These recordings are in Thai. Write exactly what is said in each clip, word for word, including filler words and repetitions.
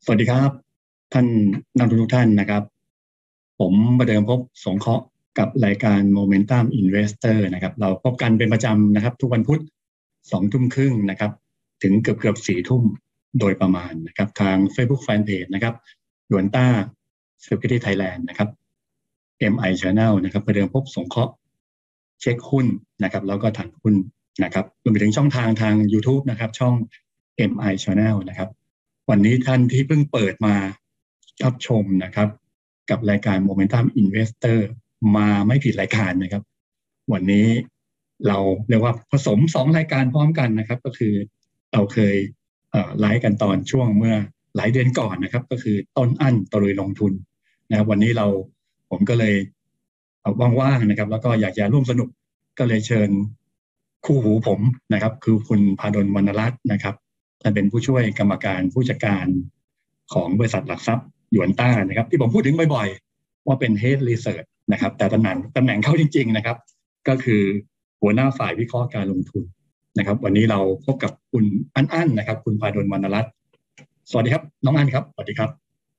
สวัสดีครับท่านนักลงทุนทุกท่านนะครับผมประเดิมพบสงเคราะห์กับรายการ Momentum Investor นะครับเราพบกันเป็นประจำนะครับทุกวันพุธสองทุ่มครึ่งนะครับถึงเกือบเกือบสี่ทุ่มโดยประมาณนะครับทาง Facebook Fanpage นะครับยวนต้า Security Thailand นะครับ เอ็ม ไอ Channel นะครับประเดิมพบสงเคราะห์เช็คหุ้นนะครับแล้วก็ทางหุ้นนะครับรวมไปถึงช่องทางทาง YouTube นะครับช่อง เอ็ม ไอ Channel นะครับวันนี้ท่านที่เพิ่งเปิดมารับชมนะครับกับรายการ Momentum Investor มาไม่ผิดรายการนะครับวันนี้เราเรียกว่าผสมสองรายการพร้อมกันนะครับก็คือเราเคยเอ่อไลฟ์กันตอนช่วงเมื่อหลายเดือนก่อนนะครับก็คือต้นอั้นตะลุยลงทุนนะครับวันนี้เราผมก็เลยว่างๆนะครับแล้วก็อยากจะร่วมสนุกก็เลยเชิญคู่หูผมนะครับคือคุณพาดลวรรณรัตน์นะครับท่านเป็นผู้ช่วยกรรมการผู้จัดการของบริษัทหลักทรัพย์หยวนต้านะครับที่ผมพูดถึงบ่อยๆว่าเป็น Head Research นะครับแต่ตำแหน่งตำแหน่งเขาจริงๆนะครับก็คือหัวหน้าฝ่ายวิเคราะห์การลงทุนนะครับวันนี้เราพบกับคุณอั้นอั้นนะครับคุณพาดลวรรณรัตน์สวัสดีครับน้องอั้นครับสวัสดีครับ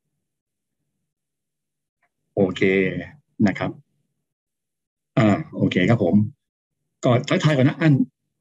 โอเคนะครับอ่าโอเคครับผมก็ทักทายก่อนนะอั้น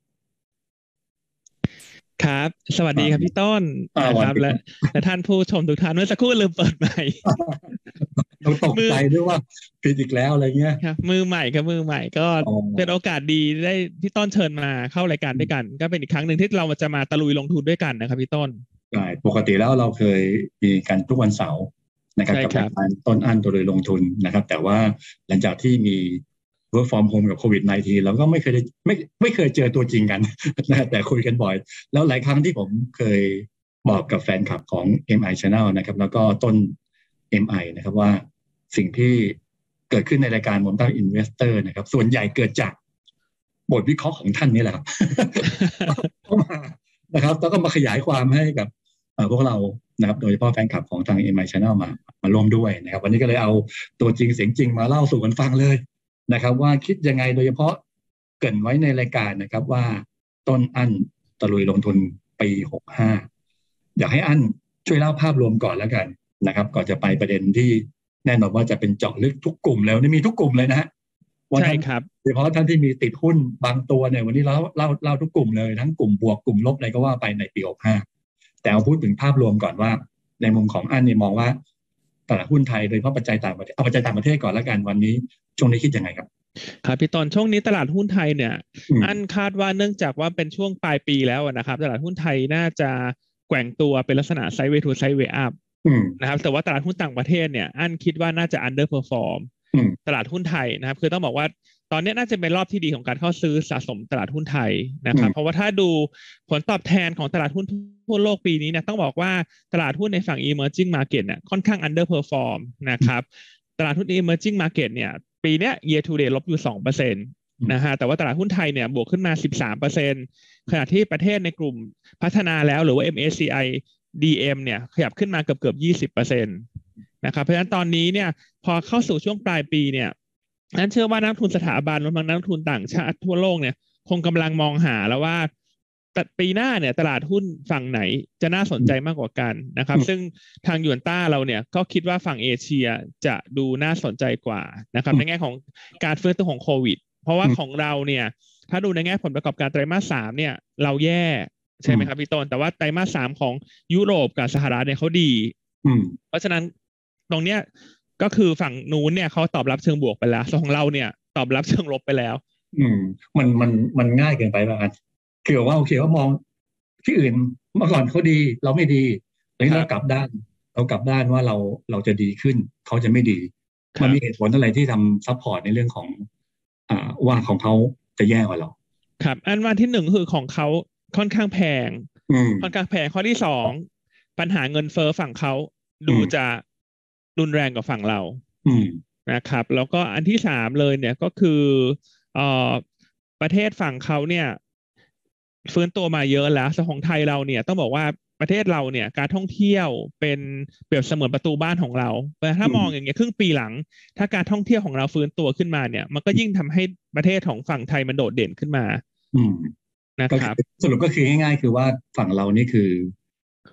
ครับ สวัสดีครับพี่ต้นนะครับและและท่านผู้ชมทุกท่านเมื่อสักครู่ลืมเปิดไมค์เราตกใจด้วยว่าผิดอีกแล้วอะไรเงี้ยครับมือใหม่ครับมือใหม่ก็เป็นโอกาสดีได้พี่ต้นเชิญมาเข้ารายการด้วยกันก็เป็นอีกครั้งหนึ่งที่เราจะมาตะลุยลงทุนด้วยกันนะครับพี่ต้นใช่ปกติแล้วเราเคยมีกันทุกวันเสาร์นะครับกับการต้นอั้นตะลุยลงทุนนะครับแต่ว่าหลังจากที่มี work from home กับโควิด สิบเก้า เราก็ไม่เคยได้ไม่ไม่เคยเจอตัวจริงกันนะแต่คุยกันบ่อยแล้วหลายครั้งที่ผมเคยบอกกับแฟนคลับของ เอ็ม ไอ Channel นะครับแล้วก็ต้น เอ็ม ไอ นะครับว่าสิ่งที่เกิดขึ้นในรายการ Momentum Investor นะครับส่วนใหญ่เกิดจากบทวิเคราะห์ของท่านนี่แหละครับ เข้ามานะครับแล้วก็มาขยายความให้กับพวกเรานะครับโดยเฉพาะแฟนคลับของทาง เอ็ม ไอ Channel มามาร่วมด้วยนะครับวันนี้ก็เลยเอาตัวจริงเสียงจริงมาเล่าสู่กันฟังเลยนะครับว่าคิดยังไงโดยเฉพาะเกริ่นไว้ในรายการนะครับว่าต้นอั้นตะลุยลงทุนปีหกสิบห้าอยากให้อั้นช่วยเล่าภาพรวมก่อนแล้วกันนะครับก่อนจะไปประเด็นที่แน่นอนว่าจะเป็นเจาะลึกทุกกลุ่มแล้วนี่มีทุกกลุ่มเลยนะฮะใช่ครับโดยเฉพาะท่านที่มีติดหุ้นบางตัวเนี่ยวันนี้เราเล่าเล่าทุกกลุ่มเลยทั้งกลุ่มบวกกลุ่มลบอะไรก็ว่าไปในปีหกสิบห้าแต่เอาพูดถึงภาพรวมก่อนว่าในมุมของอั้นเนี่ยมองว่าตลาดหุ้นไทยโดยเฉพาะปัจจัยต่างประเทศเอาปัจจัยต่างประเทศก่อนแล้วกันวันนี้ช่วงนี้คิดยังไงครับครับพี่ตอนช่วงนี้ตลาดหุ้นไทยเนี่ยอันคาดว่าเนื่องจากว่าเป็นช่วงปลายปีแล้วนะครับตลาดหุ้นไทยน่าจะแกว่งตัวเป็นลักษณะไซด์เวย์ทูไซด์เวย์อัพนะครับแต่ว่าตลาดหุ้นต่างประเทศเนี่ยอันคิดว่าน่าจะ underperform ตลาดหุ้นไทยนะครับคือต้องบอกว่าตอนนี้น่าจะเป็นรอบที่ดีของการเข้าซื้อสะสมตลาดหุ้นไทยนะครับเพราะว่าถ้าดูผลตอบแทนของตลาดหุ้นทั่วโลกปีนี้เนี่ยต้องบอกว่าตลาดหุ้นในฝั่ง emerging market เนี่ยค่อนข้าง underperform นะครับตลาดหุ้น emerging market เนี่ยปีนี้ year to date ลบอยู่ สองเปอร์เซ็นต์ นะฮะแต่ว่าตลาดหุ้นไทยเนี่ยบวกขึ้นมา สิบสามเปอร์เซ็นต์ ขณะที่ประเทศในกลุ่มพัฒนาแล้วหรือว่า เอ็ม เอ ซี ไอ ดี เอ็ม เนี่ยขยับขึ้นมาเกือบเกือบ ยี่สิบเปอร์เซ็นต์ นะครับเพราะฉะนั้นตอนนี้เนี่ยพอเข้าสู่ช่วงปลายปีเนี่ยนั้นเชื่อว่านักทุนสถาบันรวมทั้งนักทุนต่างชาติทั่วโลกเนี่ยคงกำลังมองหาแล้วว่าปีหน้าเนี่ยตลาดหุ้นฝั่งไหนจะน่าสนใจมากกว่ากันนะครับซึ่งทางหยวนต้าเราเนี่ยก็คิดว่าฝั่งเอเชียจะดูน่าสนใจกว่านะครับในแง่ของการฟื้นตัวของโควิดเพราะว่าของเราเนี่ยถ้าดูในแง่ผลประกอบการไตรมาสสามเนี่ยเราแย่ใช่ไหมครับพี่ต้นแต่ว่าไตรมาสสามของยุโรปกับสหรัฐเนี่ยเขาดีเพราะฉะนั้นตรงเนี้ยก็คือฝั่งนู้นเนี่ยเขาตอบรับเชิงบวกไปแล้วส่วนของเราเนี่ยตอบรับเชิงลบไปแล้วอืมมันมันมันง่ายเกินไปป่ะคือว่าโอเคว่ามองที่อื่นเมื่อก่อนเขาดีเราไม่ดีตอนนี้เรากลับด้านเรากลับด้านว่าเราเราจะดีขึ้นเขาจะไม่ดีมันมีเหตุผลอะไรที่ทำซัพพอร์ตในเรื่องของอ่าว่าของเขาจะแย่กว่าเราครับอันว่าที่หนึ่งคือของเขาค่อนข้างแพงค่อนข้างแพงข้อที่สองปัญหาเงินเฟ้อฝั่งเขาดูจะรุนแรงกว่าฝั่งเรานะครับแล้วก็อันที่สามเลยเนี่ยก็คือเอ่อประเทศฝั่งเขาเนี่ยฟื้นตัวมาเยอะแล้วส่วนของไทยเราเนี่ยต้องบอกว่าประเทศเราเนี่ยการท่องเที่ยวเป็นเปรียบเสมือนประตูบ้านของเราแต่ถ้ามองอย่างเงี้ยครึ่งปีหลังถ้าการท่องเที่ยวของเราฟื้นตัวขึ้นมาเนี่ยมันก็ยิ่งทำให้ประเทศของฝั่งไทยมันโดดเด่นขึ้นมานะครับสรุปก็คือง่ายๆคือว่าฝั่งเรานี่คือ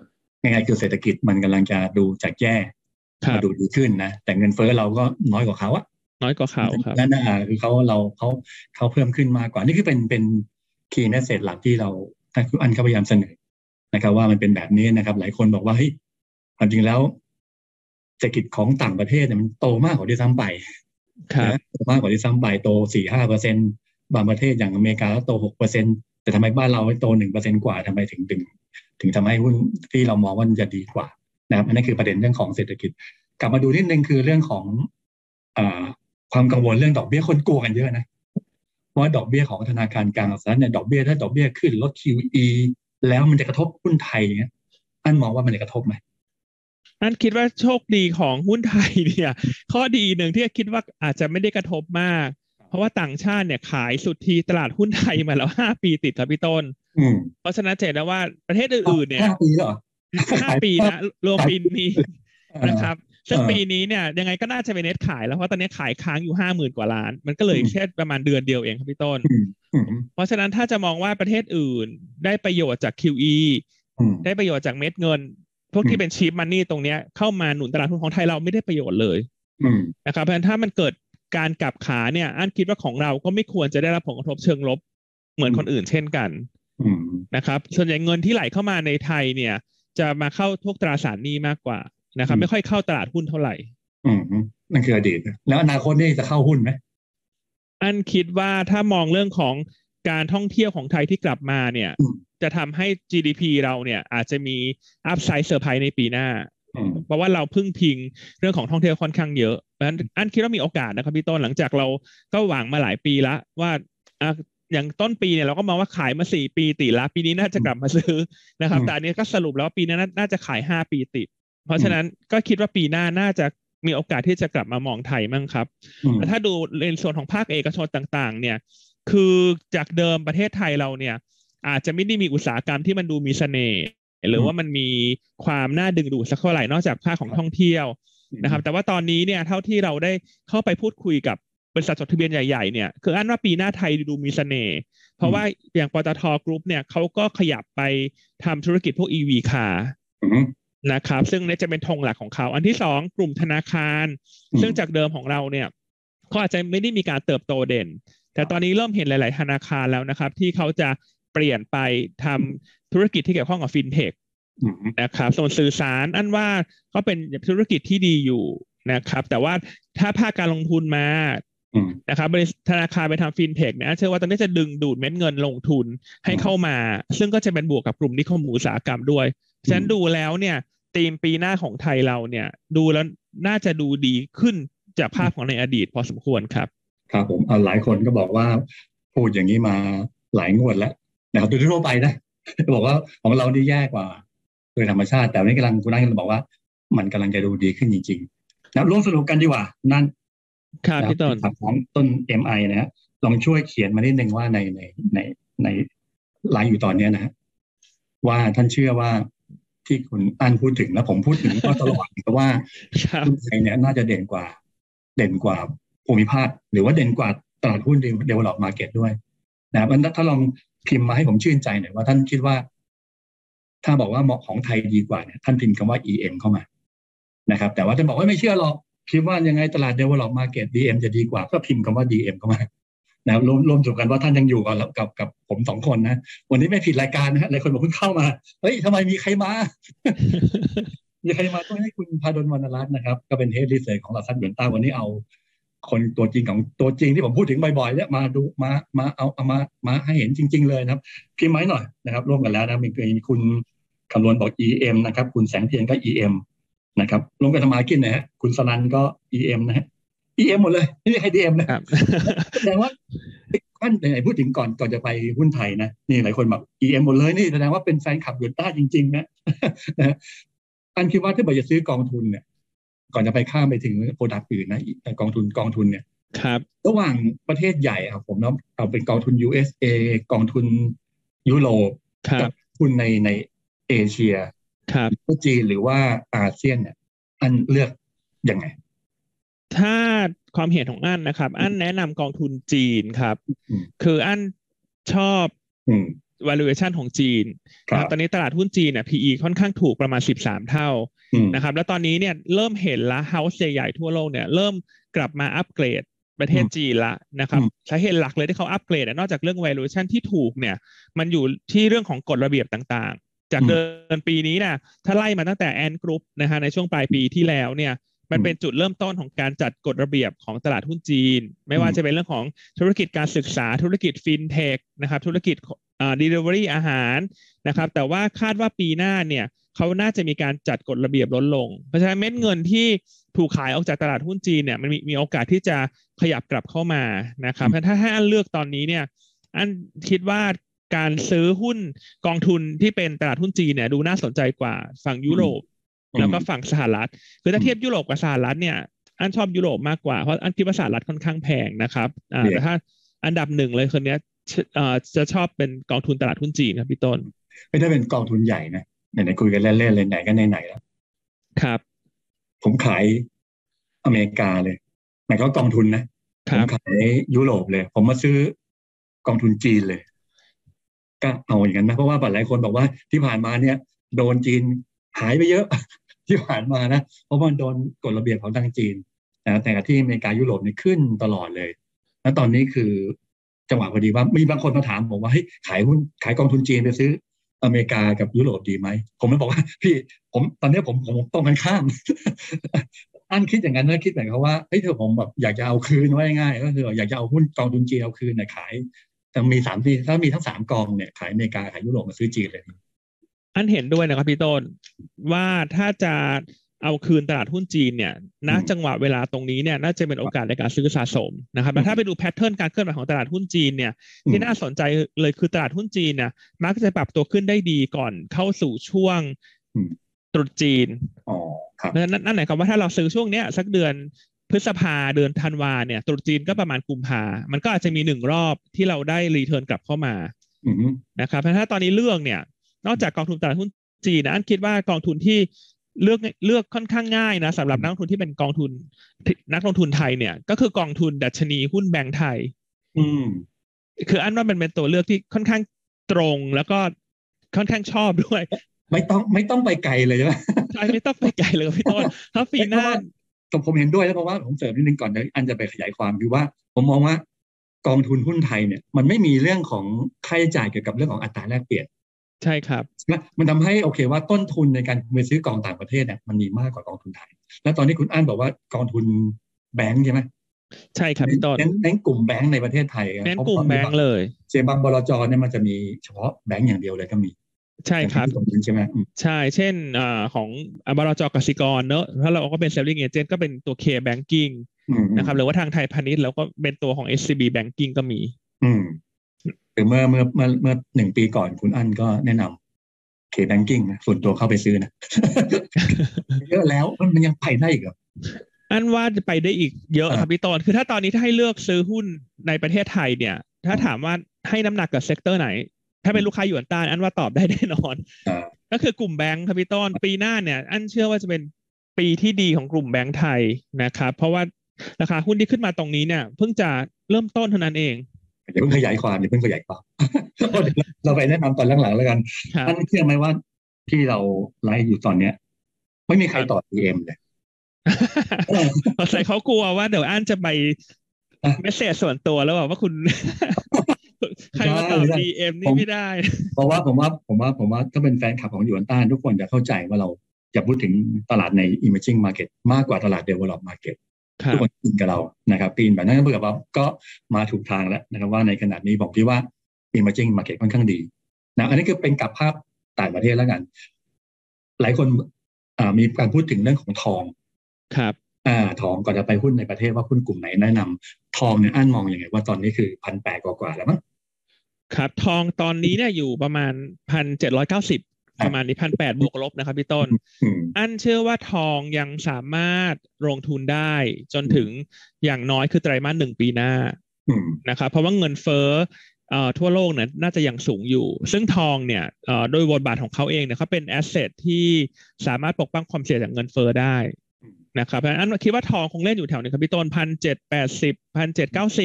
ง่ายๆคือเศรษฐกิจมันกำลังจะดูจากแย่มาดูดีขึ้นนะแต่เงินเฟ้อเราก็น้อยกว่าเขาอะน้อยกว่าเขาครับนั่นน่ะคือเขาเราเขาเขาเพิ่มขึ้นมากกว่านี่คือเป็นเป็นคีย์เมสเสจหลักที่เราท่านคุณอันเขาพยายามเสนอนะครับว่ามันเป็นแบบนี้นะครับหลายคนบอกว่าเฮ้ยความจริงแล้วเศรษฐกิจของต่างประเทศเนี่ยมันโตมากกว่าที่ซ้ำไปนะโตมากกว่าที่ซ้ำไปโตสี่ห้าเปอร์เซ็นต์บางประเทศอย่างอเมริกาโตหกเปอร์เซ็นต์แต่ทำไมบ้านเราโตหนึ่งเปอร์เซ็นต์กว่าทำไมถึงถึงถึงทำให้หุ้นที่เรามองว่ามันจะดีกว่านะครับอันนี้คือประเด็นเรื่องของเศรษฐกิจกลับมาดูนิดนึงคือเรื่องของอ่าความกังวลเรื่องดอกเบี้ยคนกลัวกันเยอะนะเพราะว่าดอกเบี้ยของธนาคารกลางสหรัฐเนี่ยดอกเบี้ยถ้าดอกเบี้ยขึ้นลด คิว อี แล้วมันจะกระทบหุ้นไทยเนี่ยอันมองว่ามันจะกระทบไหมอันคิดว่าโชคดีของหุ้นไทยเนี่ยข้อดีหนึ่งที่คิดว่าอาจจะไม่ได้กระทบมากเพราะว่าต่างชาติเนี่ยขายสุทธิตลาดหุ้นไทยมาแล้วห้าปีติดครับพี่ต้นเพราะฉะนั้นเห็นได้ว่าประเทศอื่นๆเนี่ยห้าปีเหรอห้าปีนะรวมปีนี้นะครับซึ่งปีนี้เนี่ยยังไงก็น่าจะเป็นเน็ตขายแล้วเพราะตอนนี้ขายค้างอยู่ห้าหมื่นกว่าล้านมันก็เลยแค่ประมาณเดือนเดียวเองครับพี่ต้นเพราะฉะนั้นถ้าจะมองว่าประเทศอื่นได้ประโยชน์จาก คิว อี ได้ประโยชน์จากเม็ดเงินพวกที่เป็นชีพมันนี่ตรงนี้เข้ามาหนุนตลาดหุ้นของไทยเราไม่ได้ประโยชน์เลยนะครับเพราะฉะนั้นถ้ามันเกิดการกลับขาเนี่ยอันคิดว่าของเราก็ไม่ควรจะได้รับผลกระทบเชิงลบเหมือนคนอื่นเช่นกันนะครับส่วนใหญ่เงินที่ไหลเข้ามาในไทยเนี่ยจะมาเข้าพวกตราสารหนี้มากกว่านะครับไม่ค่อยเข้าตลาดหุ้นเท่าไหร่อืมนั่นคืออดีตแล้วอนาคตนี่จะเข้าหุ้นไหมอันคิดว่าถ้ามองเรื่องของการท่องเที่ยวของไทยที่กลับมาเนี่ยจะทำให้ จี ดี พี เราเนี่ยอาจจะมีอัพไซด์เซอร์ไพรส์ในปีหน้าเพราะว่าเราพึ่งพิงเรื่องของท่องเที่ยวค่อนข้างเยอะเพราะฉะนั้นอันคิดว่ามีโอกาสนะครับพี่ต้นหลังจากเราก็หวังมาหลายปีแล้วว่าอย่างต้นปีเนี่ยเราก็มองว่าขายมาสี่ปีติดแล้วปีนี้น่าจะกลับมาซื้อนะครับแต่อันนี้ก็สรุปแล้วปีนั้นน่าจะขายห้าปีติดเพราะฉะนั้นก็คิดว่าปีหน้าน่าจะมีโอกาสที่จะกลับมามองไทยมั่งครับแต่ถ้าดูในส่วนของภาคเอกชนต่างๆเนี่ยคือจากเดิมประเทศไทยเราเนี่ยอาจจะไม่ได้มีอุตสาหกรรมที่มันดูมีเสน่ห์หรือว่ามันมีความน่าดึงดูดสักเท่าไหร่นอกจากภาคของท่องเที่ยวนะครับแต่ว่าตอนนี้เนี่ยเท่าที่เราได้เข้าไปพูดคุยกับบริษัทจดทะเบียนใหญ่ๆเนี่ยคืออันว่าปีหน้าไทยดูมีเสน่ห์เพราะว่าอย่างปตทกรุ๊ปเนี่ยเขาก็ขยับไปทำธุรกิจพวก อี วี carนะครับซึ่งนี่จะเป็นธงหลักของเขาอันที่สองกลุ่มธนาคารซึ่งจากเดิมของเราเนี่ยเขาอาจจะไม่ได้มีการเติบโตเด่นแต่ตอนนี้เริ่มเห็นหลายๆธนาคารแล้วนะครับที่เขาจะเปลี่ยนไปทำธุรกิจที่เกี่ยวข้องกับฟินเทคนะครับส่วนสื่อสารอันว่าก็เป็นธุรกิจที่ดีอยู่นะครับแต่ว่าถ้าภาคการลงทุนมานะครับบริษัทธนาคารไปทำฟินเทคเนี่ยเชื่อว่าตอนนี้จะดึงดูดเม็ดเงินลงทุนให้เข้ามาซึ่งก็จะเป็นบวกกับกลุ่มนิคมอุตสาหกรรมด้วยฉะนั้นดูแล้วเนี่ยธีมปีหน้าของไทยเราเนี่ยดูแล้วน่าจะดูดีขึ้นจากภาพของในอดีตพอสมควรครับครับผมหลายคนก็บอกว่าพูดอย่างนี้มาหลายงวดแล้วนะครับโดยทั่วไปนะบอกว่าของเรานี่แย่กว่าโดยธรรมชาติแต่วันนี้กำลังคุณนั่งบอกว่ามันกำลังจะดูดีขึ้นจริงๆนะร่วมสรุปกันดีกว่านั่นครับพี่ต้นของต้น เอ็ม ไอ นะฮะลองช่วยเขียนมานิดนึงว่าในในในในไลน์อยู่ตอนนี้นะฮะว่าท่านเชื่อว่าที่คุณอันพูดถึงและผมพูดถึงก็ตลอดเพราะว่าหุ้นไทยเนี่ยน่าจะเด่นกว่าเด่นกว่าภูมิภาคหรือว่าเด่นกว่าตลาดหุ้น develop market ด้วยนะครับถ้าลองพิมพ์มาให้ผมชื่นใจหน่อยว่าท่านคิดว่าถ้าบอกว่าเหมาะของไทยดีกว่าเนี่ยท่านพิมพ์คำว่า อี เอ็ม เข้ามานะครับแต่ว่าท่านบอกว่าไม่เชื่อหรอกคิดว่ายังไงตลาด develop market ดี เอ็ม จะดีกว่าก็พิมพ์คำว่า ดี เอ็ม เข้ามานะรวมรวมถึงกันว่าท่านยังอยู่กับกับกับผมสองคนนะวันนี้ไม่ผิดรายการนะฮะหลายคนบอกเพิ่งเข้ามาเฮ้ยทำไมมีใครมา มีใครมาต้องให้คุณพาดลวรรณรัตน์นะครับก็เป็นเฮดรีเสิร์ชของหลักทรัพย์หยวนต้าวันนี้เอาคนตัวจริงของตัวจริงที่ผมพูดถึงบ่อยๆเนี่ยมาดูมามาเอาเอามามาให้เห็นจริงๆเลยนะครับพิมพ์ไว้หน่อยนะครับร่วมกันแล้วนะมีคุณคำนวณบอก อี เอ็ม นะครับคุณแสงเทียนก็ อี เอ็ม นะครับลงไปทำมากินนะฮะคุณสนันก็ อี เอ็ม นะฮะ อี เอ็ม หมดเลยไม่มีใคร ดี เอ็ม นะแสดงว่าท่านไหนพูดถึงก่อนก่อนจะไปหุ้นไทยนะนี่หลายคนแบบ อี เอ็ม หมดเลยนี่แสดงว่าเป็นแฟนคลับหยวนต้าจริงๆนะนะอันคิดว่าถ้าบอกจะซื้อกองทุนเนี่ยก่อนจะไปข้ามไปถึงโปรดักต์อื่นนะกองทุนกองทุนเนี่ยครับระหว่างประเทศใหญ่ครับผมเนาะเอาเป็นกองทุน ยู เอส เอ กองทุนยุโรปกับทุนในในเอเชียครับจีนหรือว่าอาเซียนเนี่ยอันเลือกยังไงถ้าความเห็นของอันนะครับอันแนะนำกองทุนจีนครับคืออันชอบ valuation ของจีนนะครับตอนนี้ตลาดหุ้นจีนเนี่ย พี อี ค่อนข้างถูกประมาณสิบสามเท่านะครับแล้วตอนนี้เนี่ยเริ่มเห็นละ house ใหญ่ๆทั่วโลกเนี่ยเริ่มกลับมาอัปเกรดประเทศจีนละนะครับสาเหตุหลักเลยที่เขาอัปเกรดนอกจากเรื่อง valuation ที่ถูกเนี่ยมันอยู่ที่เรื่องของกฎระเบียบต่างๆจากเดิมปีนี้นะถ้าไล่มาตั้งแต่ Ant Group นะฮะในช่วงปลายปีที่แล้วเนี่ยมันเป็นจุดเริ่มต้นของการจัดกฎระเบียบของตลาดหุ้นจีนไม่ว่าจะเป็นเรื่องของธุรกิจการศึกษาธุรกิจฟินเทคนะครับธุรกิจอ่า delivery อาหารนะครับแต่ว่าคาดว่าปีหน้าเนี่ยเขาน่าจะมีการจัดกฎระเบียบลดลงเพราะฉะนั้นเม็ดเงินที่ถูกขายออกจากตลาดหุ้นจีนเนี่ยมันมีมีโอกาสที่จะขยับกลับเข้ามานะครับถ้าให้อันเลือกตอนนี้เนี่ยอันคิดว่าการซื้อหุ้นกองทุนที่เป็นตลาดหุ้นจีนเนี่ยดูน่าสนใจกว่าฝั่งยุโรปแล้วก็ฝั่งสหรัฐคือถ้าเทียบยุโรปกับสหรัฐเนี่ยอันชอบยุโรปมากกว่าเพราะอันคิดว่าสหรัฐค่อนข้างแพงนะครับอ่าแต่ถ้าอันดับหนึ่งเลยคนนี้จะชอบเป็นกองทุนตลาดหุ้นจีนครับพี่ต้นไม่ได้เป็นกองทุนใหญ่นะไหนๆคุยกันเล่นๆเลยไหนก็ไหนๆแล้วครับผมขายอเมริกาเลยหมายก็กองทุนนะผมขายยุโรปเลยผมมาซื้อกองทุนจีนเลยก็เอาอย่างนั้นนะเพราะว่าหลายคนบอกว่าที่ผ่านมาเนี่ยโดนจีนหายไปเยอะที่ผ่านมานะเพราะว่าโดนกฎระเบียบของทางจีนนะแต่ที่อเมริกายุโรปเนี่ยขึ้นตลอดเลยแล้วตอนนี้คือจังหวะพอดีว่ามีบางคนมาถามผมว่าเฮ้ยขายหุ้นขายกองทุนจีนไปซื้ออเมริกากับยุโรปดีไหมผมเลยบอกว่าพี่ผมตอนนี้ผมผมต้องกันข้ามอันคิดอย่างนั้นนะคิดแบบเขาว่าเฮ้ยเธอผมแบบอยากจะเอาคืนไว้ง่ายก็คืออยากจะเอาหุ้นกองทุนจีนเอาคืนเนี่ยขายแต่มีสามที่ถ้ามีทั้งสามกองเนี่ยขายอเมริกาขายยุโรปมาซื้อจีนเลยอันเห็นด้วยนะครับพี่ต้นว่าถ้าจะเอาคืนตลาดหุ้นจีนเนี่ยณจังหวะเวลาตรงนี้เนี่ยน่าจะเป็นโอกาสในการซื้อสะสมนะครับแต่ถ้าไปดูแพทเทิร์นการเคลื่อนไหวของตลาดหุ้นจีนเนี่ยที่น่าสนใจเลยคือตลาดหุ้นจีนเนี่ยมักจะปรับตัวขึ้นได้ดีก่อนเข้าสู่ช่วงตรุษจีนอ๋อครับนั่นนั่นหมายความว่าถ้าเราซื้อช่วงเนี้ยสักเดือนพฤษภาเดือนธันวาเนี่ยตรุษจีนก็ประมาณกุมภามันก็อาจจะมีหนึ่งรอบที่เราได้รีเทิร์นกลับเข้ามานะครับเพราะถ้าตอนนี้เลือกเนี่ยนอกจากกองทุนตลาดหุ้นจีนนะอันคิดว่ากองทุนที่เลือกเลือกค่อนข้างง่ายนะสำหรับนักลงทุนที่เป็นกองทุนนักลงทุนไทยเนี่ยก็คือกองทุนดัชนีหุ้นแบงก์ไทยอืมคืออันว่ามันเป็นตัวเลือกที่ค่อนข้างตรงแล้วก็ค่อนข้างชอบด้วยไม่ต้องไม่ต้องไปไกลเลยใช่ไหมใช่ไม่ต้องไปไกลเลยพี่ต้นถ้าปีหน้าผมเห็นด้วยแล้วเพราะว่าผมเสริมนิดนึงก่อนนะอันจะไปขยายความคือว่าผมมองว่ากองทุนหุ้นไทยเนี่ยมันไม่มีเรื่องของค่าใช้จ่ายเกี่ยวกับเรื่องของอัตราแลกเปลี่ยนใช่ครับมันทำให้โอเคว่าต้นทุนในการไปซื้อกองต่างประเทศเนี่ยมันมีมากกว่ากองทุนไทยแล้วตอนนี้คุณอั้นบอกว่ากองทุนแบงค์ใช่ไหมใช่ครับพี่ต้นเน้นกลุ่มแบงค์ในประเทศไทยเน้นกลุ่มแบงค์เลยเสียบางบลจเนี่ยมันจะมีเฉพาะแบงค์อย่างเดียวเลยก็มีใช่ครับใช่ไหมใช่เช่นอ่าของบลจกสิกรเนอะถ้าเราก็เป็น selling agent ก็เป็นตัว K Banking นะครับหรือว่าทางไทยพาณิชย์แล้วก็เป็นตัวของ เอส ซี บี Banking ก็มีอืมหรือเมื่อเมื่อเมื่อเมื่อหนึ่งปีก่อนคุณอั้นก็แนะนำ K Banking นะส่วนตัวเข้าไปซื้อนะ เยอะแล้วมันยังไปได้อีกเหรออันว่าจะไปได้อีกเยอะครับพี่ต้นคือถ้าตอนนี้ถ้าให้เลือกซื้อหุ้นในประเทศไทยเนี่ยถ้าถามว่าให้น้ำหนักกับเซกเตอร์ไหนถ้าเป็นลูกค้าหยวนต้านอันว่าตอบได้แน่นอนก็คือกลุ่มแบงค์ครับพี่ต้นปีหน้าเนี่ยอันเชื่อว่าจะเป็นปีที่ดีของกลุ่มแบงค์ไทยนะครับเพราะว่าราคาหุ้นที่ขึ้นมาตรงนี้เนี่ยเพิ่งจะเริ่มต้นเท่านั้นเองอย่าเพิ่งขยายความอย่าเพิ่งขยายความเราไปแนะนำตอนหลังๆแล้วกันอันเชื่อไหมว่าที่เราไลฟ์อยู่ตอนเนี้ยไม่มีใครต่อ ดี เอ็ม เลยใส่เขากลัวว่าเดี๋ยวอันจะไปเมสเซจส่วนตัวแล้วว่าคุณใครมาตอบ ดี เอ็ม นี่ไม่ได้เพราะว่าผมว่าผมว่าผมว่าถ้าเป็นแฟนคลับของหยวนต้านทุกคนจะเข้าใจว่าเราจะพูดถึงตลาดใน emerging market มากกว่าตลาด develop market ทุกคนอินกับเรานะครับปีนแบบนั้นเพื่อว่าก็มาถูกทางแล้วนะครับว่าในขณะนี้ผมคิดว่า emerging market ค่อนข้างดีนะอันนี้คือเป็นกับภาพต่างประเทศแล้วกันหลายคนมีการพูดถึงเรื่องของทองครับอ่าทองก่อนจะไปหุ้นในประเทศว่าหุ้นกลุ่มไหนแนะนำทองเนี่ยอันมองอย่างไงว่าตอนนี้คือพันแปดกว่าๆแล้วมั้งครับทองตอนนี้เนี่ยอยู่ประมาณพันเจ็ดร้อยเก้าสิบประมาณนี้พันแปดบวกลบนะครับพี่ต้นอันเชื่อว่าทองยังสามารถลงทุนได้จนถึงอย่างน้อยคือไตรมาสหนึ่งปีหน้านะครับเพราะว่าเงินเฟ้อทั่วโลกเนี่ยน่าจะยังสูงอยู่ซึ่งทองเนี่ยโดยบทบาทของเขาเองเนี่ยเขาเป็นแอสเซทที่สามารถปกป้องความเสี่ยงจากเงินเฟ้อได้นะครับเพราะฉะนั้นคิดว่าทองคงเล่นอยู่แถวนี้ครับพี่ต้นพันเจ็ดแปดสิบพันเจ็ดเก้าสิบ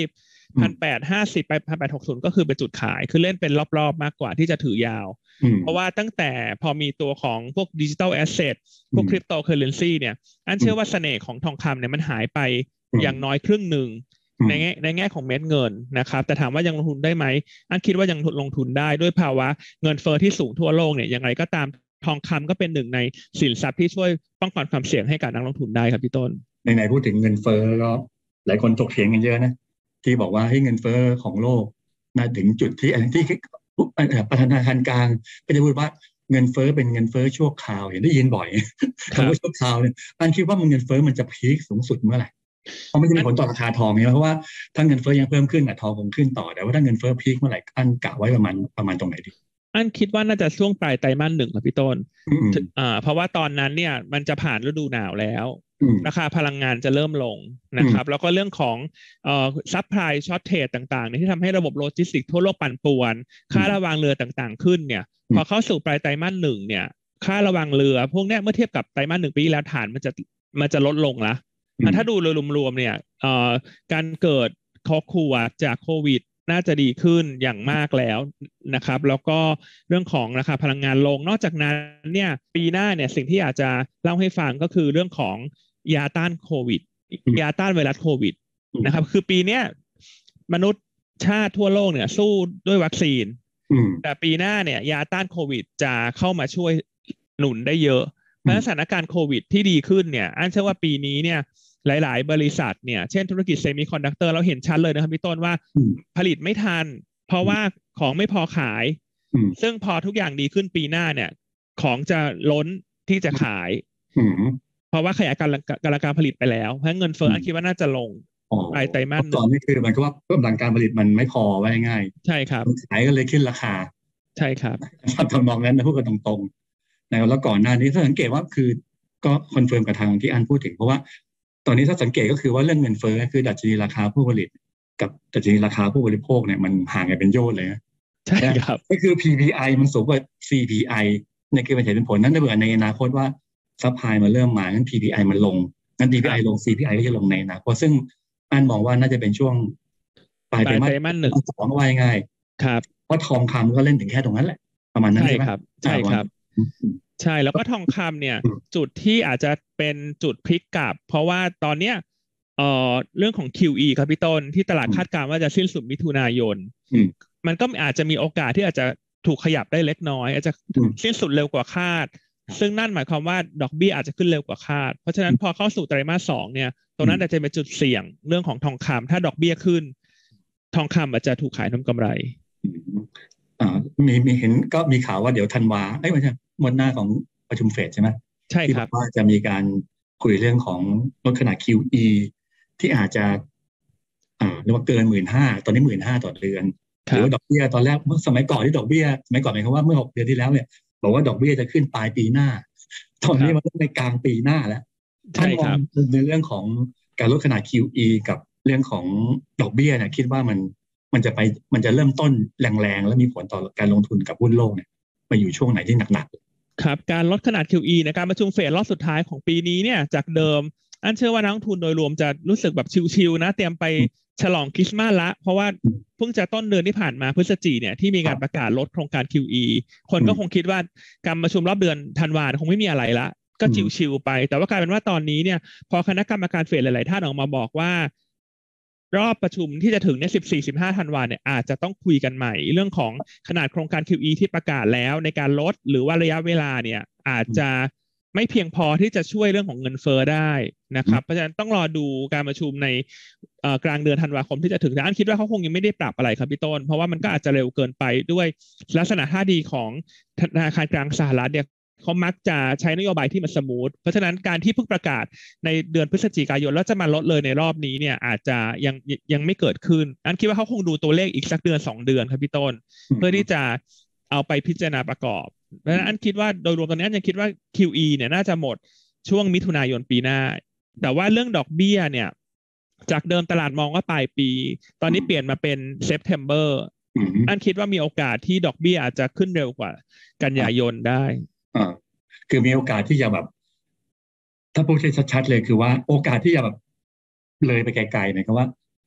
พันแปดห้าสิบไปพันแปดหกศูนย์ก็คือเป็นจุดขายคือเล่นเป็นรอบๆมากกว่าที่จะถือยาวเพราะว่าตั้งแต่พอมีตัวของพวกดิจิทัลแอสเซทพวกคริปโตเคอเรนซีเนี่ยอันเชื่อว่าเสน่ห์ของทองคำเนี่ยมันหายไปอย่างน้อยครึ่งหนึ่งในแง่ในแง่ของเม็ดเงินนะครับแต่ถามว่ายังลงทุนได้ไหมอันคิดว่ายังลงทุนได้ด้วยภาวะเงินเฟ้อที่สูงทั่วโลกเนี่ยยังไงก็ตามทองคำก็เป็นหนึ่งในสินทรัพย์ที่ช่วยป้องกันความเสี่ยงให้กับนักลงทุนได้ครับพี่ต้นในไหนพูดถึงเงินเฟ้อก็หลายคนถกเถียงกันเยอะนะที่บอกว่าให้เงินเฟ้อของโลกน่าถึงจุดที่ที่ประธนาคารกลางก็จะพูดว่าเงินเฟ้อเป็นเงินเฟ้อชั่วคราวเห็นได้ยินบ่อยคำว่าชั่วคราวเนี่ยอันคิดว่ามันเงินเฟ้อมันจะพีคสูงสุดเมื่อไหร่เพราะมันจะมีผลต่อราคาทองเนี่ยเพราะว่าถ้าเงินเฟ้อยังเพิ่มขึ้นอ่ะทองคงขึ้นต่อแต่ว่าถ้าเงินเฟ้อพีคเมื่อไหร่อันกะไว้ประมาณประมาณตรงไหนดีอันคิดว่าน่าจะช่วงปลายไตรมาสหนึ่งครับพี่ต้นอ่าเพราะว่าตอนนั้นเนี่ยมันจะผ่านฤดูหนาวแล้วราคาพลังงานจะเริ่มลงนะครับแล้วก็เรื่องของเอ่อซัพพลายช็อตเทรดต่างๆที่ทำให้ระบบโลจิสติกทั่วโลกปั่นป่วนค่าระวางเรือต่างๆขึ้นเนี่ยพอเข้าสู่ปลายไตรมาสหนึ่งเนี่ยค่าระวางเรือพวกนี้เมื่อเทียบกับไตรมาสหนึ่งปีแล้วฐานมันจะมันจะลดลงละถ้าดูโดยรวมๆเนี่ยเอ่อการเกิดครอบครัวจากโควิดน่าจะดีขึ้นอย่างมากแล้วนะครับแล้วก็เรื่องของราคาพลังงานลงนอกจากนั้นเนี่ยปีหน้าเนี่ยสิ่งที่อยากจะเล่าให้ฟังก็คือเรื่องของยาต้านโควิดยาต้านไวรัสโควิดนะครับคือปีนี้มนุษย์ชาติทั่วโลกเนี่ยสู้ด้วยวัคซีนแต่ปีหน้าเนี่ยยาต้านโควิดจะเข้ามาช่วยหนุนได้เยอะเพราะสถานการณ์โควิดที่ดีขึ้นเนี่ยอันเชื่อว่าปีนี้เนี่ยหลายๆบริษัทเนี่ยเช่นธุรกิจเซมิคอนดักเตอร์เราเห็นชัดเลยนะครับพี่ต้นว่าผลิตไม่ทันเพราะว่าของไม่พอขายซึ่งพอทุกอย่างดีขึ้นปีหน้าเนี่ยของจะล้นที่จะขายเพราะว่าขยายการการการผลิตไปแล้วเพราะเงินเฟ้ออันคิดว่าน่าจะลงปลายไตรมาสตอนนี้คือมันก็ว่ากำลังการผลิตมันไม่พอไว้ง่ายใช่ครับขายก็เลยขึ้นราคาใช่ครับทำนองนั้นนะพูดกันตรงๆนะครับแล้วก่อนหน้านี้ถ้าสังเกตว่าคือก็คอนเฟิร์มกับทางที่อันพูดถึงเพราะว่าตอนนี้ถ้าสังเกตก็คือว่าเรื่องเงินเฟ้อคือดัชนีราคาผู้ผลิตกับดัชนีราคาผู้บริโภคเนี่ยมันห่างกันเป็นโยชน์เลยนะใช่ครับก็คือ พี พี ไอ มันสูงกว่า ซี พี ไอ เนี่ยคือเป็นเหตุเป็นผลนั้นถ้าเผื่อในอนาคตว่าซัพพลายมันเริ่มมางั้น พี พี ไอ มันลงงั้น พี พี ไอ ลง ซี พี ไอ ก็จะลงในอนาคตซึ่งอันมองว่าน่าจะเป็นช่วงปลายไตรมาสหนึ่งสองว่าง่ายครับเพราะทองคำก็เล่นถึงแค่ตรงนั้นแหละประมาณนั้นใช่ไหมครับใช่ครับใช่แล้วก็ทองคำเนี่ยจุดที่อาจจะเป็นจุดพลิกกลับเพราะว่าตอนเนี้ยเอ่อเรื่องของ คิว อี ครับพี่ต้นที่ตลาดคาดการณ์ว่าจะสิ้นสุดมิถุนายนมันก็อาจจะมีโอกาสที่อาจจะถูกขยับได้เล็กน้อยอาจจะสิ้นสุดเร็วกว่าคาดซึ่งนั่นหมายความว่าดอกเบี้ยอาจจะขึ้นเร็วกว่าคาดเพราะฉะนั้นพอเข้าสู่ไตรมาสสองเนี่ยตรงนั้นอาจจะเป็นจุดเสี่ยงเรื่องของทองคำถ้าดอกเบี้ยขึ้นทองคำอาจจะถูกขายทำกำไรอ่ามีมีเห็นก็มีข่าวว่าเดี๋ยวธันวาเอ้ยไม่ใช่วันหน้าของประชุมเฟดใช่ไหมใช่ครับที่บอกว่าจะมีการคุยเรื่องของลดขนาด คิว อี ที่อาจจะอ่าเรียกว่าเกินหมื่นห้าตอนนี้หมื่นห้าต่อเดือนหรือว่าดอกเบี้ยตอนแรกเมื่อสมัยก่อนที่ดอกเบี้ยสมัยก่อนหมายความว่าเมื่อหกเดือนที่แล้วเนี่ยบอกว่าดอกเบี้ยจะขึ้นปลายปีหน้าตอนนี้มันต้องในกลางปีหน้าแล้วท่านมองในเรื่องของการลดขนาด คิว อี กับเรื่องของดอกเบี้ยเนี่ยคิดว่ามันมันจะไปมันจะเริ่มต้นแรงๆแล้วมีผลต่อการลงทุนกับหุ้นโลกเนี่ยไปอยู่ช่วงไหนที่หนักๆครับการลดขนาด คิว อี ในการประชุมเฟดรอบสุดท้ายของปีนี้เนี่ยจากเดิมอันเชื่อว่านักลงทุนโดยรวมจะรู้สึกแบบชิลๆนะเตรียมไปฉลองคริสต์มาสละเพราะว่าเพิ่งจะต้นเดือนที่ผ่านมาพฤศจิกายนเนี่ยที่มีการประกาศลดโครงการ คิว อี คนก็คงคิดว่าการประชุมรอบเดือนธันวาคมคงไม่มีอะไรละก็ชิลๆไปแต่ว่ากลายเป็นว่าตอนนี้เนี่ยพอคณะกรรมการเฟดหลายๆท่านออกมาบอกว่ารอบประชุมที่จะถึงใน สิบสี่ สิบห้า ธันวาเนี่ยอาจจะต้องคุยกันใหม่เรื่องของขนาดโครงการ คิว อี ที่ประกาศแล้วในการลดหรือว่าระยะเวลาเนี่ยอาจจะไม่เพียงพอที่จะช่วยเรื่องของเงินเฟ้อได้นะครับเพราะฉะนั้นต้องรอดูการประชุมในกลางเดือนธันวาคมที่จะถึงแต่อันคิดว่าเขาคงยังไม่ได้ปรับอะไรครับพี่ต้นเพราะว่ามันก็อาจจะเร็วเกินไปด้วยลักษณะท่าทีของธนาคารกลางสหรัฐเนี่ยเขามักจะใช้นโยบายที่มันสมูทเพราะฉะนั้นการที่เพิ่งประกาศในเดือนพฤศจิกายนแล้วจะมาลดเลยในรอบนี้เนี่ยอาจจะยังยังไม่เกิดขึ้นอันคิดว่าเขาคงดูตัวเลขอีกสักเดือนสองเดือนครับพี่ต้นเพื่อที่จะเอาไปพิจารณาประกอบเพราะฉะนั้นอันคิดว่าโดยรวมตอนนี้ยังคิดว่า คิว อี เนี่ยน่าจะหมดช่วงมิถุนายนปีหน้าแต่ว่าเรื่องดอกเบี้ยเนี่ยจากเดิมตลาดมองว่าปลายปีตอนนี้เปลี่ยนมาเป็นเซปเทมเบอร์อันคิดว่ามีโอกาสที่ดอกเบี้ยอาจจะขึ้นเร็วกว่ากันยายนได้อ่าคือมีโอกาสที่จะแบบถ้าพูดชัดๆเลยคือว่าโอกาสที่จะแบบเลยไปไกลๆหมายความว่า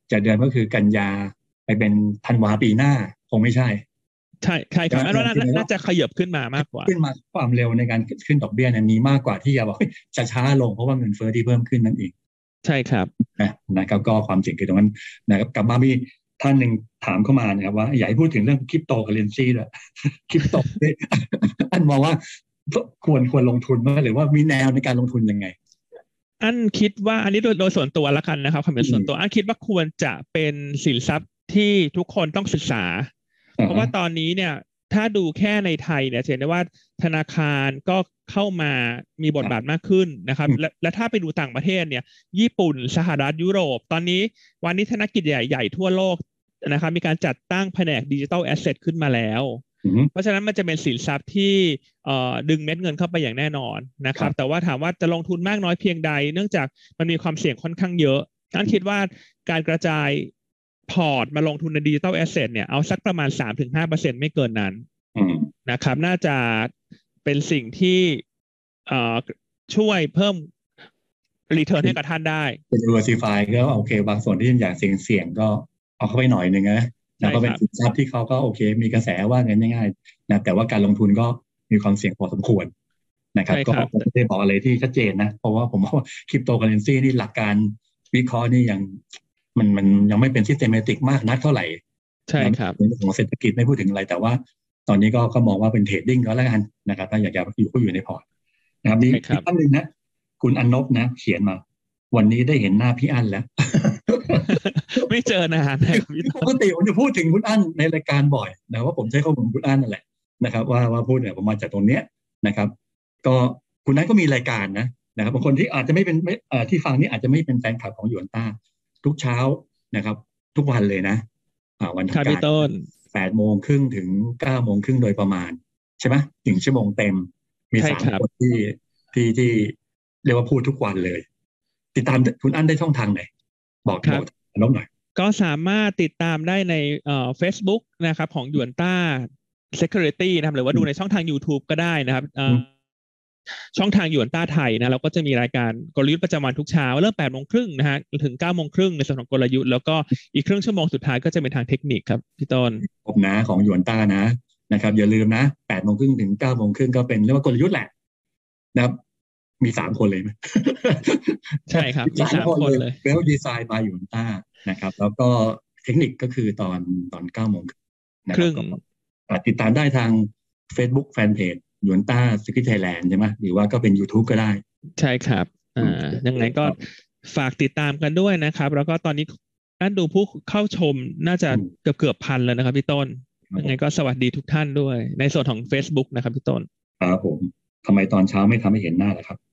จากเดือนก็คือกันยาไปเป็นธันวาปีหน้าคงไม่ใช่ใช่ใช่ครับอันนั้นน่าจะขยับขึ้นมามากกว่าขึ้นมาความเร็วในการขึ้นดอกเบี้ยนั้นมีมากกว่าที่จะบอกจะช้าลงเพราะว่าเงินเฟ้อที่เพิ่มขึ้นนั่นเองใช่ครับนะนะครับก็ความจริงคือตรงนั้นนะครับกลับมามีท่านหนึ่งถามเข้ามานะครับว่าอยากให้พูดถึงเรื่องคริปโตเคอเรนซีด้วยคริปโตอันมองว่าควรควรลงทุนไหมหรือว่ามีแนวในการลงทุนยังไงอันคิดว่าอันนี้โดยโดยส่วนตัวละกันนะครับความเป็นส่วนตัวอันคิดว่าควรจะเป็นสินทรัพย์ที่ทุกคนต้องศึกษาเพราะว่าตอนนี้เนี่ยถ้าดูแค่ในไทยเนี่ยเห็นได้ว่าธนาคารก็เข้ามามีบทบาทมากขึ้นนะครับและและถ้าไปดูต่างประเทศเนี่ยญี่ปุ่นสหรัฐยุโรปตอนนี้วันนี้ธนกิจใหญ่ๆทั่วโลกนะครับมีการจัดตั้งแผนกดิจิทัลแอสเซทขึ้นมาแล้วเพราะฉะนั้นมันจะเป็นสินทรัพย์ที่ดึงเม็ดเงินเข้าไปอย่างแน่นอนนะครับแต่ว่าถามว่าจะลงทุนมากน้อยเพียงใดเนื่องจากมันมีความเสี่ยงค่อนข้างเยอะอันคิดว่าการกระจายพอร์ตมาลงทุนในดิจิทัลแอสเซทเนี่ยเอาสักประมาณ สามถึงห้าเปอร์เซ็นต์ ไม่เกินนั้นนะครับน่าจะเป็นสิ่งที่ช่วยเพิ่มรีเทิร์นให้กับท่านได้เป็น diversify ก็โอเคบางส่วนที่อยากเสี่ยงเสี่ยงก็เอาเข้าไปหน่อยหนึ่งนะแล้วก็เป็นสินทรัพย์ที่เขาก็โอเคมีกระแสว่าเงินง่ายๆนะแต่ว่าการลงทุนก็มีความเสี่ยงพอสมควรนะครับก็ไม่ได้บอกอะไรที่ชัดเจนนะเพราะว่าผมว่าคริปโตเคอเรนซีนี่หลักการวิเคราะห์นี่ยังมันมันยังไม่เป็น systematic มากนักเท่าไหร่ใช่ครับของเศรษฐกิจไม่พูดถึงอะไรแต่ว่าตอนนี้ก็ก็มองว่าเป็นเทรดดิ้งก็แล้วกันนะครับถ้าอยากจะอยู่ก็อยู่ในพอร์ตนะครับนี่ท่านหนึ่งนะคุณอนนบนะเขียนมาวันนี้ได้เห็นหน้าพี่อั้นแล้วไม่เจอนานปกติผมจะพูดถึงคุณอั้นในรายการบ่อยนะว่าผมใช้ข้อมูลคุณอั้นนั่นแหละนะครับว่าว่าพูดเนี่ยผมมาจากตรงเนี้ยนะครับก็คุณนั้นก็มีรายการนะนะครับบางคนที่อาจจะไม่เป็นไม่อ่าที่ฟังนี่อาจจะไม่เป็นแฟนคลับของหยวนต้าทุกเช้านะครับทุกวันเลยนะอ่าวันทำการแปดโมงครึ่งถึงเก้าโมงครึ่งโดยประมาณใช่ไหมถึงชั่วโมงเต็มมีสามคนที่ที่ที่เรียกว่าพูดทุกวันเลยติดตามคุณอั้นได้ช่องทางไหนบอกบอกน้องหน่อยก็สามารถติดตามได้ในเอ่อ Facebook นะครับของหยวนต้า Security นะครับหรือว่าดูในช่องทาง YouTube ก็ได้นะครับเอ่อช่องทางหยวนต้าไทยนะเราก็จะมีรายการกลยุทธ์ประจำวันทุกเช้าเริ่มแปดโมงครึ่งนะฮะถึงเก้าโมงครึ่งในส่วนของกลยุทธ์แล้วก็อีกครึ่งชั่วโมงสุดท้ายก็จะเป็นทางเทคนิคครับพี่ต้นผมนะของหยวนต้านะนะครับอย่าลืมนะแปดโมงครึ่งถึงเก้าโมงครึ่งก็เป็นเรียกว่ากลยุทธ์แหละนะครับมีสามคนเลยไหมใช่ครับมีสามคนเลยเวลดีไซน์บายหยวนต้านะครับแล้วก็เทคนิคก็คือตอนตอนเก้าโมงครึ่งติดตามได้ทาง Facebook Fanpage หยวนต้า Security Thailand ใช่ไหมหรือว่าก็เป็น YouTube ก็ได้ใช่ครับอ่ายังไงก็ฝากติดตามกันด้วยนะครับแล้วก็ตอนนี้ท่านดูผู้เข้าชมน่าจะเกือบเกือบพันแล้วนะครับพี่ต้นยังไงก็สวัสดีทุกท่านด้วยในส่วนของ Facebook นะครับพี่ต้นครับผมทำไมตอนเช้าไม่ทำให้เห็นหน้าล่ะครับ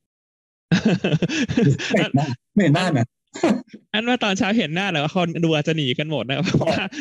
ไม่เห็นหน้าไม่เห็นหน้านะอันว่าตอนเช้าเห็นหน้าแล้วคนดูอาจจะหนีกันหมดนะครับ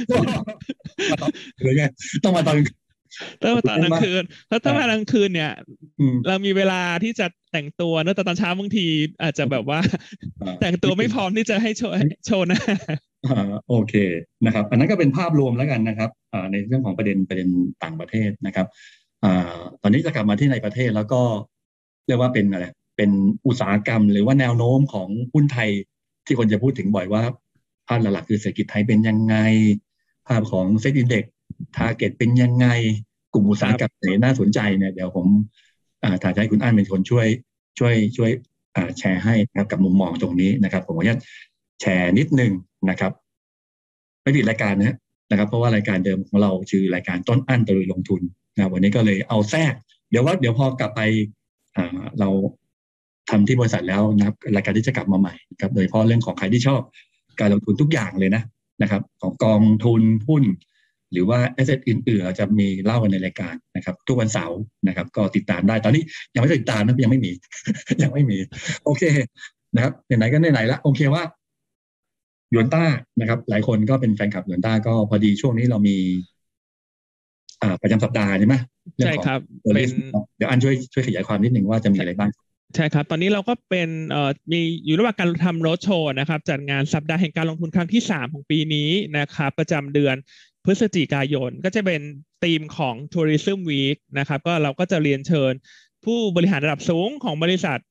หรือไงต้องมาตอนต้องมาตอนกลางคืนเพราะถ้ามากลางคืนเนี่ยเรามีเวลาที่จะแต่งตัวเนอะแต่ตอนเช้าบางทีอาจจะแบบว่าแต่งตัวไม่พร้อมที่จะให้โชว์โชว์หน้าโอเคนะครับอันนั้นก็เป็นภาพรวมแล้วกันนะครับในเรื่องของประเด็นประเด็นต่างประเทศนะครับตอนนี้จะกลับมาที่ในประเทศแล้วก็เรียกว่าเป็นอะไรเป็นอุตสาหกรรมหรือว่าแนวโน้มของหุ้นไทยที่คนจะพูดถึงบ่อยว่าภาพหลักๆคือเศรษฐกิจไทยเป็นยังไงภาพของเซ็ตอินเด็กซ์ทาร์เก็ตเป็นยังไงกลุ่มอุตสาหกรรมไหนน่าสนใจเนี่ยเดี๋ยวผมถ่ายให้คุณอั้นเป็นคนช่วยช่วยช่วยแชร์ให้นะครับกับมุมมองตรงนี้นะครับผมขออนุญาตแชร์นิดนึงนะครับไม่ผิดรายการนะนะครับเพราะว่ารายการเดิมของเราชื่อรายการต้นอั้นตะลุยลงทุนนะวันนี้ก็เลยเอาแทรกเดี๋ยวว่าเดี๋ยวพอกลับไปเราทำที่บริษัทแล้วนะครับรายการที่จะกลับมาใหม่ครับโดยเฉพาะเรื่องของใครที่ชอบการลงทุนทุกอย่างเลยนะนะครับของกองทุนหุ้นหรือว่าแอสเซทอื่นๆเราจะมีเล่ากันในรายการนะครับทุกวันเสาร์นะครับก็ติดตามได้ตอนนี้ยังไม่ติดตามนะยังไม่มียังไม่มีโอเคนะครับไหนๆก็ไหนๆแล้วโอเคว่าหยวนต้านะครับหลายคนก็เป็นแฟนคลับหยวนต้าก็พอดีช่วงนี้เรามีอ่าประจำสัปดาห์ใช่ไหมใช่ครับเป็นเดี๋ยวอันช่วยช่วยขยายความนิดหนึ่งว่าจะมีอะไรบ้างใช่ครับตอนนี้เราก็เป็นเอ่อมีอยู่ระหว่างการทำโรดโชว์นะครับจัดงานสัปดาห์แห่งการลงทุนครั้งที่สามของปีนี้นะครับประจำเดือนพฤศจิกายนก็จะเป็นธีมของ Tourism Week นะครับก็เราก็จะเรียนเชิญผู้บริหารระดับสูงของบริษัท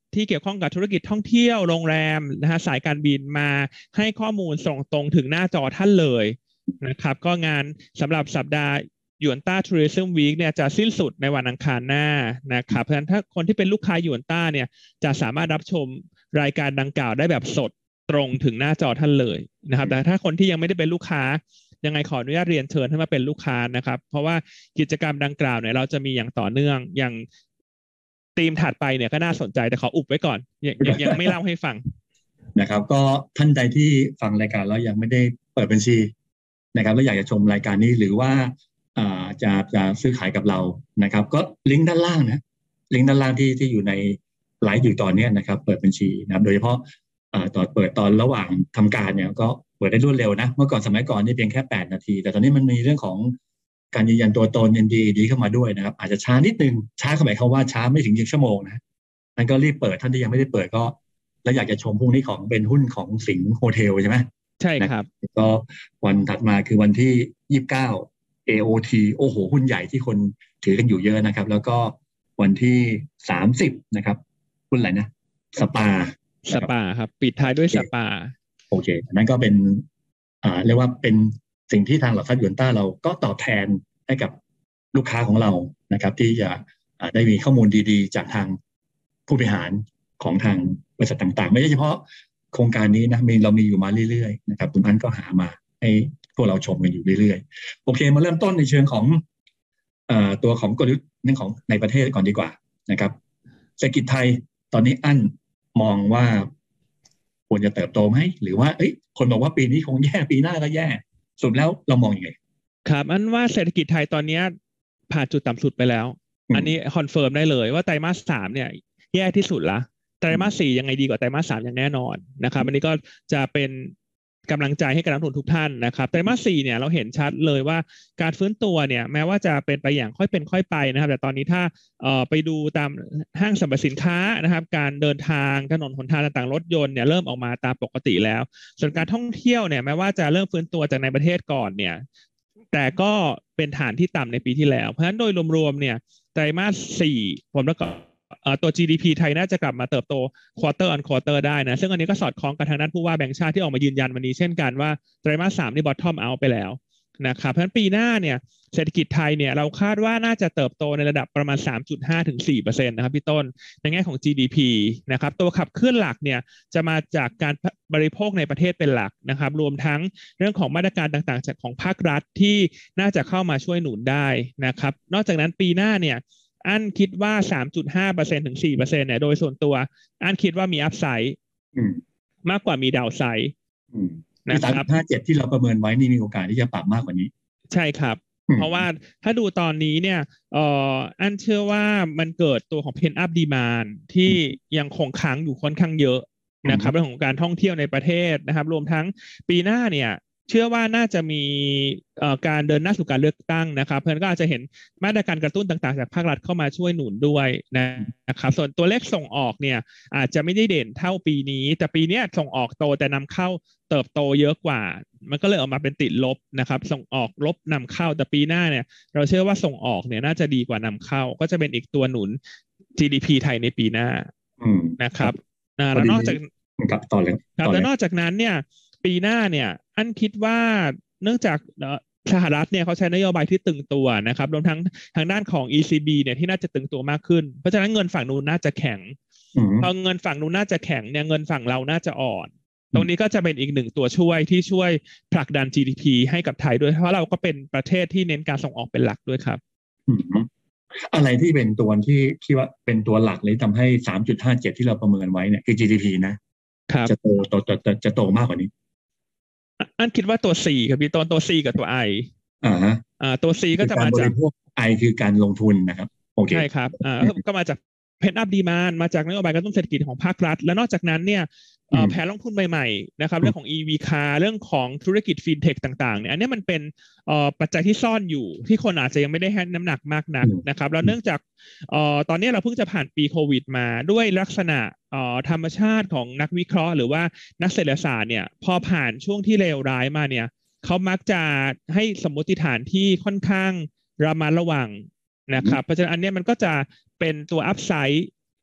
ที่เกี่ยวข้องกับธุรกิจท่องเที่ยวโรงแรมนะฮะสายการบินมาให้ข้อมูลส่งตรงถึงหน้าจอท่านเลยนะครับก็งานสำหรับสัปดาห์หยวนต้าทัวริซึมวีคเนี่ยจะสิ้นสุดในวันอังคารหน้านะครับเพราะฉะนั้นถ้าคนที่เป็นลูกค้าหยวนต้าเนี่ยจะสามารถรับชมรายการดังกล่าวได้แบบสดตรงถึงหน้าจอท่านเลยนะครับแต่ถ้าคนที่ยังไม่ได้เป็นลูกค้ายังไงขออนุญาตเรียนเชิญให้มาเป็นลูกค้านะครับเพราะว่ากิจกรรมดังกล่าวเนี่ยเราจะมีอย่างต่อเนื่องอย่างธีมถัดไปเนี่ยก็น่าสนใจแต่ขออุบไว้ก่อนยังยังยังไม่เล่าให้ฟังนะครับก็ท่านใดที่ฟังรายการแล้วยังไม่ได้เปิดบัญชีนะครับแล้วอยากจะชมรายการนี้หรือว่าอ่าจะจะซื้อขายกับเรานะครับก็ลิงก์ด้านล่างนะลิงก์ด้านล่างที่ที่อยู่ในไลฟ์อยู่ตอนนี้นะครับเปิดบัญชีนะครับโดยเฉพาะอ่าตอนเปิดตอนระหว่างทำการเนี่ยก็เปิดได้รวดเร็วนะเมื่อก่อนสมัยก่อนนี่เพียงแค่แปดนาทีแต่ตอนนี้มันมีเรื่องของการยืนยันตัวตน เอ็น ดี ดี เข้ามาด้วยนะครับอาจจะช้านิดนึงช้าหมายความว่าช้าไม่ถึงหนึ่งชั่วโมงนะนั่นก็รีบเปิดท่านที่ยังไม่ได้เปิดก็แล้วอยากจะชมพรุ่งนี้ของเป็นหุ้นของสิงห์โฮเทลใช่ไหมใช่ครับก็วันถัดมาคือวันที่ยี่สิบเก้า เอ โอ ที โอ้โหหุ้นใหญ่ที่คนถือกันอยู่เยอะนะครับแล้วก็วันที่สามสิบนะครับหุ้นอะไรนะสปาสปาครับปิดท้ายด้วยสปาโอเคนั่นก็เป็นอ่าเรียกว่าเป็นสิ่งที่ทางหลักทรัพย์หยวนต้าเราก็ตอบแทนให้กับลูกค้าของเรานะครับที่จะได้มีข้อมูลดีๆจากทางผู้บริหารของทางบริษัทต่างๆไม่ใช่เฉพาะโครงการนี้นะมีเรามีอยู่มาเรื่อยๆนะครับคุณพันธ์ก็หามาให้พวกเราชมกันอยู่เรื่อยๆโอเคมาเริ่มต้นในเชิงของเอ่อตัวของกลยุทธ์เรื่องของในประเทศก่อนดีกว่านะครับเศรษฐกิจไทยตอนนี้อั้นมองว่าควรจะเติบโตไหมหรือว่าเอ้ยคนบอกว่าปีนี้คงแย่ปีหน้าก็แย่สรุปแล้วเรามองยังไงครับอันว่าเศรษฐกิจไทยตอนนี้ผ่านจุดต่ำสุดไปแล้วอันนี้คอนเฟิร์มได้เลยว่าไตรมาสสามเนี่ยแย่ที่สุดละไตรมาสสี่ยังไงดีกว่าไตรมาสสามอย่างแน่นอนนะครับอันนี้ก็จะเป็นกำลังใจให้กับนักลงทุนทุกท่านนะครับไตรมาสสี่เนี่ยเราเห็นชัดเลยว่าการฟื้นตัวเนี่ยแม้ว่าจะเป็นไปอย่างค่อยเป็นค่อยไปนะครับแต่ตอนนี้ถ้าเอ่อไปดูตามห้างสรรพสินค้านะครับการเดินทางถนนหนทางต่างๆรถยนต์เนี่ยเริ่มออกมาตามปกติแล้วส่วนการท่องเที่ยวเนี่ยแม้ว่าจะเริ่มฟื้นตัวจากในประเทศก่อนเนี่ยแต่ก็เป็นฐานที่ต่ำในปีที่แล้วเพราะฉะนั้นโดยรวมๆเนี่ยไตรมาสสี่ผมแล้วก็ตัว จี ดี พี ไทยน่าจะกลับมาเติบโต quarter on quarter ได้นะซึ่งอันนี้ก็สอดคล้องกับทางด้านผู้ว่าแบงก์ชาติที่ออกมายืนยันวันนี้เช่นกันว่าไตรมาสสามนี่ bottom out ไปแล้วนะครับเพราะฉะนั้นปีหน้าเนี่ยเศรษฐกิจไทยเนี่ยเราคาดว่าน่าจะเติบโตในระดับประมาณ สามจุดห้าถึงสี่เปอร์เซ็นต์ นะครับพี่ต้นในแง่ของ จี ดี พี นะครับตัวขับเคลื่อนหลักเนี่ยจะมาจากการบริโภคในประเทศเป็นหลักนะครับรวมทั้งเรื่องของมาตรการต่างๆจากของภาครัฐที่น่าจะเข้ามาช่วยหนุนได้นะครับนอกจากนั้นปีหน้าเนี่ยอันคิดว่า สามจุดห้าเปอร์เซ็นต์ ถึง สี่เปอร์เซ็นต์ เนี่ยโดยส่วนตัวอันคิดว่ามีอัพไซด์มากกว่ามีดาวไซด์นะครับห้าเจ็ดที่เราประเมินไว้นี่มีโอกาสที่จะปรับมากกว่านี้ใช่ครับเพราะว่าถ้าดูตอนนี้เนี่ยเอ่ออันเชื่อว่ามันเกิดตัวของ pent up demand ที่ยังคงค้างอยู่ค่อนข้างเยอะนะครับเรื่องของการท่องเที่ยวในประเทศนะครับรวมทั้งปีหน้าเนี่ยเชื่อว่าน่าจะมีการเดินหน้าสู่การเลือกตั้งนะครับเพราะฉะนั้นก็อาจจะเห็นมาตรการกระตุ้นต่างๆจากภาครัฐเข้ามาช่วยหนุนด้วยนะครับส่วนตัวเลขส่งออกเนี่ยอาจจะไม่ได้เด่นเท่าปีนี้แต่ปีนี้ส่งออกโตแต่นำเข้าเติบโตเยอะกว่ามันก็เลยออกมาเป็นติดลบนะครับส่งออกลบนำเข้าแต่ปีหน้าเนี่ยเราเชื่อว่าส่งออกเนี่ยน่าจะดีกว่านำเข้าก็จะเป็นอีกตัวหนุน จี ดี พี ไทยในปีหน้านะครับแล้วนอกจากครับต่อเลยครับแล้วนอกจากนั้นเนี่ยปีหน้าเนี่ยอันคิดว่าเนื่องจากสหรัฐเนี่ยเขาใช้นโยบายที่ตึงตัวนะครับรวมทั้งทางด้านของ อี ซี บี เนี่ยที่น่าจะตึงตัวมากขึ้นเพราะฉะนั้นเงินฝั่งนู้นน่าจะแข็งพอเงินฝั่งนู้นน่าจะแข็งเนี่ยเงินฝั่งเราน่าจะอ่อนตรงนี้ก็จะเป็นอีกหนึ่งตัวช่วยที่ช่วยผลักดัน จี ดี พี ให้กับไทยด้วยเพราะเราก็เป็นประเทศที่เน้นการส่งออกเป็นหลักด้วยครับอะไรที่เป็นตัวที่คิดว่าเป็นตัวหลักเลยทำให้ สามจุดห้าเจ็ด ที่เราประเมินไว้เนี่ยคือ จี ดี พี นะจะโตโตจะจะโตมากกว่านี้อันคิดว่าตัว C ครับพี่ต้นตัว C กับตัว I อ่าฮะอ่าตัว C ก็จะมาจากพวก I คือการลงทุนนะครับโอเคใช่ครับอ่าก็มาจาก pent up demand มาจากนโยบายกระตุ้นเศรษฐกิจของภาครัฐและนอกจากนั้นเนี่ยแผนลงทุนใหม่ๆนะครับเรื่องของ อี วี Car เรื่องของธุรกิจ FinTech ต่างๆเนี่ยอันนี้มันเป็นปัจจัยที่ซ่อนอยู่ที่คนอาจจะยังไม่ได้ให้น้ำหนักมากนักนะครับแล้วเนื่องจากตอนนี้เราเพิ่งจะผ่านปีโควิดมาด้วยลักษณะธรรมชาติของนักวิเคราะห์หรือว่านักเศรษฐศาสตร์เนี่ยพอผ่านช่วงที่เลวร้ายมาเนี่ยเขามักจะให้สมมติฐานที่ค่อนข้างระมัดระวังนะครับเพราะฉะนั้นอันนี้มันก็จะเป็นตัวอัพไซด์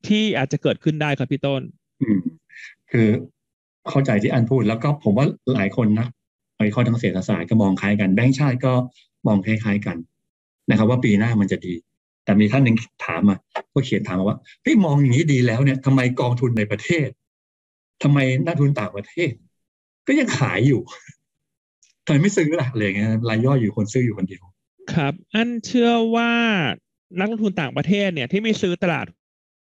ที่อาจจะเกิดขึ้นได้ครับพี่ต้นอืมคือเข้าใจที่อันพูดแล้วก็ผมว่าหลายคนนะวิเคราะห์ทางเศรษฐศาสตร์ก็มองคล้ายกันแบงก์ชาติก็มองคล้ายๆกันนะครับว่าปีหน้ามันจะดีแต่มีท่านหนึ่งถามมาก็เขียนถามมาว่าเฮ้ยมองอย่างนี้ดีแล้วเนี่ยทำไมกองทุนในประเทศทำไมนักทุนต่างประเทศก็ยังขายอยู่ทำไมไม่ซื้อล่ะอะไรเงี้ยรายย่อยอยู่คนซื้ออยู่คนเดียวครับอันเชื่อว่านักลงทุนต่างประเทศเนี่ยที่ไม่ซื้อตลาด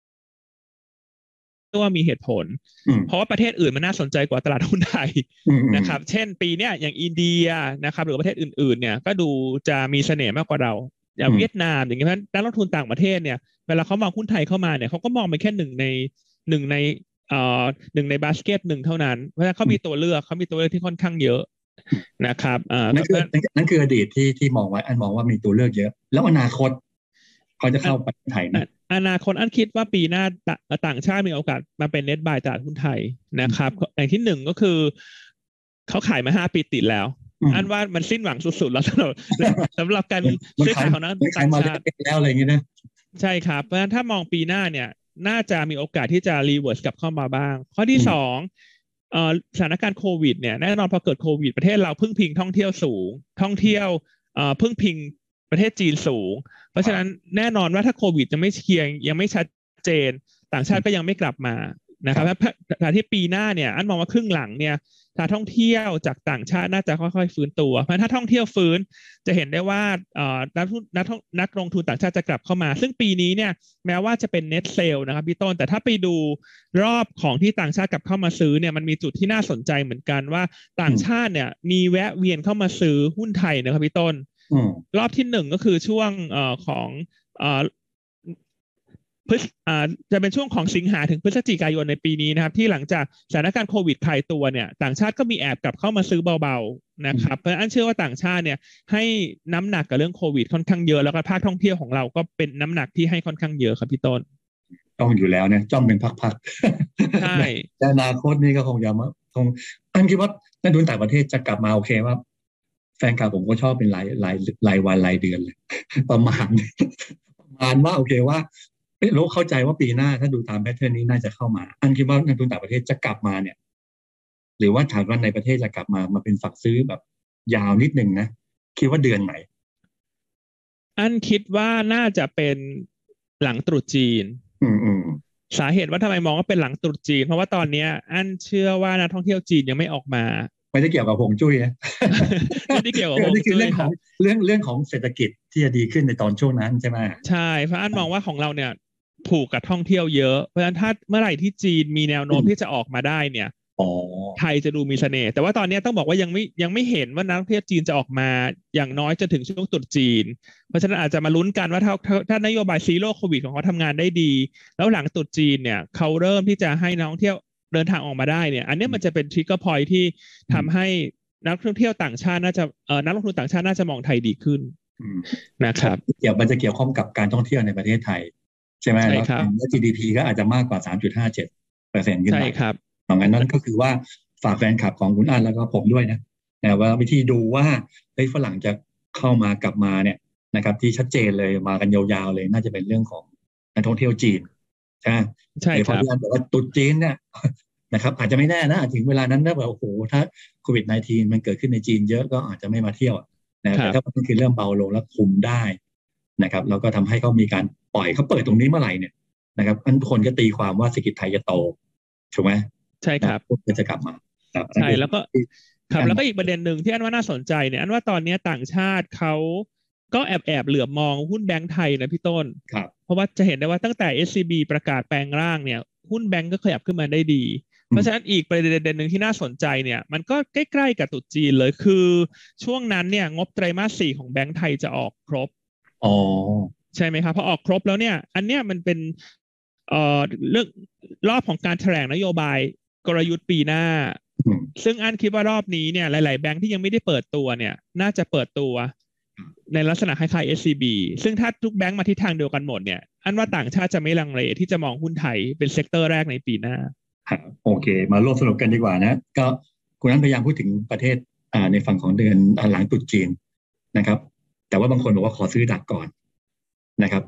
ว่ามีเหตุผลเพราะว่าประเทศอื่นมันน่าสนใจกว่าตลาดหุ้นไทยนะครับเช่นปีนี้อย่างอินเดียนะครับหรือประเทศอื่นๆเนี่ยก็ดูจะมีเสน่ห์มากกว่าเราอย่างเวียดนามอย่างเงี้ยนักลงทุนต่างประเทศเนี่ยเวลาเขามองหุ้นไทยเข้ามาเนี่ยเขาก็มองเป็นแค่หนึ่งในหนึ่งในเอ่อหนึ่งในบาสเกตหนึ่งเท่านั้นเพราะฉะนั้นเขามีตัวเลือกเขามีตัวเลือกที่ค่อนข้างเยอะนะครับอ่านั่นคือนั่นคืออดีตที่ที่มองไว้อันมองว่ามีตัวเลือกเยอะแล้วอนาคตเขาจะเข้าประเทศไทยนะอนาคตอันคิดว่าปีหน้าต่างชาติมีโอกาสมาเป็นเน็ตบายตลาดหุ้นไทยนะครับอย่างที่หนึ่งก็คือเขาขายมาห้าปีติดแล้วอันว่ามันสิ้นหวังสุดๆแล้วสำหรับสำหรับการซื้อขายของนักต่างชาติแล้วอะไรอย่างนี้นะใช่ครับเพราะฉะนั้นถ้ามองปีหน้าเนี่ยน่าจะมีโอกาสที่จะรีเวิร์สกลับเข้ามาบ้างข้อที่สองสถานการณ์โควิดเนี่ยแน่นอนพอเกิดโควิดประเทศเราพึ่งพิงท่องเที่ยวสูงท่องเที่ยวพึ่งพิงประเทศจีนสูงเพราะฉะนั้นแน่นอนว่าถ้าโควิดจะไม่เคลียร์ยังไม่ชัดเจนต่างชาติก็ยังไม่กลับมานะครับแต่ที่ปีหน้าเนี่ยอันมองว่าครึ่งหลังเนี่ยถ้าท่องเที่ยวจากต่างชาติน่าจะค่อยๆฟื้นตัวเพราะถ้าท่องเที่ยวฟื้นจะเห็นได้ว่านักนักนักลงทุนต่างชาติจะกลับเข้ามาซึ่งปีนี้เนี่ยแม้ว่าจะเป็น net sale นะครับพี่ต้นแต่ถ้าไปดูรอบของที่ต่างชาติกลับเข้ามาซื้อเนี่ยมันมีจุดที่น่าสนใจเหมือนกันว่าต่างชาติเนี่ยมีแวะเวียนเข้ามาซื้อหุ้นไทยนะครับพี่ต้นรอบที่หนึ่งก็คือช่วงเอ่อของเอ่อพฤษอ่าจะเป็นช่วงของสิงหาถึงพฤศจิกายนในปีนี้นะครับที่หลังจากสถานการณ์โควิดคลายตัวเนี่ยต่างชาติก็มีแอบกลับเข้ามาซื้อเบาๆนะครับเพราะฉะนั้นเชื่อว่าต่างชาติเนี่ยให้น้ำหนักกับเรื่องโควิดค่อนข้างเยอะแล้วก็ภาคท่องเที่ยวของเราก็เป็นน้ำหนักที่ให้ค่อนข้างเยอะครับพี่ต้นต้องอยู่แล้วเนี่ยจ้องเป็นพักๆใช่แต่อนาคตนี่ก็คงจะมาคงอันคิดว่านักทุนต่างประเทศจะกลับมาโอเคว่าแฟนคลับผมก็ชอบเป็นรายรายรายวันรายเดือนเลยประมาณประมาณว่าโอเคว่าโลกเข้าใจว่าปีหน้าถ้าดูตามแพทเทิร์นนี้น่าจะเข้ามาอันคิดว่านักทุนต่างประเทศจะกลับมาเนี่ยหรือว่าฐานว่าในประเทศจะกลับมามาเป็นฝักซื้อแบบยาวนิดนึงนะคิดว่าเดือนไหนอันคิดว่าน่าจะเป็นหลังตรุษจีนอืมอืมสาเหตุว่าทำไมมองว่าเป็นหลังตรุษจีนเพราะว่าตอนนี้อันเชื่อว่านักท่องเที่ยวจีนยังไม่ออกมาไม่ได้เกี่ยวกับฮวงจุ้ยนะไม่ได้เกี่ยวกับฮวงจุ้ยครับเรื่องเรื่องของเศรษฐกิจที่จะดีขึ้นในตอนช่วงนั้นใช่ไหมใช่เพราะอันมองว่าของเราเนี่ยผูกกับท่องเที่ยวเยอะเพราะฉะนั้นถ้าเมื่อไหร่ที่จีนมีแนวโน้มที่จะออกมาได้เนี่ยไทยจะดูมีเสน่ห์แต่ว่าตอนนี้ต้องบอกว่ายังไม่ยังไม่เห็นว่านักท่องเที่ยวจีนจะออกมาอย่างน้อยจนถึงช่วงตรุษจีนเพราะฉะนั้นอาจจะมาลุ้นกันว่าถ้าถ้านโยบายซีโร่โควิดของเขาทำงานได้ดีแล้วหลังตรุษจีนเนี่ยเขาเริ่มที่จะให้นักท่องเที่ยวเดินทางออกมาได้เนี่ยอันนี้มันจะเป็นทริกเกอร์พอยท์ที่ทำให้นักท่องเที่ยวต่างชาติน่าจะเอ่อนักลงทุนต่างชาติน่าจะมองไทยดีขึ้นนะครับเกี่ยวมันจะเกี่ยวข้องกับการท่องเที่ยวในประเทศไทยใช่ไหมแล้ว จี ดี พี ก็อาจจะมากกว่า สามจุดห้าเจ็ดเปอร์เซ็นต์ ขึ้นไปใช่ครับดังนั้นนั่นก็คือว่าฝากแฟนคลับของคุณอั้นแล้วก็ผมด้วยนะแต่ว่าวิธีดูว่าเฮ้ยฝรั่งจะเข้ามากลับมาเนี่ยนะครับที่ชัดเจนเลยมากันยาวๆเลยน่าจะเป็นเรื่องของนักท่องเที่ยวจีนใช่ไหมใช่ครับพอพี่อั้นบอกว่าตุ๊ดจีนเนี่ยนะครับอาจจะไม่แน่นะถึงเวลานั้นถ้าแบบโอ้โหถ้าโควิด สิบเก้า มันเกิดขึ้นในจีนเยอะก็อาจจะไม่มาเที่ยวนะแต่ถ้ามันคือเริ่มเบาลงแล้วคุมได้นะครับแล้วก็ทำให้เขามีการปล่อยเขาเปิดตรงนี้เมื่อไหร่เนี่ยนะครับอันคนก็ตีความว่าเศรษฐกิจไทยจะโตถูกไหมใช่ครับก็จะกลับมาใช่แล้วก็ครับแล้วก็อีกประเด็นหนึ่งที่อันว่าน่าสนใจเนี่ยอันว่าตอนนี้ต่างชาติเขาก็แอบแอบเหลือบมองหุ้นแบงก์ไทยนะพี่ต้นเพราะว่าจะเห็นได้ว่าตั้งแต่ เอส ซี บี ประกาศแปลงร่างเนี่ยหุ้นแบงก์ก็ขยับขึ้นมาได้ดีเพราะฉะนั้นอีกประเด็นหนึ่งที่น่าสนใจเนี่ยมันก็ใกล้ๆกับตรุษจีนเลยคือช่วงนั้นเนี่ยงบไตรมาสสี่ของแบงก์ไทยจะออกครบอ๋อใช่ไหมครับพอออกครบแล้วเนี่ยอันเนี้ยมันเป็นเอ่อเรื่องรอบของการแถลงนโยบายกลยุทธ์ปีหน้าซึ่งอันคิดว่ารอบนี้เนี่ยหลายๆแบงค์ที่ยังไม่ได้เปิดตัวเนี่ยน่าจะเปิดตัวในลักษณะคล้ายๆ เอส ซี บี ซึ่งถ้าทุกแบงค์มาที่ทางเดียวกันหมดเนี่ยอันว่าต่างชาติจะไม่ลังเลที่จะมองหุ้นไทยเป็นเซกเตอร์แรกในปีหน้าโอเคมาร่วมสนุกกันดีกว่านะก็คุณนั้นพยายามพูดถึงประเทศในฝั่งของเดือนหลังตรุษจีนนะครับแต่ว่าบางคนบอกว่าขอซื้อดักก่อนนะครับ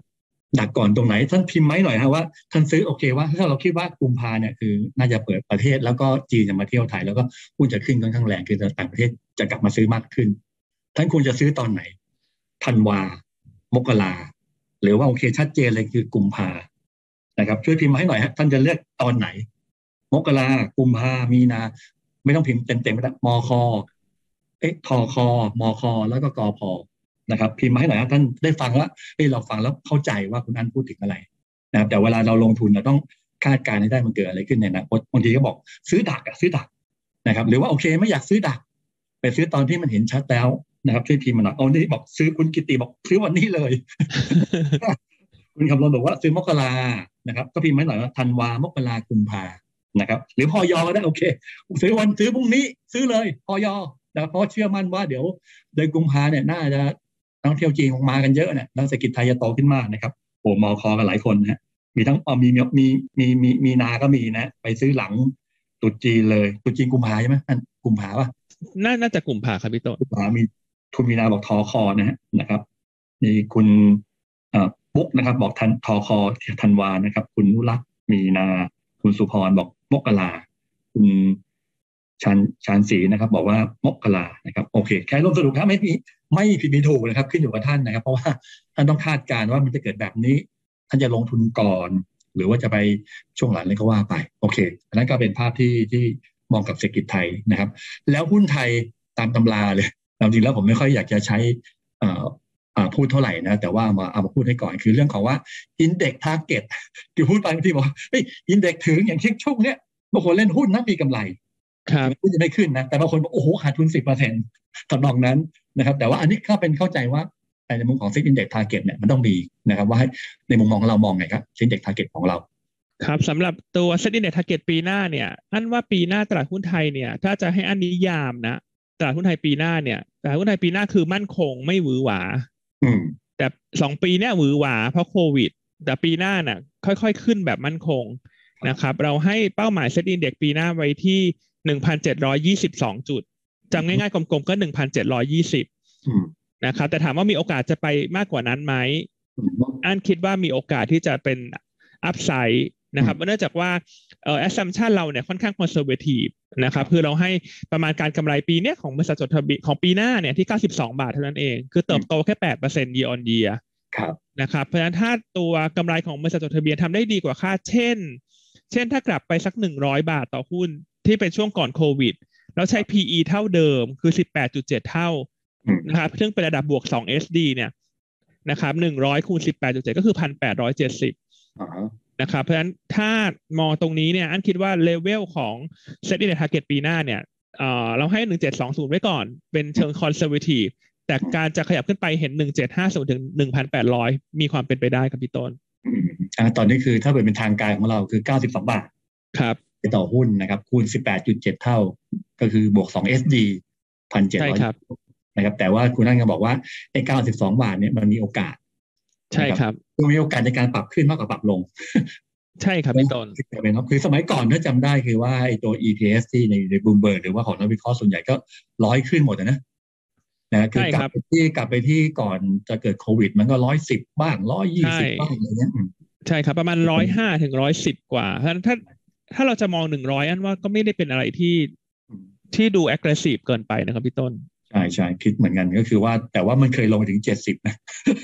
ดักก่อนตรงไหนท่านพิมพ์ไหมหน่อยฮะว่าท่านซื้อโอเคว่าถ้าเราคิดว่ากุมภาเนี่ยคือน่าจะเปิดประเทศแล้วก็จีนจะมาเที่ยวไทยแล้วก็หุ้นจะขึ้นค่อนข้างแรงคือต่างประเทศจะกลับมาซื้อมากขึ้นท่านควรจะซื้อตอนไหนธันวามกราหรือว่าโอเคชัดเจนเลยคือกุมภานะครับช่วยพิมพ์มาให้หน่อยฮะท่านจะเลือกตอนไหนมกรากุมภามีนาไม่ต้องพิมพ์เต็มๆก็ได้มคเอ๊ะทคมคแล้วก็กพนะครับพิมพ์มาให้หน่อยนะท่านได้ฟังว่าเฮ้ยเราฟังแล้วเข้าใจว่าคุณอั้นพูดถึงอะไรนะครับแต่เวลาเราลงทุนเราต้องคาดการณ์ให้ได้มันเกิดอะไรขึ้นในอนาคตบางทีก็บอกซื้อดักอะซื้อดักนะครับหรือว่าโอเคไม่อยากซื้อดักไปซื้อตอนที่มันเห็นชัดแล้วนะครับช่วยพิมพ์มาหน่อยเอานี่บอกซื้อคุณกิติบอกซื้อวันนี้เลย คุณคำรณบอกว่าซื้อมกรานะครับก็พิมพ์มาหน่อยว่าธันวามกรากุมภานะครับหรือพอยก็ได้โอเคซื้อวันซื้อพรุ่งนี้ซื้อเลยพอยนะเพราะเชื่อมั่นว่าเดี๋ยวเดือนกุมภาเนี่ยน่าจะนักท่องเที่ยวจีนคงมากันเยอะเนี่ยแล้วเศรษฐกิจไทยจะโตขึ้นมากนะครับโอ้มอคอกันหลายคนนะมีทั้งอ๋อมีมีมีมีมีนาก็มีนะไปซื้อหลังตุจีนเลยตุจีนกุมภาใช่ไหมอันกุมภาป่ะน่าน่าจะกุมภาครับพี่โตกุมภามีคุณมีนาบอกทอคอนะฮะนะครับมีคุณอ่าปุ๊กนะครับบอกทันทอคอธันวานะครับคุณนุรักษ์มีนาคุณสุพรบอกมกราคุณชานชานศรีนะครับบอกว่ามกรานะครับโอเคแค่ร่วมสรุปครับไม่มีไม่ผิดมีถูกนะครับขึ้นอยู่กับท่านนะครับเพราะว่าท่านต้องคาดการณ์ว่ามันจะเกิดแบบนี้ท่านจะลงทุนก่อนหรือว่าจะไปช่วงหลังเลยก็ว่าไปโอเคอันนั้นก็เป็นภาพที่ที่มองกับเศรษฐกิจไทยนะครับแล้วหุ้นไทยตามตำราเลยจริงๆแล้วผมไม่ค่อยอยากจะใช้อ่าอ่าพูดเท่าไหร่นะแต่ว่ามาเอามาพูดให้ก่อนคือเรื่องของว่า Index Target คือพูดไปบางทีบอกเฮ้ย Index ถึงอย่างเช่นช่วงเนี้ยบางคนเล่นหุ้นนะมีกำไรครับหุ้นจะไม่ขึ้นนะแต่บางคนบอกโอ้โหขาดทุน สิบเปอร์เซ็นต์ ทำนองนั้นนะครับแต่ว่าอันนี้ก็เป็นเข้าใจว่าในมุมของ Set Index Target เนี่ยมันต้องดีนะครับว่าในมุมมองเรามองไงครับ Set Index Target ของเราครับสำหรับตัว Set Index Target ปีหน้าเนี่ยอันว่าปีหน้าตลาดหุ้นไทยเนี่ยถ้าจะให้อันนิยามนะตลาดหุ้นไทยปีหน้าเนี่ยตลาดหุ้นไทยปีหน้าคือมั่นคงไม่หวือหวาแต่สองปีเนี่ยหวือหวาเพราะโควิดแต่ปีหน้าน่ะค่อยๆขึ้นแบบมั่นคงนะครับเราให้เป้าหมาย Set Index ปีหน้าไว้ที่ หนึ่งพันเจ็ดร้อยยี่สิบสอง จุดจำง่ายๆกลมๆก็ หนึ่งพันเจ็ดร้อยยี่สิบ นะครับแต่ถามว่ามีโอกาสจะไปมากกว่านั้นไหมอันคิดว่ามีโอกาสที่จะเป็นอัพไซด์นะครับเนื่องจากว่าเอ่อ assumption เราเนี่ยค่อนข้าง conservative นะครับคือเราให้ประมาณการกำไรปีเนี้ยของบริษัทจดทะเบียนของปีหน้าเนี่ยที่เก้าสิบสองบาทเท่านั้นเองคือเติบโตแค่ แปดเปอร์เซ็นต์ year on year นะครับเพราะฉะนั้นถ้าตัวกำไรของบริษัทจดทะเบียนทำได้ดีกว่าคาดเช่นเช่นถ้ากลับไปสักหนึ่งร้อยบาทต่อหุ้นที่เป็นช่วงก่อนโควิดแล้วใช้ พี อี เท่าเดิมคือ สิบแปดจุดเจ็ด เท่านะครับซึ่งเป็นระดับบวกสอง เอส ดี เนี่ยนะครับหนึ่งร้อยคูณ สิบแปดจุดเจ็ด ก็คือ หนึ่งพันแปดร้อยเจ็ดสิบ นะครับเพราะฉะนั้นถ้ามองตรงนี้เนี่ยอันคิดว่าเลเวลของ Set Index Target ปีหน้าเนี่ยเอ่อเราให้หนึ่งพันเจ็ดร้อยยี่สิบไว้ก่อนเป็นเชิง conservative แต่การจะขยับขึ้นไปเห็นหนึ่งพันเจ็ดร้อยห้าสิบถึง หนึ่งพันแปดร้อย มีความเป็นไปได้ครับพี่ต้นอ่าตอนนี้คือถ้าเป็นทางการของเราคือเก้าสิบสองบาทครับต่อหุ้นนะครับคูณ สิบแปดจุดเจ็ด เท่าก็คือบวกสอง เอส ดี หนึ่งพันเจ็ดร้อยนะครับแต่ว่าคุณนั่นก็บอกว่าไอ้เก้าสิบสองบาทเนี่ยมันมีโอกาสใช่ครับมันมีโอกาสในการปรับขึ้นมากกว่าปรับลงใช่ครับพี่ต้นคือสมัยก่อนถ้าจำได้คือว่าไอ้ตัว อี พี เอส ที่ในในบูมเบิร์กหรือว่าของนักวิเคราะห์ส่วนใหญ่ก็ร้อยขึ้นหมดนะนะคือกลับไปที่กลับไปที่ก่อนจะเกิดโควิดมันก็ร้อยสิบบ้างร้อยยี่สิบบ้างอะไรเงี้ยใช่ครับประมาณร้อยห้าถึงร้อยสิบกว่าเพราะฉะนั้นถ้าถ้าเราจะมองหนึ่งร้อยอันว่าก็ไม่ได้เป็นอะไรที่ที่ดู aggressive เกินไปนะครับพี่ต้นใช่ใช่คิดเหมือนกันก็คือว่าแต่ว่ามันเคยลงถึงเจ็ดสิบนะ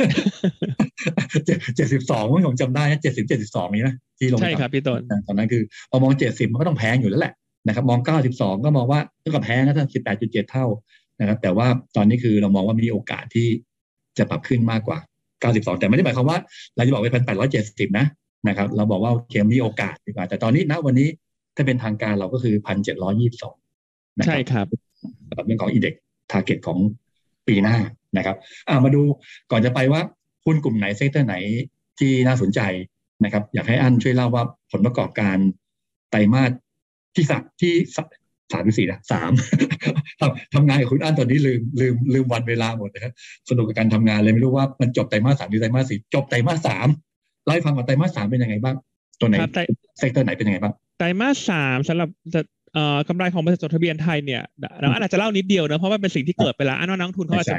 เจ็ดสิบสองผมจำได้นะเจ็ดสิบ เจ็ดสิบสองนี้นะที่ลงใช่ครับพี่ต้นตอนนั้นคือพอมองเจ็ดสิบมันก็ต้องแพงอยู่แล้วแหละนะครับมองเก้าสิบสองก็มองว่าก็แพงนะถ้า สิบแปดจุดเจ็ด เท่านะครับแต่ว่าตอนนี้คือเรามองว่ามีโอกาสที่จะปรับขึ้นมากกว่าเก้าสิบสองแต่ไม่ได้หมายความว่าเราจะบอกไป หนึ่งพันแปดร้อยเจ็ดสิบ นะนะครับเราบอกว่าโอเคมีโอกาสดีกว่าแต่ตอนนี้ณวันนี้ถ้าเป็นทางการเราก็คือ หนึ่งพันเจ็ดร้อยยี่สิบสองนะครับใช่ครับเรื่องของ Index Target ของปีหน้านะครับอ่ามาดูก่อนจะไปว่าหุ้นกลุ่มไหนเซกเตอร์ไหนที่น่าสนใจนะครับอยากให้อั้นช่วยเล่าว่าผลประกอบการไตรมาสที่สามที่สามหรือสี่นะสามทำงานกับคุณอั้นตอนนี้ลืมลืมลืมวันเวลาหมดนะครับสนุกกับการทำงานเลยไม่รู้ว่ามันจบไตรมาสสามหรือไตรมาสสี่จบไตรมาสสามเล่าให้ฟังว่าไตรมาสสามเป็นยังไงบ้างตัวไหนเซกเตอร์ไหนเป็นยังไงบ้างไตรมาสสามสำหรับเอ่อกำไรของบริษัทจดทะเบียนไทยเนี่ยเราอาจจะเล่านิดเดียวนะเพราะว่าเป็นสิ่งที่เกิดไปแล้วอันว่านักทุนเขาอาจจะ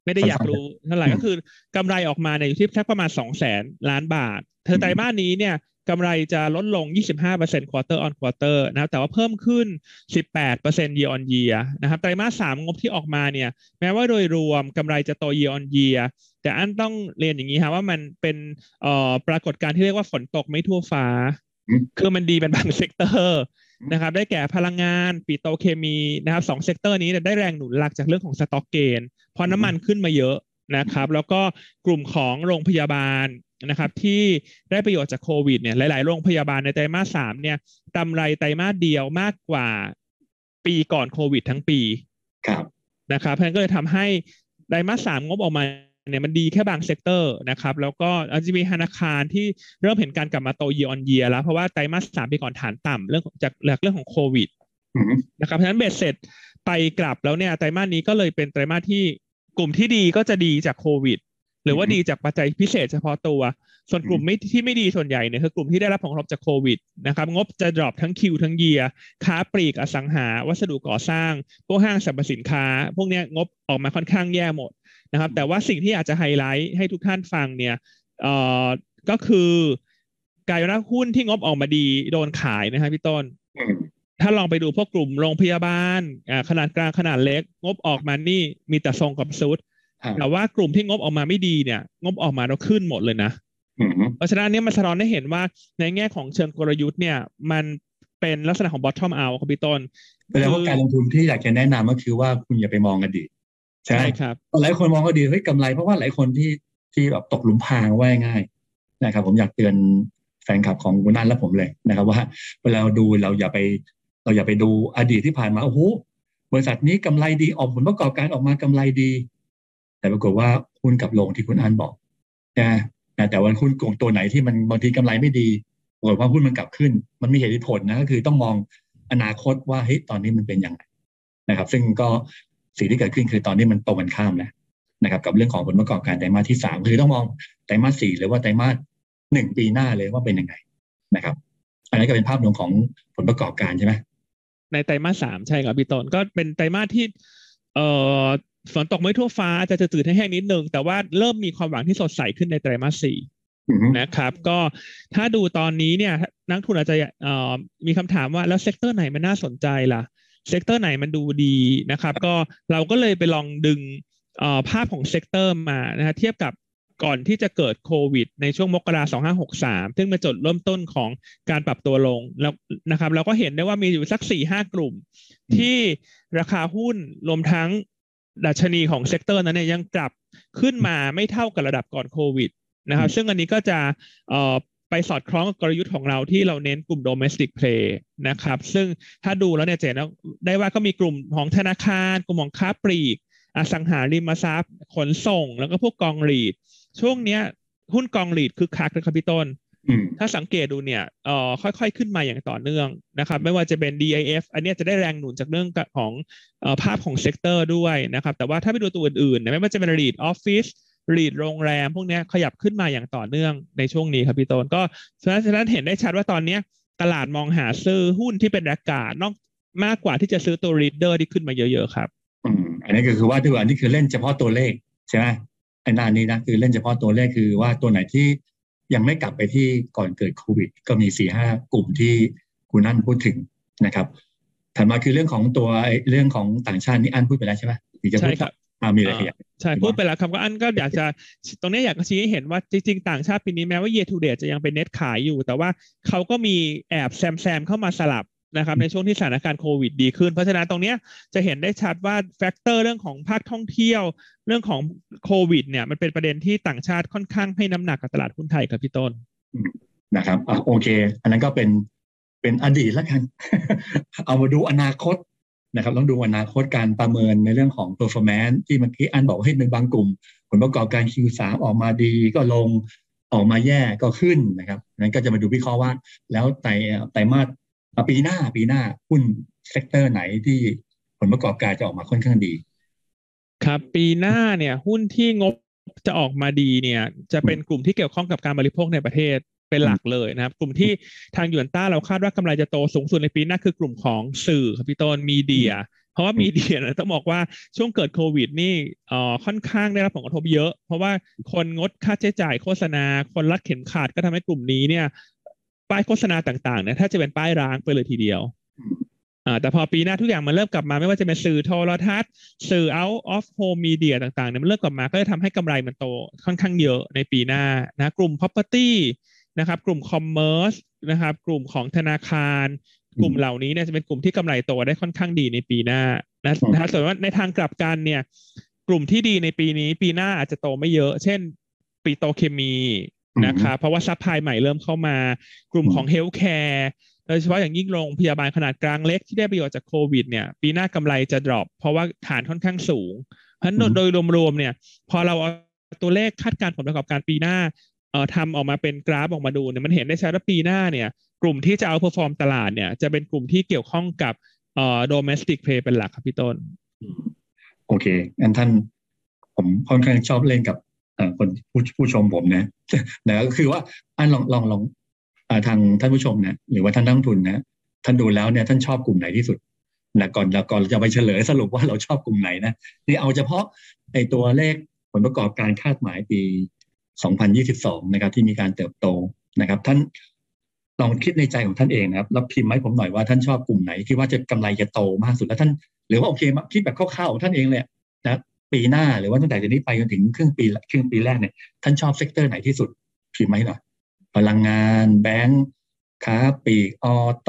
ไม่ได้อยากรู้เท่าไหร่ก็คือกำไรออกมาเนี่ยอยู่ที่แค่ประมาณสองแสนล้านบาทเธอไตรมาสนี้เนี่ยกำไรจะลดลง ยี่สิบห้าเปอร์เซ็นต์ quarter on quarter นะครับแต่ว่าเพิ่มขึ้น สิบแปดเปอร์เซ็นต์ year on year นะครับไตรมาสสามงบที่ออกมาเนี่ยแม้ว่าโดยรวมกำไรจะโต year on year แต่อันต้องเรียนอย่างนี้ครับว่ามันเป็นเอ่อปรากฏการณ์ที่เรียกว่าฝนตกไม่ทั่วฟ้าคือมันดีเป็นบางเซกเตอร์นะครับได้แก่พลังงานปิโตรเคมีนะครับสองเซกเตอร์นี้ได้แรงหนุนหลักจากเรื่องของสต็อกเกนเพราะน้ำมันขึ้นมาเยอะนะครับแล้วก็กลุ่มของโรงพยาบาลนะครับที่ได้ประโยชน์จากโควิดเนี่ยหลายๆโรงพยาบาลในไตรมาสสามเนี่ยกำไรไตรมาสเดียวมากกว่าปีก่อนโควิดทั้งปีครับนะครับเพราะฉะนั้นก็เลยทำให้ไตรมาสสามงบออกมาเนี่ยมันดีแค่บางเซกเตอร์นะครับแล้วก็อาจจะมีธนาคารที่เริ่มเห็นการกลับมาโต year on year แล้วเพราะว่าไตรมาสสามปีก่อนฐานต่ำเรื่องจากเรื่องของโควิดนะครับเพราะฉะนั้นเบ็ดเสร็จไปกลับแล้วเนี่ยไตรมาสนี้ก็เลยเป็นไตรมาสที่กลุ่มที่ดีก็จะดีจากโควิดหรือว่าดีจากปัจจัยพิเศษเฉพาะตัวส่วนกลุ่มไม่ที่ไม่ดีส่วนใหญ่เนี่ยคือกลุ่มที่ได้รับผลกระทบจากโควิดนะครับงบจะดรอปทั้งคิวทั้งเยียร์ค้าปลีกอสังหาวัสดุก่อสร้างพวกห้างสรรพสินค้าพวกนี้งบออกมาค่อนข้างแย่หมดนะครับแต่ว่าสิ่งที่อยากจะไฮไลท์ให้ทุกท่านฟังเนี่ยเอ่อก็คือการยกหุ้นที่งบออกมาดีโดนขายนะครับพี่ต้นถ้าลองไปดูพวกกลุ่มโรงพยาบาลขนาดกลางขนาดเล็กงบออกมานี่มีแต่ทรงกับซุดแต่ว่ากลุ่มที่งบออกมาไม่ดีเนี่ยงบออกมาเราขึ้นหมดเลยนะเพราะฉะนั้นเนี่ยมันสะท้อนให้เห็นว่าในแง่ของเชิงกลยุทธ์เนี่ยมันเป็นลักษณะของ bottom out ครับพี่ต้นแปลว่าการลงทุนที่อยากจะแนะนำก็คือว่าคุณอย่าไปมองอดีตใช่ครับหลายคนมองอดีตเฮ้ยกำไรเพราะว่าหลายคนที่ที่แบบตกหลุมพรางว่าง่ายนะครับผมอยากเตือนแฟนคลับของคุณนันและผมเลยนะครับว่าเวลาเราดูเราอย่าไปเราอย่าไปดูอดีตที่ผ่านมาโอ้โหบริษัทนี้กำไรดีออกผลประกอบการออกมากำไรดีแต่ปรากฏว่าหุ้นกับลงที่คุณอันบอกนะแต่ว่าหุ้นกลุ่มตัวไหนที่มันบางทีกำไรไม่ดีปรากฏว่าหุ้นมันกลับขึ้นมันมีเหตุผลนะก็คือต้องมองอนาคตว่าเฮ้ยตอนนี้มันเป็นยังไงนะครับซึ่งก็สิ่งที่เกิดขึ้นคือตอนนี้มันตรงกันข้ามแล้วนะครับกับเรื่องของผลประกอบการไตรมาสที่สามคือต้องมองไตรมาสสี่หรือว่าไตรมาสหนึ่งปีหน้าเลยว่าเป็นยังไงนะครับอันนี้ก็เป็นภาพรวมของผลประกอบการใช่ไหมในไตรมาสสามใช่ครับพี่ต้นก็เป็นไตรมาสที่เอ่อฝนตกไม่ทั่วฟ้าจะจืดๆให้แห้งนิดนึงแต่ว่าเริ่มมีความหวังที่สดใสขึ้นในไตรมาสสี่นะครับก็ถ้าดูตอนนี้เนี่ยนักทุนอาจจะเอ่อมีคำถามว่าแล้วเซกเตอร์ไหนมันน่าสนใจล่ะเซกเตอร์ไหนมันดูดีนะครับก็เราก็เลยไปลองดึงเอ่อภาพของเซกเตอร์มานะฮะเทียบกับก่อนที่จะเกิดโควิดในช่วงมกราคมสองพันห้าร้อยหกสิบสามซึ่งเป็นจุดเริ่มต้นของการปรับตัวลงแล้วนะครับเราก็เห็นได้ว่ามีอยู่สัก สี่ห้า กลุ่มที่ราคาหุ้นรวมทั้งดัชนีของเซกเตอร์นั้นเนี่ยยังกลับขึ้นมาไม่เท่ากับระดับก่อนโควิดนะครับซึ่งอันนี้ก็จะเอ่อไปสอดคล้องกับกลยุทธ์ของเราที่เราเน้นกลุ่ม domestic play นะครับซึ่งถ้าดูแล้วเนี่ยจะเห็นได้ว่าก็มีกลุ่มของธนาคารกลุ่มของค้าปลีกอสังหาริมทรัพย์ขนส่งแล้วก็พวกกองรีดช่วงเนี้ยหุ้นกองรีดคือคักเลยครับพี่ต้นถ้าสังเกตดูเนี่ยเอ่อค่อยๆขึ้นมาอย่างต่อเนื่องนะครับไม่ว่าจะเป็น ดี ไอ เอฟ อันนี้จะได้แรงหนุนจากเรื่องของเอ่อภาพของเซกเตอร์ด้วยนะครับแต่ว่าถ้าไปดูตัวอื่นๆเนี่ยไม่ว่าจะเป็น รีท Office รีท โรงแรมพวกนี้ขยับขึ้นมาอย่างต่อเนื่องในช่วงนี้ครับพี่ต้นก็ฉะนั้นฉะนั้นเห็นได้ชัดว่าตอนนี้ตลาดมองหาซื้อหุ้นที่เป็นแรกการ์ดนอกมากกว่าที่จะซื้อตัว reader ที่ขึ้นมาเยอะๆครับอืมอันนี้ก็คือว่าตัวอันนี้คือเล่นเฉพาะตัวเลขใช่ไหมไอ้หน้านี้นะคือเล่นเฉพาะตัวเลขคือว่าตัวไหนที่ยังไม่กลับไปที่ก่อนเกิดโควิดก็มี สี่ห้า กลุ่มที่คุณอั้นพูดถึงนะครับถัดมาคือเรื่องของตัวเรื่องของต่างชาตินี่อั้นพูดไปแล้วใช่ไหมใช่ครับมีอะไรขยับใช่พูดไปแล้วครับก็อันก็อยากจะตรงนี้อยากชี้ให้เห็นว่าจริงๆต่างชาติปีนี้แม้ว่า year to date จะยังเป็นเน็ตขายอยู่แต่ว่าเขาก็มีแอบแซมแซมเข้ามาสลับนะครับในช่วงที่สถานการณ์โควิดดีขึ้นเพราะฉะนั้นตรงนี้จะเห็นได้ชัดว่าแฟกเตอร์เรื่องของภาคท่องเที่ยวเรื่องของโควิดเนี่ยมันเป็นประเด็นที่ต่างชาติค่อนข้างให้น้ำหนักกับตลาดหุ้นไทยครับพี่ต้นนะครับอ่ะโอเคอันนั้นก็เป็นเป็นอดีตแล้วกัน เอามาดูอนาคตนะครับต้องดูอนาคตการประเมินในเรื่องของ performance ที่เมื่อกี้อันบอกให้ในบางกลุ่มผลประกอบการ คิว สาม ออกมาดีก็ลงออกมาแย่ก็ขึ้นนะครับนั้นก็จะมาดูวิเคราะห์ว่าแล้วไตรไตรมาสปีหน้าปีหน้าหุ้นเซกเตอร์ไหนที่ผลประกอบการจะออกมาค่อนข้างดีครับปีหน้าเนี่ยหุ้นที่งบจะออกมาดีเนี่ยจะเป็นกลุ่มที่เกี่ยวข้องกับการบริโภคในประเทศเป็นหลักเลยนะครับกลุ่มที่ทางยูนต้าเราคาดว่ากำไรจะโตสูงสุดในปีหน้าคือกลุ่มของสื่อครับพี่ต้นมีเดียเพราะว่ามีเดียนะต้องบอกว่าช่วงเกิดโควิดนี่เอ่อค่อนข้างได้รับผลกระทบเยอะเพราะว่าคนงดค่าใช้จ่ายโฆษณาคนรัดเข็มขัดก็ทำให้กลุ่มนี้เนี่ยป้ายโฆษณาต่างๆเนี่ยถ้าจะเป็นป้ายร้างไปเลยทีเดียวอ่าแต่พอปีหน้าทุกอย่างมันเริ่มกลับมาไม่ว่าจะเป็นสื่อโทรทัศน์สื่อ out of home media ต่างๆเนี่ยมันเริ่มกลับมาก็จะทำให้กำไรมันโตค่อนข้างเยอะในปีหน้านะกลุ่ม property นะครับกลุ่ม commerce นะครับกลุ่มของธนาคารกลุ่มเหล่านี้เนี่ยจะเป็นกลุ่มที่กำไรโตได้ค่อนข้างดีในปีหน้านะนะส่วนว่าในทางกลับกันเนี่ยกลุ่มที่ดีในปีนี้ปีหน้าอาจจะโตไม่เยอะเช่นปิโตรเคมีนะครับเพราะว่าซัพพลายใหม่เริ่มเข้ามากลุ่มของเฮลท์แคร์โดยเฉพาะอย่างยิ่งโรงพยาบาลขนาดกลางเล็กที่ได้ประโยชน์จากโควิดเนี่ยปีหน้ากำไรจะดรอปเพราะว่าฐานค่อนข้างสูงเพราะฉะนั้นโดยรวมๆเนี่ยพอเราเอาตัวเลขคาดการณ์ผลประกอบการปีหน้าเอ่อทำออกมาเป็นกราฟออกมาดูเนี่ยมันเห็นได้ชัดว่าปีหน้าเนี่ยกลุ่มที่จะเอาเพอร์ฟอร์มตลาดเนี่ยจะเป็นกลุ่มที่เกี่ยวข้องกับเอ่อ domestic play เป็นหลักครับพี่ต้นโอเคงั้นท่านผมค่อนข้างชอบเล่นกับคนผู้ผู้ชมผมนะนะก็คือว่าอันลองลองลองทางท่านผู้ชมนะหรือว่าท่านนักลงทุนนะท่านดูแล้วเนี่ยท่านชอบกลุ่มไหนที่สุดนะก่อนแล้วก่อนจะไปเฉลยสรุปว่าเราชอบกลุ่มไหนนะนี่เอาเฉพาะไอ้ตัวเลขผลประกอบการคาดหมายปีสองพันยี่สิบสองนะครับที่มีการเติบโตนะครับท่านลองคิดในใจของท่านเองนะครับแล้วพิมพ์ให้ผมหน่อยว่าท่านชอบกลุ่มไหนคิดว่าจะกำไรจะโตมากสุดแล้วท่านหรือว่าโอเคคิดแบบคร่าวๆของท่านเองเลยนะปีหน้าหรือว่าตั้งแต่จากนี้ไปจนถึงครึ่งปีครึ่งปีแรกเนี่ยท่านชอบเซกเตอร์ไหนที่สุดพิมพ์ไหมหน่อยพลังงานแบงก์ค้าปลีกออโต้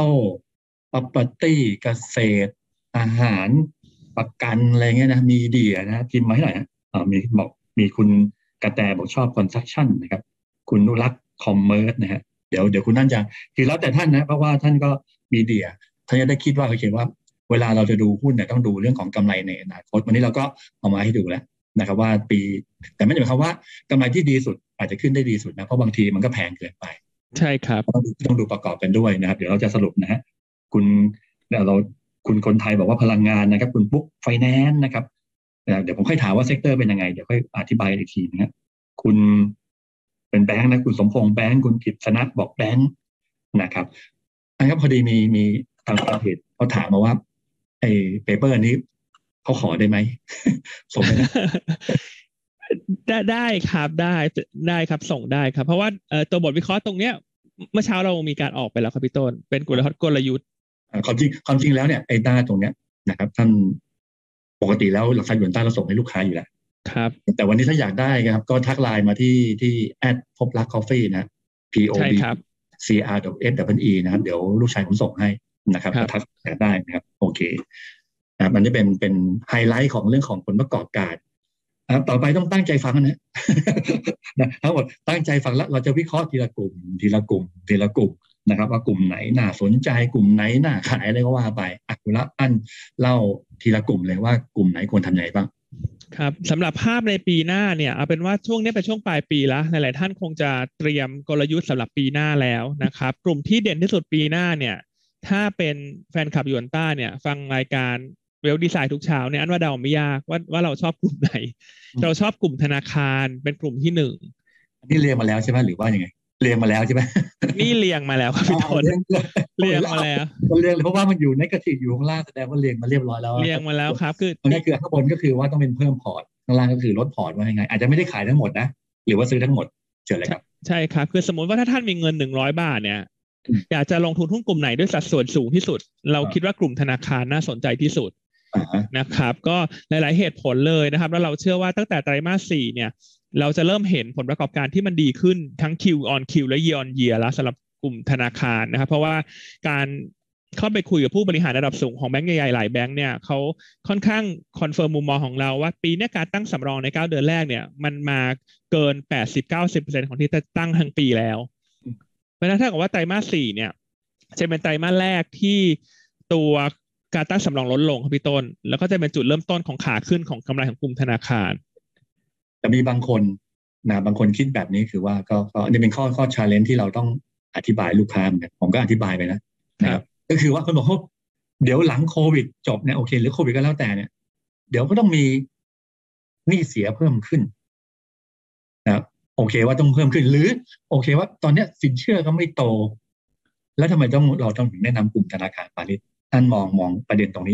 property เกษตรอาหารประกันอะไรเงี้ยนะมีเดียนะพิมพ์มาให้หน่อยนะอ่ามีบอกมีคุณกระแตบอกชอบ construction นะครับคุณนุรักษ์ commerce นะฮะเดี๋ยวเดี๋ยวคุณนั่นจะคือแล้วแต่ท่านนะเพราะว่าท่านก็มีเดียท่านจะได้คิดว่าโอเคว่าเวลาเราจะดูหุ้นเนี่ยต้องดูเรื่องของกำไรในอนาคตวันนี้เราก็เอามาให้ดูแล้วนะครับว่าปีแต่ไม่ได้หมายความว่ากำไรที่ดีสุดอาจจะขึ้นได้ดีสุดนะเพราะบางทีมันก็แพงเกินไปใช่ครับต้องต้องดูประกอบกันด้วยนะครับเดี๋ยวเราจะสรุปนะฮะคุณเราคุณคนไทยบอกว่าพลังงานนะครับคุณปุ๊กไฟแนนซ์นะครับเดี๋ยวผมค่อยถามว่าเซกเตอร์เป็นยังไงเดี๋ยวค่อยอธิบายอีกทีนะฮะคุณเป็นแบงค์นะคุณสมพงษ์แบงค์คุณกิตสนัทบอกแบงค์นะครับอันนี้พอดีมีมีทางเพจเขาถามมาว่าไอ้เปเปอร์นี้เขาขอได้ไหมส่งไปนะได้ได้ครับได้ได้ครับส่งได้ครับเพราะว่าตัวบทวิเคราะห์ตรงเนี้ยเมื่อเช้าเรามีการออกไปแล้วครับพี่ต้นเป็นกลยุทธ์กลยุทธ์ความจริงความจริงแล้วเนี่ยไอ้ด้าตรงเนี้ยนะครับท่านปกติแล้วหลักทรัพย์หยวนต้าเราส่งให้ลูกค้าอยู่แล้วครับแต่วันนี้ถ้าอยากได้ครับก็ทักไลน์มาที่ที่แอดพบรักคอฟฟี่นะ P O B C R S W E นะครับเดี๋ยวลูกชายผมส่งให้นะครับก็ทักได้นะครับโอเคนะมันจะเป็นเป็นไฮไลท์ของเรื่องของผลประกอบการนะครับต่อไปต้องตั้งใจฟังนะนะทั้งหมดตั้งใจฟังแล้วเราจะวิเคราะห์ทีละกลุ่มทีละกลุ่มทีละกลุ่มนะครับว่ากลุ่มไหนน่าสนใจกลุ่มไหนน่าขายอะไรก็ว่าไปอ่ะคุณละอันเล่าทีละกลุ่มเลยว่ากลุ่มไหนควรทำยังไงบ้างครับสำหรับภาพในปีหน้าเนี่ยเอาเป็นว่าช่วงนี้เป็นช่วงปลายปีแล้วหลายๆท่านคงจะเตรียมกลยุทธ์สำหรับปีหน้าแล้วนะครับกลุ่มที่เด่นที่สุดปีหน้าเนี่ยถ้าเป็นแฟนคลับยูนต้าเนี่ยฟังรายการเวลดีไซน์ทุกเช้าเนี่ยอันว่าเดาไม่ยากว่าว่าเราชอบกลุ่มไหนเราชอบกลุ่มธนาคารเป็นกลุ่มที่หนึ่งอันนี้เรียงมาแล้วใช่ไหมหรือว่ายังไงเรียงมาแล้วใช่ไหมนี่เรียงมาแล้วครับพี่ทนเรียงมาแล้วเรียงเลยเพราะว่ามันอยู่ในกระถิ่อยู่ข้างล่างแสดงว่าเรียงมาเรียบร้อยแล้วเรียงมาแล้วครับคือตรงนี้คือข้างบนก็คือว่าต้องเป็นเพิ่มพอร์ตข้างล่างก็คือลดพอร์ตว่ายังไงอาจจะไม่ได้ขายทั้งหมดนะหรือว่าซื้อทั้งหมดเจอเลยครับใช่ครับคือสมมติว่าถ้าท่านมีเงินหนึ่งร้อยบาทเนี่ยอยากจะลงทุนหุ้นกลุ่มไหนด้วยสัดส่วนสูงที่สุดเราคิดว่ากลุ่มธนาคารน่าสนใจที่สุดนะครับก็หลายๆเหตุผลเลยนะครับแล้วเราเชื่อว่าตั้งแต่ไตรมาสสี่เนี่ยเราจะเริ่มเห็นผลประกอบการที่มันดีขึ้นทั้ง Q on Q และ Year on Year แล้วสำหรับกลุ่มธนาคารนะครับเพราะว่าการเข้าไปคุยกับผู้บริหารระดับสูงของแบงก์ใหญ่ๆหลายแบงก์เนี่ยเขาค่อนข้างคอนเฟิร์มมุมมองของเราว่าปีนี้การตั้งสำรองในเก้าเดือนแรกเนี่ยมันมาเกิน แปดสิบถึงเก้าสิบเปอร์เซ็นต์ ของที่จะตั้งทั้งปีแล้วเพราะฉะนั้นถ้าเกิดว่าไตรมาสสี่เนี่ยจะเป็นไตรมาสแรกที่ตัวการตั้งสำรองลดลงครับพี่ต้นแล้วก็จะเป็นจุดเริ่มต้นของขาขึ้นของกำไรของกลุ่มธนาคารแต่มีบางคนนะบางคนคิดแบบนี้คือว่าก็ก็อันนี้เป็นข้อข้อ challenge ที่เราต้องอธิบายลูกค้าเหมือนกันผมก็อธิบายไปนะนะครับก็คือว่าคนบอกว่าเดี๋ยวหลังโควิดจบเนี่ยโอเคหรือโควิดก็แล้วแต่เนี่ยเดี๋ยวก็ต้องมีหนี้เสียเพิ่มขึ้นนะโอเคว่าต้องเพิ่มขึ้นหรือโอเคว่าตอนนี้สินเชื่อก็ไม่โตแล้วทำไมต้องเราต้องถึงแนะนำกลุ่มธนาคารพาณิชย์ท่านมองมองประเด็นตรงนี้ยังไง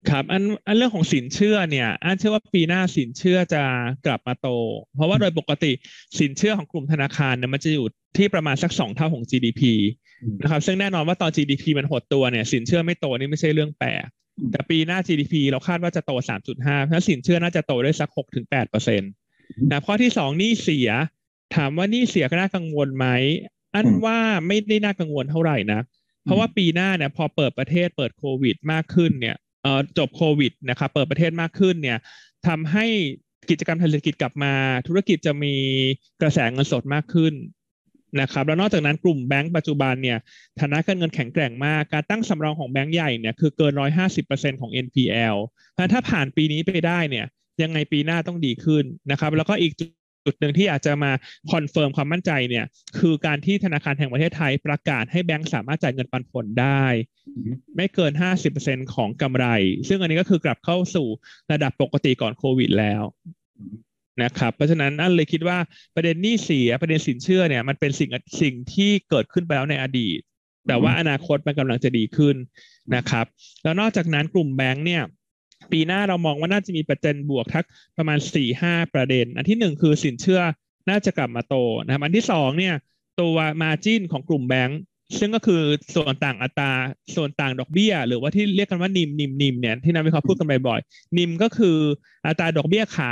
ครับอันอันเรื่องของสินเชื่อเนี่ยอันเชื่อว่าปีหน้าสินเชื่อจะกลับมาโตเพราะว่าโดยปกติสินเชื่อของกลุ่มธนาคารเนี่ยมันจะอยู่ที่ประมาณสักสองเท่าของ จี ดี พี นะครับซึ่งแน่นอนว่าตอน จี ดี พี มันหดตัวเนี่ยสินเชื่อไม่โตนี่ไม่ใช่เรื่องแปลกแต่ปีหน้า จี ดี พี เราคาดว่าจะโต สามจุดห้า เพราะฉะนั้นสินเชื่อน่าจะโตได้สัก หกถึงแปดเปอร์เซ็นต์ นะข้อที่สองหนี้เสียถามว่าหนี้เสียก็น่ากังวลไหมอันว่าไม่ได้น่ากังวลเท่าไหร่นะเพราะว่าปีหน้าเนี่ยพอเปิดประเทศเปิดโควิดมากขึ้นเนี่ยเอ่อจบโควิดนะครับเปิดประเทศมากขึ้นเนี่ยทำให้กิจกรรมทางเศรษฐกิจกลับมาธุรกิจจะมีกระแสเงินสดมากขึ้นนะครับแล้วนอกจากนั้นกลุ่มแบงก์ปัจจุบันเนี่ยฐานะการเงินแข็งแกร่งมากการตั้งสำรองของแบงก์ใหญ่เนี่ยคือเกิน หนึ่งร้อยห้าสิบเปอร์เซ็นต์ ของ เอ็น พี แอล เพราะฉะนั้นถ้าผ่านปีนี้ไปได้เนี่ยยังไงปีหน้าต้องดีขึ้นนะครับแล้วก็อีกจุดหนึ่งที่อาจจะมาคอนเฟิร์มความมั่นใจเนี่ยคือการที่ธนาคารแห่งประเทศไทยประกาศให้แบงก์สามารถจ่ายเงินปันผลได้ไม่เกิน ห้าสิบเปอร์เซ็นต์ ของกำไรซึ่งอันนี้ก็คือกลับเข้าสู่ระดับปกติก่อนโควิดแล้วนะครับเพราะฉะนั้นอันเลยคิดว่าประเด็นหนี้เสียประเด็นสินเชื่อเนี่ยมันเป็นสิ่งสิ่งที่เกิดขึ้นไปแล้วในอดีตแต่ว่าอนาคตมันกำลังจะดีขึ้นนะครับแล้วนอกจากนั้นกลุ่มแบงก์เนี่ยปีหน้าเรามองว่าน่าจะมีประเด็นบวกทักประมาณ สี่ห้า ประเด็นอันที่หนึ่งคือสินเชื่อน่าจะกลับมาโตนะครับอันที่สองเนี่ยตัว margin ของกลุ่มแบงก์ซึ่งก็คือส่วนต่างอัตราส่วนต่างดอกเบี้ยหรือว่าที่เรียกกันว่านิมนิมนิมเนี่ยที่นักวิเคราะห์พูดกันบ่อยๆนิมก็คืออัตราดอกเบี้ยขา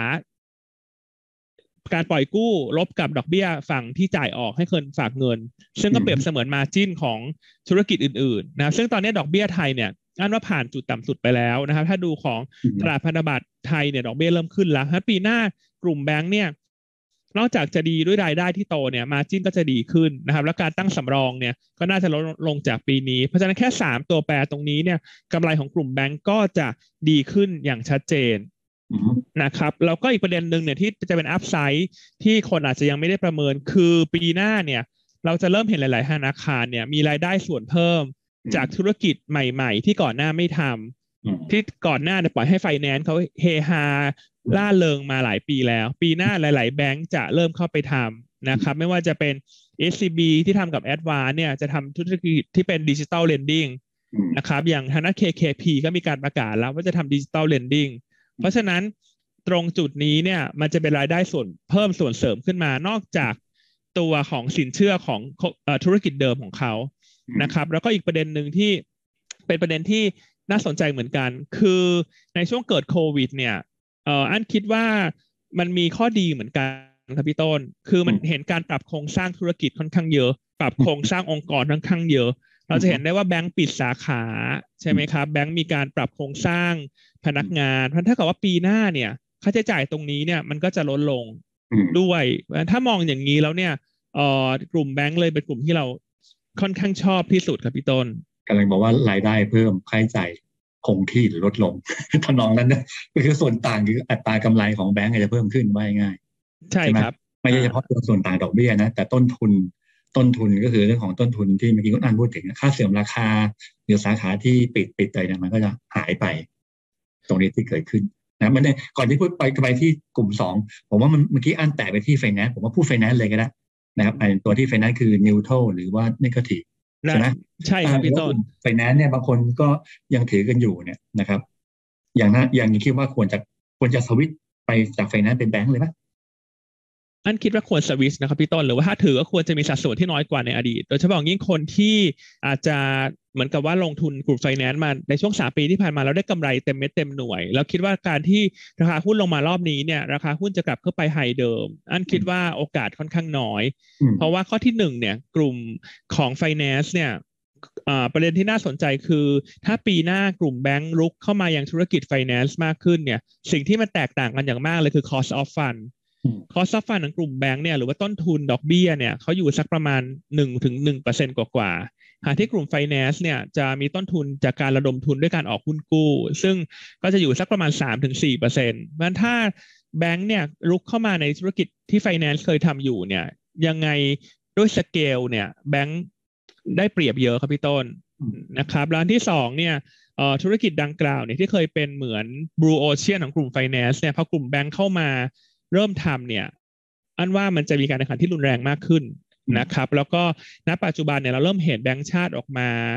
การปล่อยกู้ลบกับดอกเบี้ยฝั่งที่จ่ายออกให้คนฝากเงินซึ่งก็เปรียบเสมือน margin ของธุรกิจอื่นๆนะซึ่งตอนนี้ดอกเบี้ยไทยเนี่ยอันว่าผ่านจุดต่ำสุดไปแล้วนะครับถ้าดูของตลาดพันธบัตรไทยเนี่ยดอกเบี้ยเริ่มขึ้นแล้วถ้าปีหน้ากลุ่มแบงค์เนี่ยนอกจากจะดีด้วยรายได้ที่โตเนี่ย margin ก็จะดีขึ้นนะครับแล้วการตั้งสำรองเนี่ยก็น่าจะลดลงจากปีนี้เพราะฉะนั้นแค่สามตัวแปรตรงนี้เนี่ยกำไรของกลุ่มแบงค์ก็จะดีขึ้นอย่างชัดเจนนะครับแล้วก็อีกประเด็นหนึ่งเนี่ยที่จะเป็นอัพไซด์ที่คนอาจจะยังไม่ได้ประเมินคือปีหน้าเนี่ยเราจะเริ่มเห็นหลายๆธนาคารเนี่ยมีรายได้ส่วนเพิ่มจากธุรกิจใหม่ๆที่ก่อนหน้าไม่ทำที่ก่อนหน้าเนี่ยปล่อยให้ไฟแนนซ์เขาเฮฮาล่าเริงมาหลายปีแล้วปีหน้าหลายๆแบงก์จะเริ่มเข้าไปทำนะครับไม่ว่าจะเป็น เอส ซี บี ที่ทำกับ Advance เนี่ยจะทำธุรกิจที่เป็น Digital Lending นะครับอย่างทางด้าน เค เค พี ก็มีการประกาศแล้วว่าจะทำ Digital Lending เพราะฉะนั้นตรงจุดนี้เนี่ยมันจะเป็นรายได้ส่วนเพิ่มส่วนเสริมขึ้นมานอกจากตัวของสินเชื่อของธุรกิจเดิมของเขานะครับแล้วก็อีกประเด็นหนึ่งที่เป็นประเด็นที่น่าสนใจเหมือนกันคือในช่วงเกิดโควิดเนี่ยเอ่ออันคิดว่ามันมีข้อดีเหมือนกันครับพี่ต้นคือมันเห็นการปรับโครงสร้างธุรกิจค่อนข้างเยอะปรับโครงสร้างองค์กรค่อนข้างเยอะเราจะเห็นได้ว่าแบงก์ปิดสาขาใช่ไหมครับแบงก์มีการปรับโครงสร้างพนักงานเพราะถ้าเกิดว่าปีหน้าเนี่ยค่าใช้จ่ายตรงนี้เนี่ยมันก็จะลดลงด้วยถ้ามองอย่างนี้แล้วเนี่ยเอ่อกลุ่มแบงก์เลยเป็นกลุ่มที่เราค่อนข้างชอบที่สุดครับพี่ต้นกำลังบอกว่ารายได้เพิ่มค่าใช้จ่ายคงที่หรือลดลงทำนองนั้นนะก็คือส่วนต่างคืออัตรากำไรของแบงก์จะเพิ่มขึ้นว่าง่ายใช่ครับไม่ใช่เฉพาะส่วนต่างดอกเบี้ยนะแต่ต้นทุนต้นทุนก็คือเรื่องของต้นทุนที่เมื่อกี้คุณอันพูดถึงค่าเสื่อมราคาหรือสาขาที่ปิดปิดไปเนี่ยมันก็จะหายไปตรงนี้ที่เกิดขึ้นนะมันเนี่ยก่อนที่พูดไปไปที่กลุ่มสองผมว่ามันเมื่อกี้อันแตะไปที่ไฟแนนซ์ผมว่าพูดไฟแนนซ์เลยก็ได้นะครับตัวที่ไฟแนนซ์คือ neutral หรือว่า negative ใช่ไหมใช่ครับพี่ต้นไฟแนนซ์เนี่ยบางคนก็ยังถือกันอยู่เนี่ยนะครับอย่างนั้นอย่างนี้คิดว่าควรจะควรจะสวิตช์ไปจากไฟแนนซ์เป็นแบงค์เลยไหมอันคิดว่าควรสวิชนะครับพี่ต้นหรือว่าถ้าถือก็ควรจะมีสัดส่วนที่น้อยกว่าในอดีตโดยเฉพาะยิ่งคนที่อาจจะเหมือนกับว่าลงทุนกลุ่มไฟแนนซ์มาในช่วงสามปีที่ผ่านมาแล้วได้กำไรเต็มเม็ดเต็มหน่วยแล้วคิดว่าการที่ราคาหุ้นลงมารอบนี้เนี่ยราคาหุ้นจะกลับเข้าไปไฮเดิมอันคิดว่าโอกาสค่อนข้างน้อยเพราะว่าข้อที่หนึ่งเนี่ยกลุ่มของไฟแนนซ์เนี่ยประเด็นที่น่าสนใจคือถ้าปีหน้ากลุ่มแบงก์รุกเข้ามายังธุรกิจไฟแนนซ์มากขึ้นเนี่ยสิ่งที่มันแตกต่างกันอย่างมากเลยคือ cost of fund cost of fund ของกลุ่มแบงก์เนี่ยหรือว่าต้นทุนดอกเบี้ยเนี่ยเขาอยู่สักประมาณ หนึ่งถึงหนึ่งเปอร์เซ็นต์ กว่าๆหากที่กลุ่มไฟแนนซ์เนี่ยจะมีต้นทุนจากการระดมทุนด้วยการออกหุ้นกู้ซึ่งก็จะอยู่สักประมาณ สามถึงสี่เปอร์เซ็นต์ เพราะฉะนั้นถ้าแบงก์เนี่ยรุกเข้ามาในธุรกิจที่ไฟแนนซ์เคยทำอยู่เนี่ยยังไงด้วยสเกลเนี่ยแบงก์ได้เปรียบเยอะครับพี่ต้นนะครับแล้วอันที่สองเนี่ยธุรกิจดังกล่าวเนี่ยที่เคยเป็นเหมือน Blue Ocean ของกลุ่มไฟแนนซ์เนี่ยพอกลุ่มแบงก์เข้ามาเริ่มทำเนี่ยอันว่ามันจะมีการแข่งขันที่รุนแรงมากขึ้นนะครับแล้วก็ณปัจจุบันเนี่ยเราเริ่มเห็นแบงก์ชาติออกมา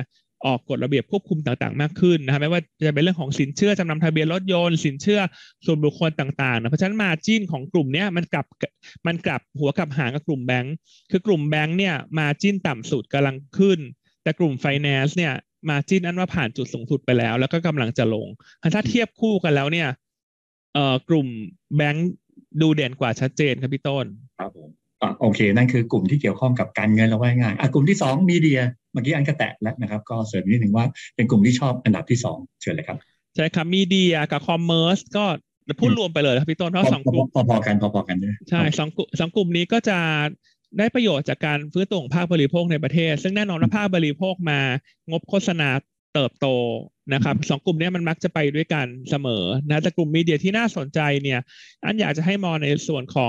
ออกกฎระเบียบควบคุมต่างๆมากขึ้นนะครับไม่ว่าจะเป็นเรื่องของสินเชื่อจำนำทะเบียนรถยนต์สินเชื่อส่วนบุคคลต่างๆนะเพราะฉะนั้นมาจิ้นของกลุ่มนี้มันกลับมันกลับหัวกลับหางกับกลุ่มแบงก์คือกลุ่มแบงก์เนี่ยมาจิ้นต่ำสุดกำลังขึ้นแต่กลุ่มไฟแนนซ์เนี่ยมาจิ้นอันว่าผ่านจุดสูงสุดไปแล้วแล้วก็กำลังจะลงถ้าเทียบคู่กันแล้วเนี่ยเอ่อกลุ่มแบงก์ดูเด่นกว่าชัดเจนครับพี่ต้นครับผมอ่ะโอเคนั่นคือกลุ่มที่เกี่ยวข้องกับการเงินเราว่าง่ายอ่ะกลุ่มที่สองมีเดียเมื่อกี้อันก็แตะแล้วนะครับก็เสริมนิดหนึ่งว่าเป็นกลุ่มที่ชอบอันดับที่สองเชิญเลยครับใช่ครับมีเดียกับคอมเมอร์สก็พูดรวมไปเลยครับพี่ต้นเพราะสองกลุ่มพอๆกันพอๆกันใช่สองสองกลุ่มนี้ก็จะได้ประโยชน์จากการฟื้นตัวของภาคบริโภคในประเทศซึ่งแน่นอนว่าภาคบริโภคมางบโฆษณาเติบโตนะครับสองกลุ่มนี้มันมักจะไปด้วยกันเสมอนะแต่กลุ่มมีเดียที่น่าสนใจเนี่ยอันอยากจะให้มองในส่วนของ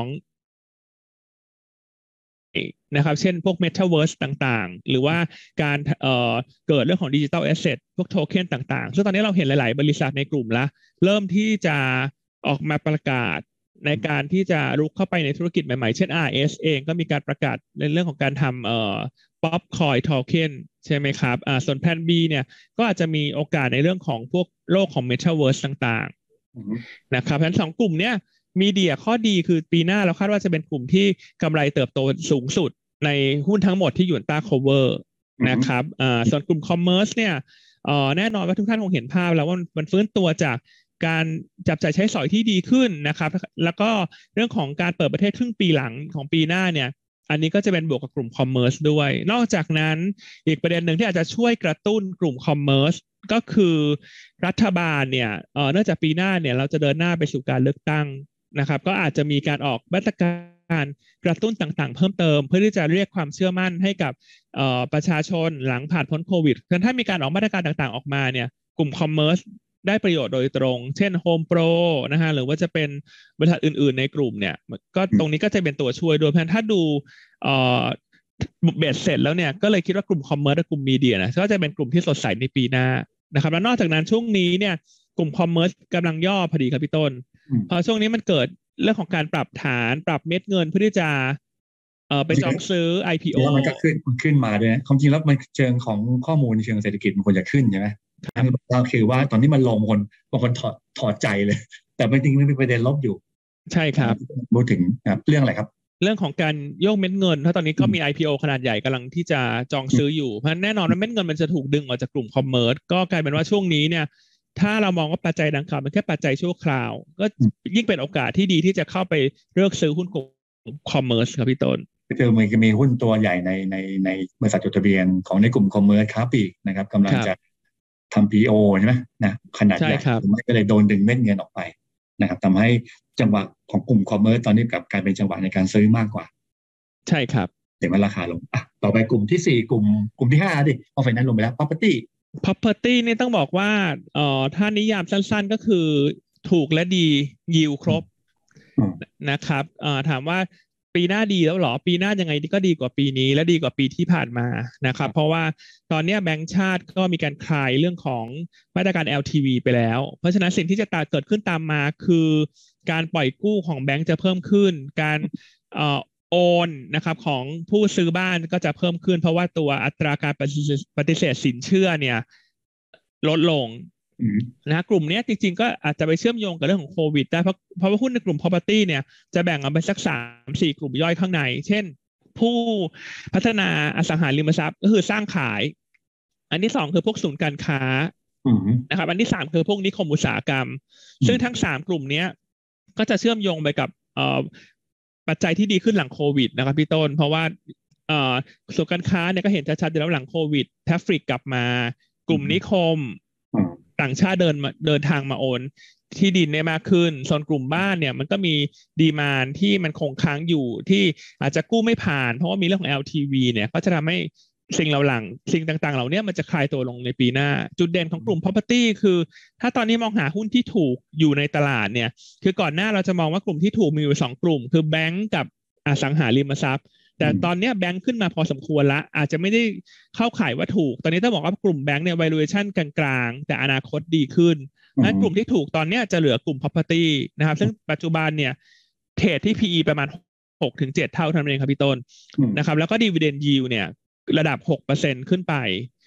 นะครับเช่นพวก Metaverse ต่างๆหรือว่าการเอ่อเกิดเรื่องของ Digital Asset พวกโทเค็นต่างๆซึ่งตอนนี้เราเห็นหลายๆบริษัทในกลุ่มละเริ่มที่จะออกมาประกาศในการที่จะรุกเข้าไปในธุรกิจใหม่ๆเช่น อาร์ เอส เองก็มีการประกาศในเรื่องของการทำเอ่อ Popcoin Token ใช่ไหมครับอ่าส่วนแพลน B เนี่ยก็อาจจะมีโอกาสในเรื่องของพวกโลกของ Metaverse ต่างๆนะครับเพราะฉะนั้นสองกลุ่มเนี้ยมีเดียข้อดีคือปีหน้าเราคาดว่าจะเป็นกลุ่มที่กำไรเติบโตสูงสุดในหุ้นทั้งหมดที่อยู่ใต้ cover นะครับอ่าส่วนกลุ่ม commerce เนี่ยเอ่อแน่นอนว่าทุกท่านคงเห็นภาพแล้วว่ามันฟื้นตัวจากการจับจ่ายใช้สอยที่ดีขึ้นนะครับแล้วก็เรื่องของการเปิดประเทศครึ่งปีหลังของปีหน้าเนี่ยอันนี้ก็จะเป็นบวกกับกลุ่ม commerce ด้วยนอกจากนั้นอีกประเด็นหนึ่งที่อาจจะช่วยกระตุ้นกลุ่ม commerce ก็คือรัฐบาลเนี่ยเอ่อเนื่องจากปีหน้าเนี่ยเราจะเดินหน้าไปสู่การเลือกตั้งนะครับก็อาจจะมีการออกมาตรการกระตุ้นต่างๆเพิ่มเติมเพื่อที่จะเรียกความเชื่อมั่นให้กับประชาชนหลังผ่านพ้นโควิดเพราะถ้ามีการออกมาตรการต่างๆออกมาเนี่ยกลุ่มคอมเมอร์สได้ประโยชน์โดยตรงเช่น Home Pro นะฮะหรือว่าจะเป็นบริษัทอื่นๆในกลุ่มเนี่ยก็ตรงนี้ก็จะเป็นตัวช่วยโดยเพราะถ้าดูเบ็ดเสร็จแล้วเนี่ยก็เลยคิดว่ากลุ่มคอมเมอร์สและกลุ่มมีเดียนะก็จะเป็นกลุ่มที่สดใสในปีหน้านะครับแล้วนอกจากนั้นช่วงนี้เนี่ยกลุ่มคอมเมอร์สกำลังย่อพอดีครับพี่ต้นพอช่วงนี้มันเกิดเรื่องของการปรับฐานปรับเม็ดเงินเพื่อที่จะเอ่อไปจองซื้อ ไอ พี โอแล้วมันก็ขึ้นขึ้นมาด้วยความจริงแล้วมันเชิงของข้อมูลเชิงเศรษฐกิจมันควรจะขึ้นใช่ไหมเราคือว่าตอนนี้มันลงบางคนบางคนถอดถอดใจเลยแต่จริงๆมันมีประเด็นลบอยู่ใช่ครับพูดถึงเรื่องอะไรครับเรื่องของการโยกเม็ดเงินเพราะตอนนี้ก็มี ไอ พี โอ ขนาดใหญ่กำลังที่จะจองซื้ออยู่เพราะแน่นอนว่าเม็ดเงินมันจะถูกดึงออกจากกลุ่มคอมเมอร์สก็กลายเป็นว่าช่วงนี้เนี่ยถ้าเรามองว่าปัจจัยดังกล่าวเป็นแค่ปัจจัยชั่วคราวก็ยิ่งเป็นโอกาสที่ดีที่จะเข้าไปเลือกซื้อหุ้นกลุ่มคอมเมอร์สครับพี่ต้นคือมันจะมีหุ้นตัวใหญ่ในในในบริษัทจดทะเบียนของในกลุ่มคอมเมอร์สค้าปลีกนะครับกำลังจะทำ พี โอ ใช่ไหมนะขนาดใหญ่ไม่ก็เลยโดนดึงเม็ดเงินออกไปนะครับทำให้จังหวะของกลุ่มคอมเมอร์สตอนนี้กับกลายเป็นจังหวะในการซื้อมากกว่าใช่ครับแต่ว่าราคาลงอ่ะต่อไปกลุ่มที่สี่กลุ่มกลุ่มที่ห้าดิพอไฟแนนซ์ลงไปแล้ว property property นี่ต้องบอกว่าเอ่อถ้านิยามสั้นๆก็คือถูกและดียิวครบนะครับเอ่อถามว่าปีหน้าดีแล้วหรอปีหน้ายังไงก็ดีกว่าปีนี้และดีกว่าปีที่ผ่านมานะครับเพราะว่าตอนนี้แบงก์ชาติก็มีการคลายเรื่องของมาตรการ แอล ที วี ไปแล้วเพราะฉะนั้นสิ่งที่จะเกิดขึ้นตามมาคือการปล่อยกู้ของแบงก์จะเพิ่มขึ้นการเอ่อโอนนะครับของผู้ซื้อบ้านก็จะเพิ่มขึ้นเพราะว่าตัวอัตราการปฏิเสธสินเชื่อเนี่ยลดลงนะกลุ่มนี้จริงๆก็อาจจะไปเชื่อมโยงกับเรื่องของโควิดได้เพราะเพราะว่าหุ้นในกลุ่ม property เนี่ยจะแบ่งออกเป็นสักสามสี่กลุ่มย่อยข้างในเช่นผู้พัฒนาอสังหาริมทรัพย์ก็คือสร้างขายอันที่สองคือพวกศูนย์การค้านะครับอันที่สามคือพวกนิคมอุตสาหกรรมซึ่งทั้งสามกลุ่มนี้ก็จะเชื่อมโยงไปกับเอ่อปัจจัยที่ดีขึ้นหลังโควิดนะครับพี่ต้นเพราะว่าเอ่อส่วนการค้าเนี่ยก็เห็นชัดๆอยู่แล้วหลังโควิดทราฟฟิกกลับมากลุ่มนิคมต่างชาติเดินมาเดินทางมาโอนที่ดินได้มากขึ้นส่วนกลุ่มบ้านเนี่ยมันก็มีดีมานด์ที่มันคงค้างอยู่ที่อาจจะกู้ไม่ผ่านเพราะว่ามีเรื่องของ แอล ที วี เนี่ยก็จะทำให้สิ่งเหล่าหลังสิ่งต่างๆเหล่านี้มันจะคลายตัวลงในปีหน้าจุดเด่นของกลุ่ม property คือถ้าตอนนี้มองหาหุ้นที่ถูกอยู่ในตลาดเนี่ยคือก่อนหน้าเราจะมองว่ากลุ่มที่ถูกมีอยู่สองกลุ่มคือแบงก์กับอสังหาริมทรัพย์แต่ตอนนี้แบงก์ขึ้นมาพอสมควรละอาจจะไม่ได้เข้าข่ายว่าถูกตอนนี้ต้องบอกว่ากลุ่มแบงก์เนี่ย valuation กลางๆแต่อนาคตดีขึ้นงั้นกลุ่มที่ถูกตอนนี้จะเหลือกลุ่ม property นะครับซึ่งปัจจุบันเนี่ยเทรดที่ พี อี ประมาณ หกถึงเจ็ด เท่าเท่านั้นเองครับพี่ต้นนะครับแล้วก็ dividend yield เนี่ยระดับ หกเปอร์เซ็นต์ ขึ้นไป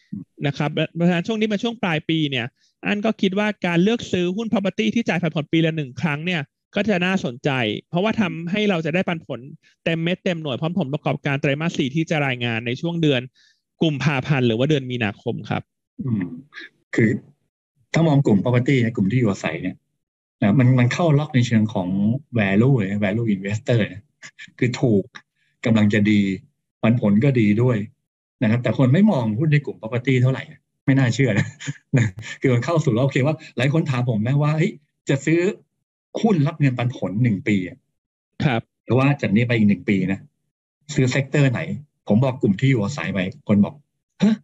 นะครับเพราะฉะนั้นช่วงนี้เป็นช่วงปลายปีเนี่ยอันก็คิดว่าการเลือกซื้อหุ้น property ที่จ่ายปันผลปีละหนึ่งครั้งเนี่ยก็จะน่าสนใจเพราะว่าทำให้เราจะได้ปันผลเต็มเม็ดเต็มหน่วยพร้อมผลประกอบการไตรมาสสี่ที่จะรายงานในช่วงเดือนกุมภาพันธ์หรือว่าเดือนมีนาคมครับอืมคือถ้ามองกลุ่ม property ในกลุ่มที่อยู่อาศัยเนี่ยนะมันมันเข้าล็อกในเชิงของ value เลย value investor นะคือถูกกำลังจะดีปันผลก็ดีด้วยนะครับแต่คนไม่มองหุ้นในกลุ่ม property เท่าไหร่ไม่น่าเชื่อนะนะคือมันเข้าสู่แล้วโอเคว่าหลายคนถามผมนะว่าเฮ้ยจะซื้อหุ้นรับเงินปันผลหนึ่งปีครับหรือว่าจากนี้ไปอีกหนึ่งปีนะซื้อเซกเตอร์ไหนผมบอกกลุ่มที่อยู่อาศัยไปคนบอกฮะ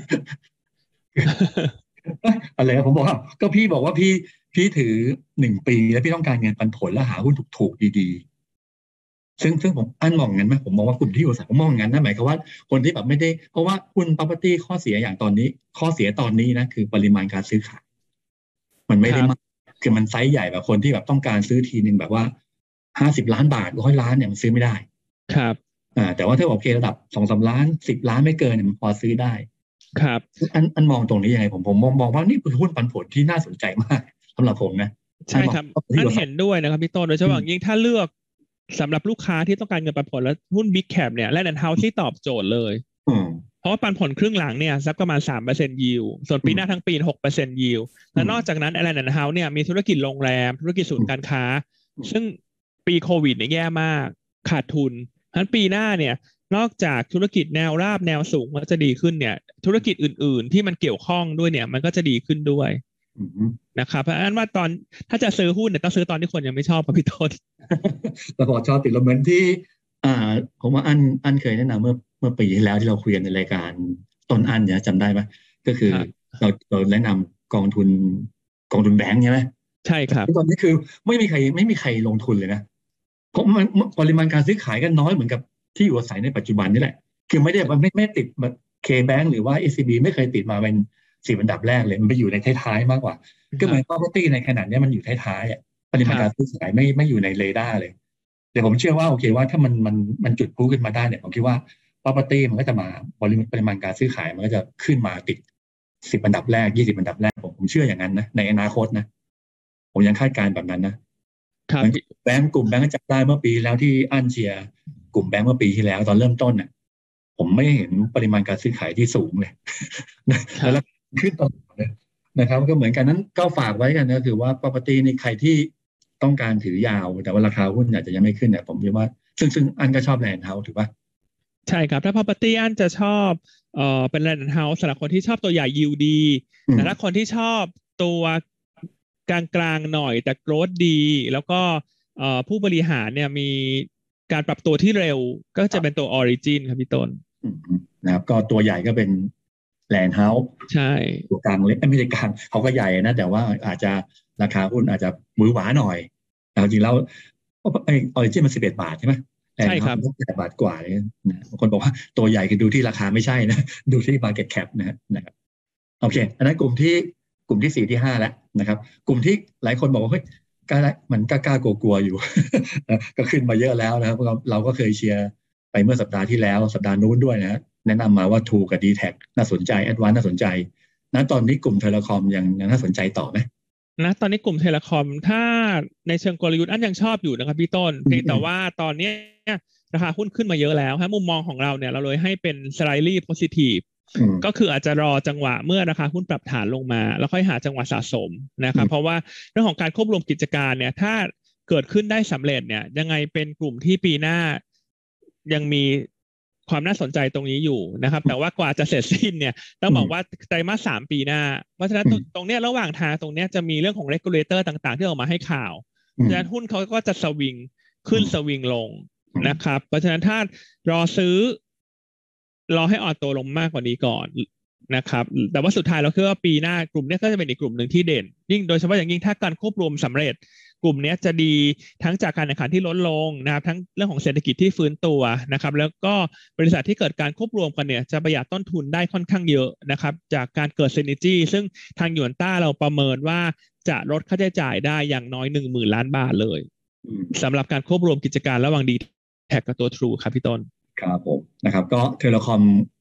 อะไรนะผมบอกว่าก็พี่บอกว่าพี่พี่ถือหนึ่งปีแล้วพี่ต้องการเงินปันผลแล้วหาหุ้นถูกๆดีๆซึ่งซึ่งผมอันมองงั้นไหมผมมองว่ากลุ่มที่อยู่อาศัยผมมองงั้นนะหมายความว่าคนที่แบบไม่ได้เพราะว่าหุ้น property ข้อเสียอย่างตอนนี้ข้อเสียตอนนี้นะคือปริมาณการซื้อขายมันไม่ได้มากคือมันไซส์ใหญ่แบบคนที่แบบต้องการซื้อทีหนึ่งแบบว่าห้าสิบล้านบาทร้อยล้านเนี่ยมันซื้อไม่ได้ครับอ่าแต่ว่าถ้าโอเคระดับสองสามล้านสิบล้านไม่เกินเนี่ยมันพอซื้อได้ครับอันอันมองตรงนี้ยังไงผมผมมองมองว่านี่คือหุ้นปันผลที่น่าสนใจมากสำหรับผมนะใช่ครับอันเห็นด้วยนะครับพี่ต้นโดยเฉพาะอย่างยิ่งถ้าเลือกสำหรับลูกค้าที่ต้องการเงินปันผลและหุ้น Big Cap เนี่ยและ Land House ที่ตอบโจทย์เลยเพราะว่าปันผลครึ่งหลังเนี่ยสักประมาณ สามเปอร์เซ็นต์ yield ส่วนปีหน้าทั้งปี หกเปอร์เซ็นต์ yield และนอกจากนั้น Land House เนี่ยมีธุรกิจโรงแรมธุรกิจศูนย์การค้าซึ่งปีโควิดเนี่ยแย่มากขาดทุนฉะนั้นปีหน้าเนี่ยนอกจากธุรกิจแนวราบแนวสูงมันจะดีขึ้นเนี่ยธุรกิจอื่นๆที่มันเกี่ยวข้องด้วยเนี่ยมันก็จะดีขึ้นด้วยนะครับเพราะฉะนั้นว่าตอนถ้าจะซื้อหุ้นเนี่ยต้องซื้อตอนที่คนยังไม่ชอบครับพี่ต้นแต่พอชอบติดลมเหมือนที่อ่าผมว่าอันอันเคยแนะนำเมื่อเมื่อปีที่แล้วที่เราคุยกันในรายการต้นอันเนี่ยจำได้ไหมก็คือเราเราแนะนำกองทุนกองทุนแบงค์ใช่ไหมใช่ครับตอนนี้คือไม่มีใครไม่มีใครลงทุนเลยนะเพราะมันปริมาณการซื้อขายกันน้อยเหมือนกับที่อยู่อาศัยในปัจจุบันนี่แหละคือไม่ได้ว่าไม่ไม่ติดแบบเคแบงค์หรือว่า เอ ซี บี ไม่เคยติดมาเป็นสิบอันดับแรกเลยมันไปอยู่ในท้ายๆมากกว่าก็เหมือน property ในขนาดนี้มันอยู่ท้ายๆปริมาณการซื้อขายไม่ไม่อยู่ในเรดาร์เลยแต่ผมเชื่อว่าโอเคว่าถ้ามันมันมันจุดพุ่งขึ้นมาได้เนี่ยผมคิดว่า property มันก็จะมาปริปริมาณการซื้อขายมันก็จะขึ้นมาติดสิบอันดับแรกยี่สิบอันดับแรกผมผมเชื่ออย่างนั้นนะในอนาคตนะผมยังคาดการณ์แบบนั้นนะแบงก์กลุ่มแบงก์ก็จับได้เมื่อปีแล้วที่อันเชียร์กลุ่มแบงก์เมื่อปีที่แล้วตอนเริ่มต้นน่ะผมไม่เห็นปริมาณการซื้อขายที่สูงเลยแล้วขึ้นตลอดเลยนะครับก็เหมือนกันนั้นก็ฝากไว้กันก็คือว่า property ในใครที่ต้องการถือยาวแต่ว่าราคาหุ้นอาจจะยังไม่ขึ้นเนี่ยผมคิดว่าซึ่งซึ่งอันก็ชอบแลนด์เฮาส์ถูกป่ะใช่ครับถ้า property อันจะชอบเอ่อเป็นแลนด์เฮาส์สำหรับคนที่ชอบตัวใหญ่ yield ดีแต่ถ้าคนที่ชอบตัวกลางๆหน่อยแต่ growth ดีแล้วก็เอ่อผู้บริหารเนี่ยมีการปรับตัวที่เร็วก็จะเป็นตัว origin ครับพี่ต้นนะครับก็ตัวใหญ่ก็เป็นแลนด์เฮาส์ใช่ตัวกลางเล็กไม่ใช่กลางเขาก็ใหญ่นะแต่ว่าอาจจะราคาหุ้นอาจจะมือหวาหน่อยแต่จริงแล้วไอ้ออริจินมันสิบเอ็ดบาทใช่ไหมใช่ครับแปดบาทกว่าเลยนะบางคนบอกว่าตัวใหญ่คือดูที่ราคาไม่ใช่นะดูที่ market cap นะนะครับโอเคอันนั้นกลุ่มที่กลุ่มที่สี่ที่ห้าแล้วนะครับกลุ่มที่หลายคนบอกว่าเฮ้ยกล้ามันกล้ากล้ากลัวๆอยู่ ก็ขึ้นมาเยอะแล้วนะครับเราเราก็เคยเชียร์ไปเมื่อสัปดาห์ที่แล้วสัปดาห์นู้นด้วยนะแนะนำมาว่า ทู กับ ดี แท็ก น่าสนใจ Advance น่าสนใจนะตอนนี้กลุ่มเทเลคอมยังยังน่าสนใจต่อไหมนะตอนนี้กลุ่มเทเลคอมถ้าในเชิงกลยุทธ์อันยังชอบอยู่นะครับพี่ต้นเพียงแต่ว่าตอนนี้ราคาหุ้นขึ้นมาเยอะแล้วฮะมุมมองของเราเนี่ยเราเลยให้เป็น slightly positive ก็คืออาจจะรอจังหวะเมื่อราคาหุ้นปรับฐานลงมาแล้วค่อยหาจังหวะสะสมนะครับเพราะว่าเรื่องของการควบรวมกิจการเนี่ยถ้าเกิดขึ้นได้สำเร็จเนี่ยยังไงเป็นกลุ่มที่ปีหน้ายังมีความน่าสนใจตรงนี้อยู่นะครับแต่ว่ากว่าจะเสร็จสิ้นเนี่ยต้องบอกว่าไตรมาสสามปีหน้าเพราะฉะนั้นตรงเนี้ยระหว่างทางตรงเนี้ยจะมีเรื่องของ regulator ต่างๆที่ออกมาให้ข่าวเพราะฉะนั้นหุ้นเขาก็จะสวิงขึ้นสวิงลงนะครับเพราะฉะนั้นถ้ารอซื้อรอให้อ่อนตัวลงมากกว่านี้ก่อนนะครับแต่ว่าสุดท้ายเราคิดว่าปีหน้ากลุ่มนี้ก็จะเป็นอีกกลุ่มหนึ่งที่เด่นยิ่งโดยเฉพาะอย่างยิ่งถ้าการควบรวมสำเร็จกลุ่มนี้จะดีทั้งจากการแข่งขันที่ลดลงนะครับทั้งเรื่องของเศรษฐกิจที่ฟื้นตัวนะครับแล้วก็บริษัทที่เกิดการควบรวมกันเนี่ยจะประหยัดต้นทุนได้ค่อนข้างเยอะนะครับจากการเกิดซินิจี้ซึ่งทางหยวนต้าเราประเมินว่าจะลดค่าใช้จ่ายได้อย่างน้อยหนึ่งหมื่นล้านบาทเลยสำหรับการควบรวมกิจการระหว่างดีแท็กกับตัว True ครับพี่ต้นครับผมนะครับก็เทเลคอม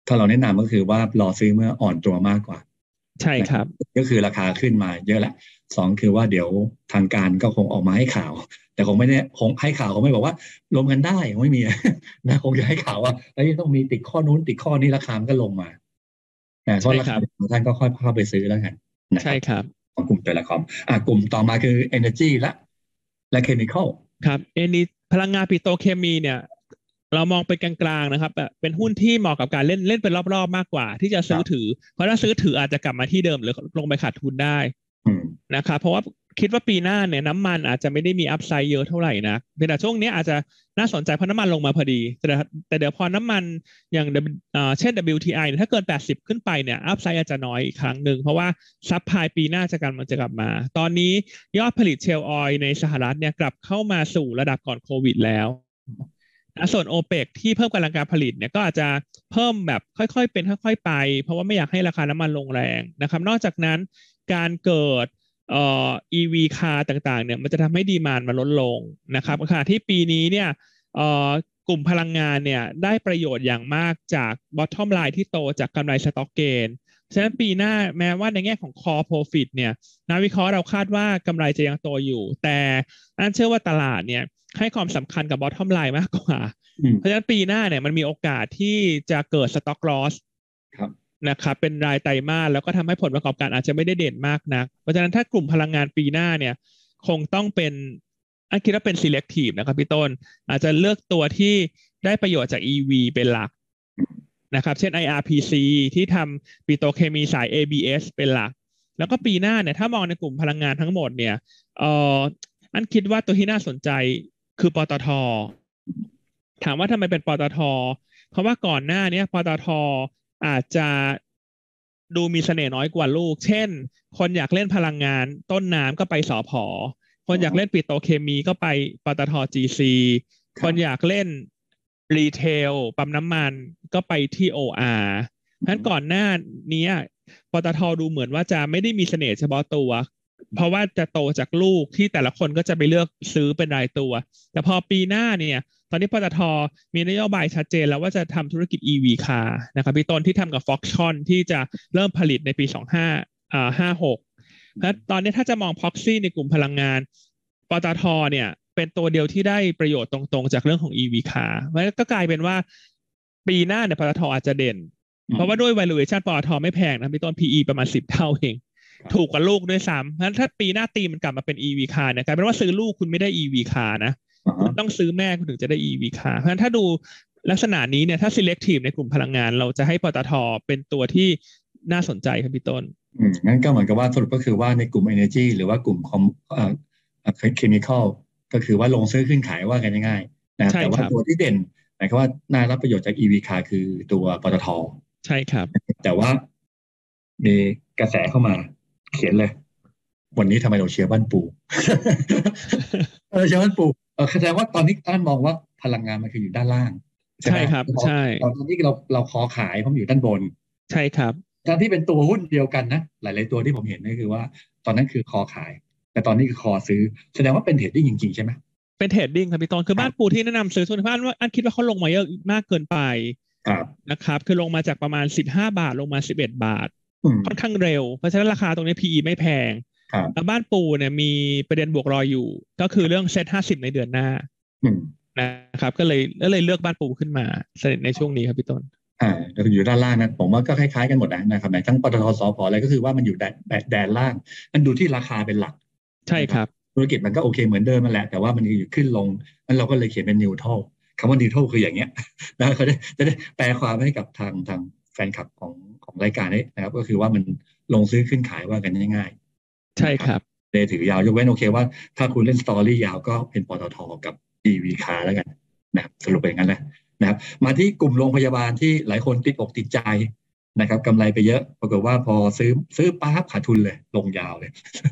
ถ้าเราแนะนำก็คือว่ารอซื้อเมื่ออ่อนตัวมากกว่าใช่ครับก็คือราคาขึ้นมาเยอะแหละสองคือว่าเดี๋ยวทางการก็คงออกมาให้ข่าวแต่คงไม่ได้คงให้ข่าวคงไม่บอกว่ารวมกันได้คงไม่มีนะคงจะให้ข่าวว่าไอ้ต้องมีติดข้อนู้นติดข้อนี้ราคามันก็ลงมานะเพราะราคาของท่านก็ค่อยเข้าไปซื้อแล้วกันนะครับของกลุ่มเทเลคอมอ่ะกลุ่มต่อมาคือ Energy และและ Chemical ครับเอนีพลังงานปิโตรเคมีเนี่ยเรามองเป็นกลางๆนะครับเป็นหุ้นที่เหมาะกับการเล่นเล่นเป็นรอบๆมากกว่าที่จะซื้อถือเพราะถ้าซื้อถืออาจจะกลับมาที่เดิมหรือลงไปขาดทุนได้นะครับเพราะว่าคิดว่าปีหน้าเนี่ยน้ำมันอาจจะไม่ได้มีอัพไซด์เยอะเท่าไหร่นะแต่ช่วงนี้อาจจะน่าสนใจเพราะน้ำมันลงมาพอดีแต่แต่เดี๋ยวพอน้ำมันอย่างเช่น ดับเบิลยู ที ไอ ถ้าเกินแปดสิบขึ้นไปเนี่ยอัพไซด์อาจจะน้อยอีกครั้งหนึ่งเพราะว่าซัพพลายปีหน้าจะกำลังจะกลับมาตอนนี้ยอดผลิตเชลล์ออยล์ในสหรัฐเนี่ยกลับเข้ามาสู่ระดับก่อนโควิดแล้วส่วน โอเปก ที่เพิ่มกำลังการผลิตเนี่ยก็อาจจะเพิ่มแบบค่อยๆเป็นค่อยๆไปเพราะว่าไม่อยากให้ราคาน้ำมันลงแรงนะครับนอกจากนั้นการเกิดเอ่อ อี วี car ต่างๆเนี่ยมันจะทำให้ดีมานด์มันลดลงนะครับขณะที่ปีนี้เนี่ยเอ่อกลุ่มพลังงานเนี่ยได้ประโยชน์อย่างมากจาก bottom line ที่โตจากกำไรสต็อกเกนฉะนั้นปีหน้าแม้ว่าในแง่ของ core profit เนี่ยนักวิเคราะห์เราคาดว่ากำไรจะยังโตอยู่แต่อันเชื่อว่าตลาดเนี่ยให้ความสำคัญกับ bottom line มากกว่าเพราะฉะนั้นปีหน้าเนี่ยมันมีโอกาสที่จะเกิด stock loss ครับนะครับเป็นรายไตรมาสแล้วก็ทำให้ผลประกอบการอาจจะไม่ได้เด่นมากนักเพราะฉะนั้นถ้ากลุ่มพลังงานปีหน้าเนี่ยคงต้องเป็นอันคิดว่าเป็น selective นะครับพี่ต้นอาจจะเลือกตัวที่ได้ประโยชน์จาก อี วี เป็นหลักนะครับเช่น ไอ อาร์ พี ซี ที่ทำปิโตรเคมีสาย เอ บี เอส เป็นหลักแล้วก็ปีหน้าเนี่ยถ้ามองในกลุ่มพลังงานทั้งหมดเนี่ยเอ่ออันคิดว่าตัวที่น่าสนใจคือปตท.ถามว่าทำไมเป็นปตท.เพราะว่าก่อนหน้านี้ปตท.อาจจะดูมีเสน่ห์น้อยกว่าลูกเช่นคนอยากเล่นพลังงานต้นน้ำก็ไปสผ.คนอยากเล่นปิโตรเคมีก็ไปปตท. จี ซี คนอยากเล่นรีเทลปั๊มน้ำมันก็ไปที่ โอ อาร์ เพราะฉะนั้นก่อนหน้านี้ปตท.ดูเหมือนว่าจะไม่ได้มีเสน่ห์เฉพาะตัวเพราะว่าจะโตจากลูกที่แต่ละคนก็จะไปเลือกซื้อเป็นรายตัวแต่พอปีหน้าเนี่ยตอนนี้ปตท.มีนโยบายชัดเจนแล้วว่าจะทำธุรกิจ อี วี car นะครับพี่ต้นที่ทำกับ Foxconn ที่จะเริ่มผลิตในปีสองพันห้าสิบหกและตอนนี้ถ้าจะมอง proxy ในกลุ่มพลังงานปตท.เนี่ยเป็นตัวเดียวที่ได้ประโยชน์ตรงๆจากเรื่องของ อี วี car แล้วก็กลายเป็นว่าปีหน้าเนี่ยปตท.อาจจะเด่นเพราะว่าด้วย valuation ปตท.ไม่แพงนะพี่ต้น พี อี ประมาณสิบเท่าเองถูกกว่าลูกด้วยซ้ำเพราะฉะนั้นถ้าปีหน้าตีมันกลับมาเป็น อี วี car เนี่ยกลายเป็นว่าซื้อลูกคุณไม่ได้ อี วี car นะคุณต้องซื้อแม่คุณถึงจะได้ อี วี car เพราะฉะนั้นถ้าดูลักษณะนี้เนี่ยถ้า selective ในกลุ่มพลังงานเราจะให้ปตท.เป็นตัวที่น่าสนใจครับพี่ต้นอืมงั้นก็เหมือนกับว่าสรุปก็คือว่าในกลุ่ม energy หรือว่ากลุ่มคอมเอ่อ chemical ก็คือว่าลงซื้อขึ้นขายว่ากันง่ายๆนะแต่ว่าตัวที่เด่นหมายความว่าน่ารับประโยชน์จาก อี วี car คือตัวปตท. ใช่ครับแต่ว่ามีกระแสเข้ามาเขียนเลยวันนี้ทำไมเราเชียร์บ้านปูเออเชียร์บ้านปูเออแสดงว่าตอนนี้ท่านมองว่าพลังงานมันคืออยู่ด้านล่างใช่ครับใช่ตอนนี้เราเราคอขายเพราะอยู่ด้านบนใช่ครับทั้งที่เป็นตัวหุ้นเดียวกันนะหลายๆตัวที่ผมเห็นนี่คือว่าตอนนั้นคือคอขายแต่ตอนนี้คือคอซื้อแสดงว่าเป็นเทรดดิ้งจริงๆใช่ไหมเป็นเทรดดิ้งครับพี่ต้นคือบ้านปูที่แนะนำซื้อส่วนบ้านว่าอันคิดว่าเขาลงมาเยอะมากเกินไปนะครับคือลงมาจากประมาณสิบห้าบาทลงมาสิบเอ็ดบาทค่อนข้างเร็วเพราะฉะนั้นราคาตรงนี้ พี อี ไม่แพงแล้วบ้านปูเนี่ยมีประเด็นบวกรออยู่ก็คือเรื่องเซ็ตห้าสิบในเดือนหน้านะครับก็เลยก็เลยเลือกบ้านปูขึ้นมาในช่วงนี้ครับพี่ต้นอ่าอยู่ด้านล่างนะผมว่าก็คล้ายๆกันหมดนะครับในทั้งปตท.สผ.อะไรก็คือว่ามันอยู่แดนแดนล่างมันดูที่ราคาเป็นหลักใช่ครับธุรกิจมันก็โอเคเหมือนเดิมนั่นแหละแต่ว่ามันอยู่ขึ้นลงนั้นเราก็เลยเขียนเป็นนิวทรัลคำว่านิวทรัลคืออย่างเงี้ยนะเขาจะจะได้แปลความให้กับทางทางแฟนคลับของของรายการนี้นะครับก็คือว่ามันลงซื้อขึ้นขายว่ากันง่ายๆใช่ครับเลยถือยาวยกเว้นโอเคว่าถ้าคุณเล่นสตอรี่ยาวก็เป็นปตท.กับ อี วี car แล้วกันนะครับสรุปเป็นอย่างนั้นแหละนะครับมาที่กลุ่มโรงพยาบาลที่หลายคนติดอกติดใจนะครับกำไรไปเยอะปรากฏว่าพอซื้อซื้อปั๊บขาดทุนเลยลงยาวเลย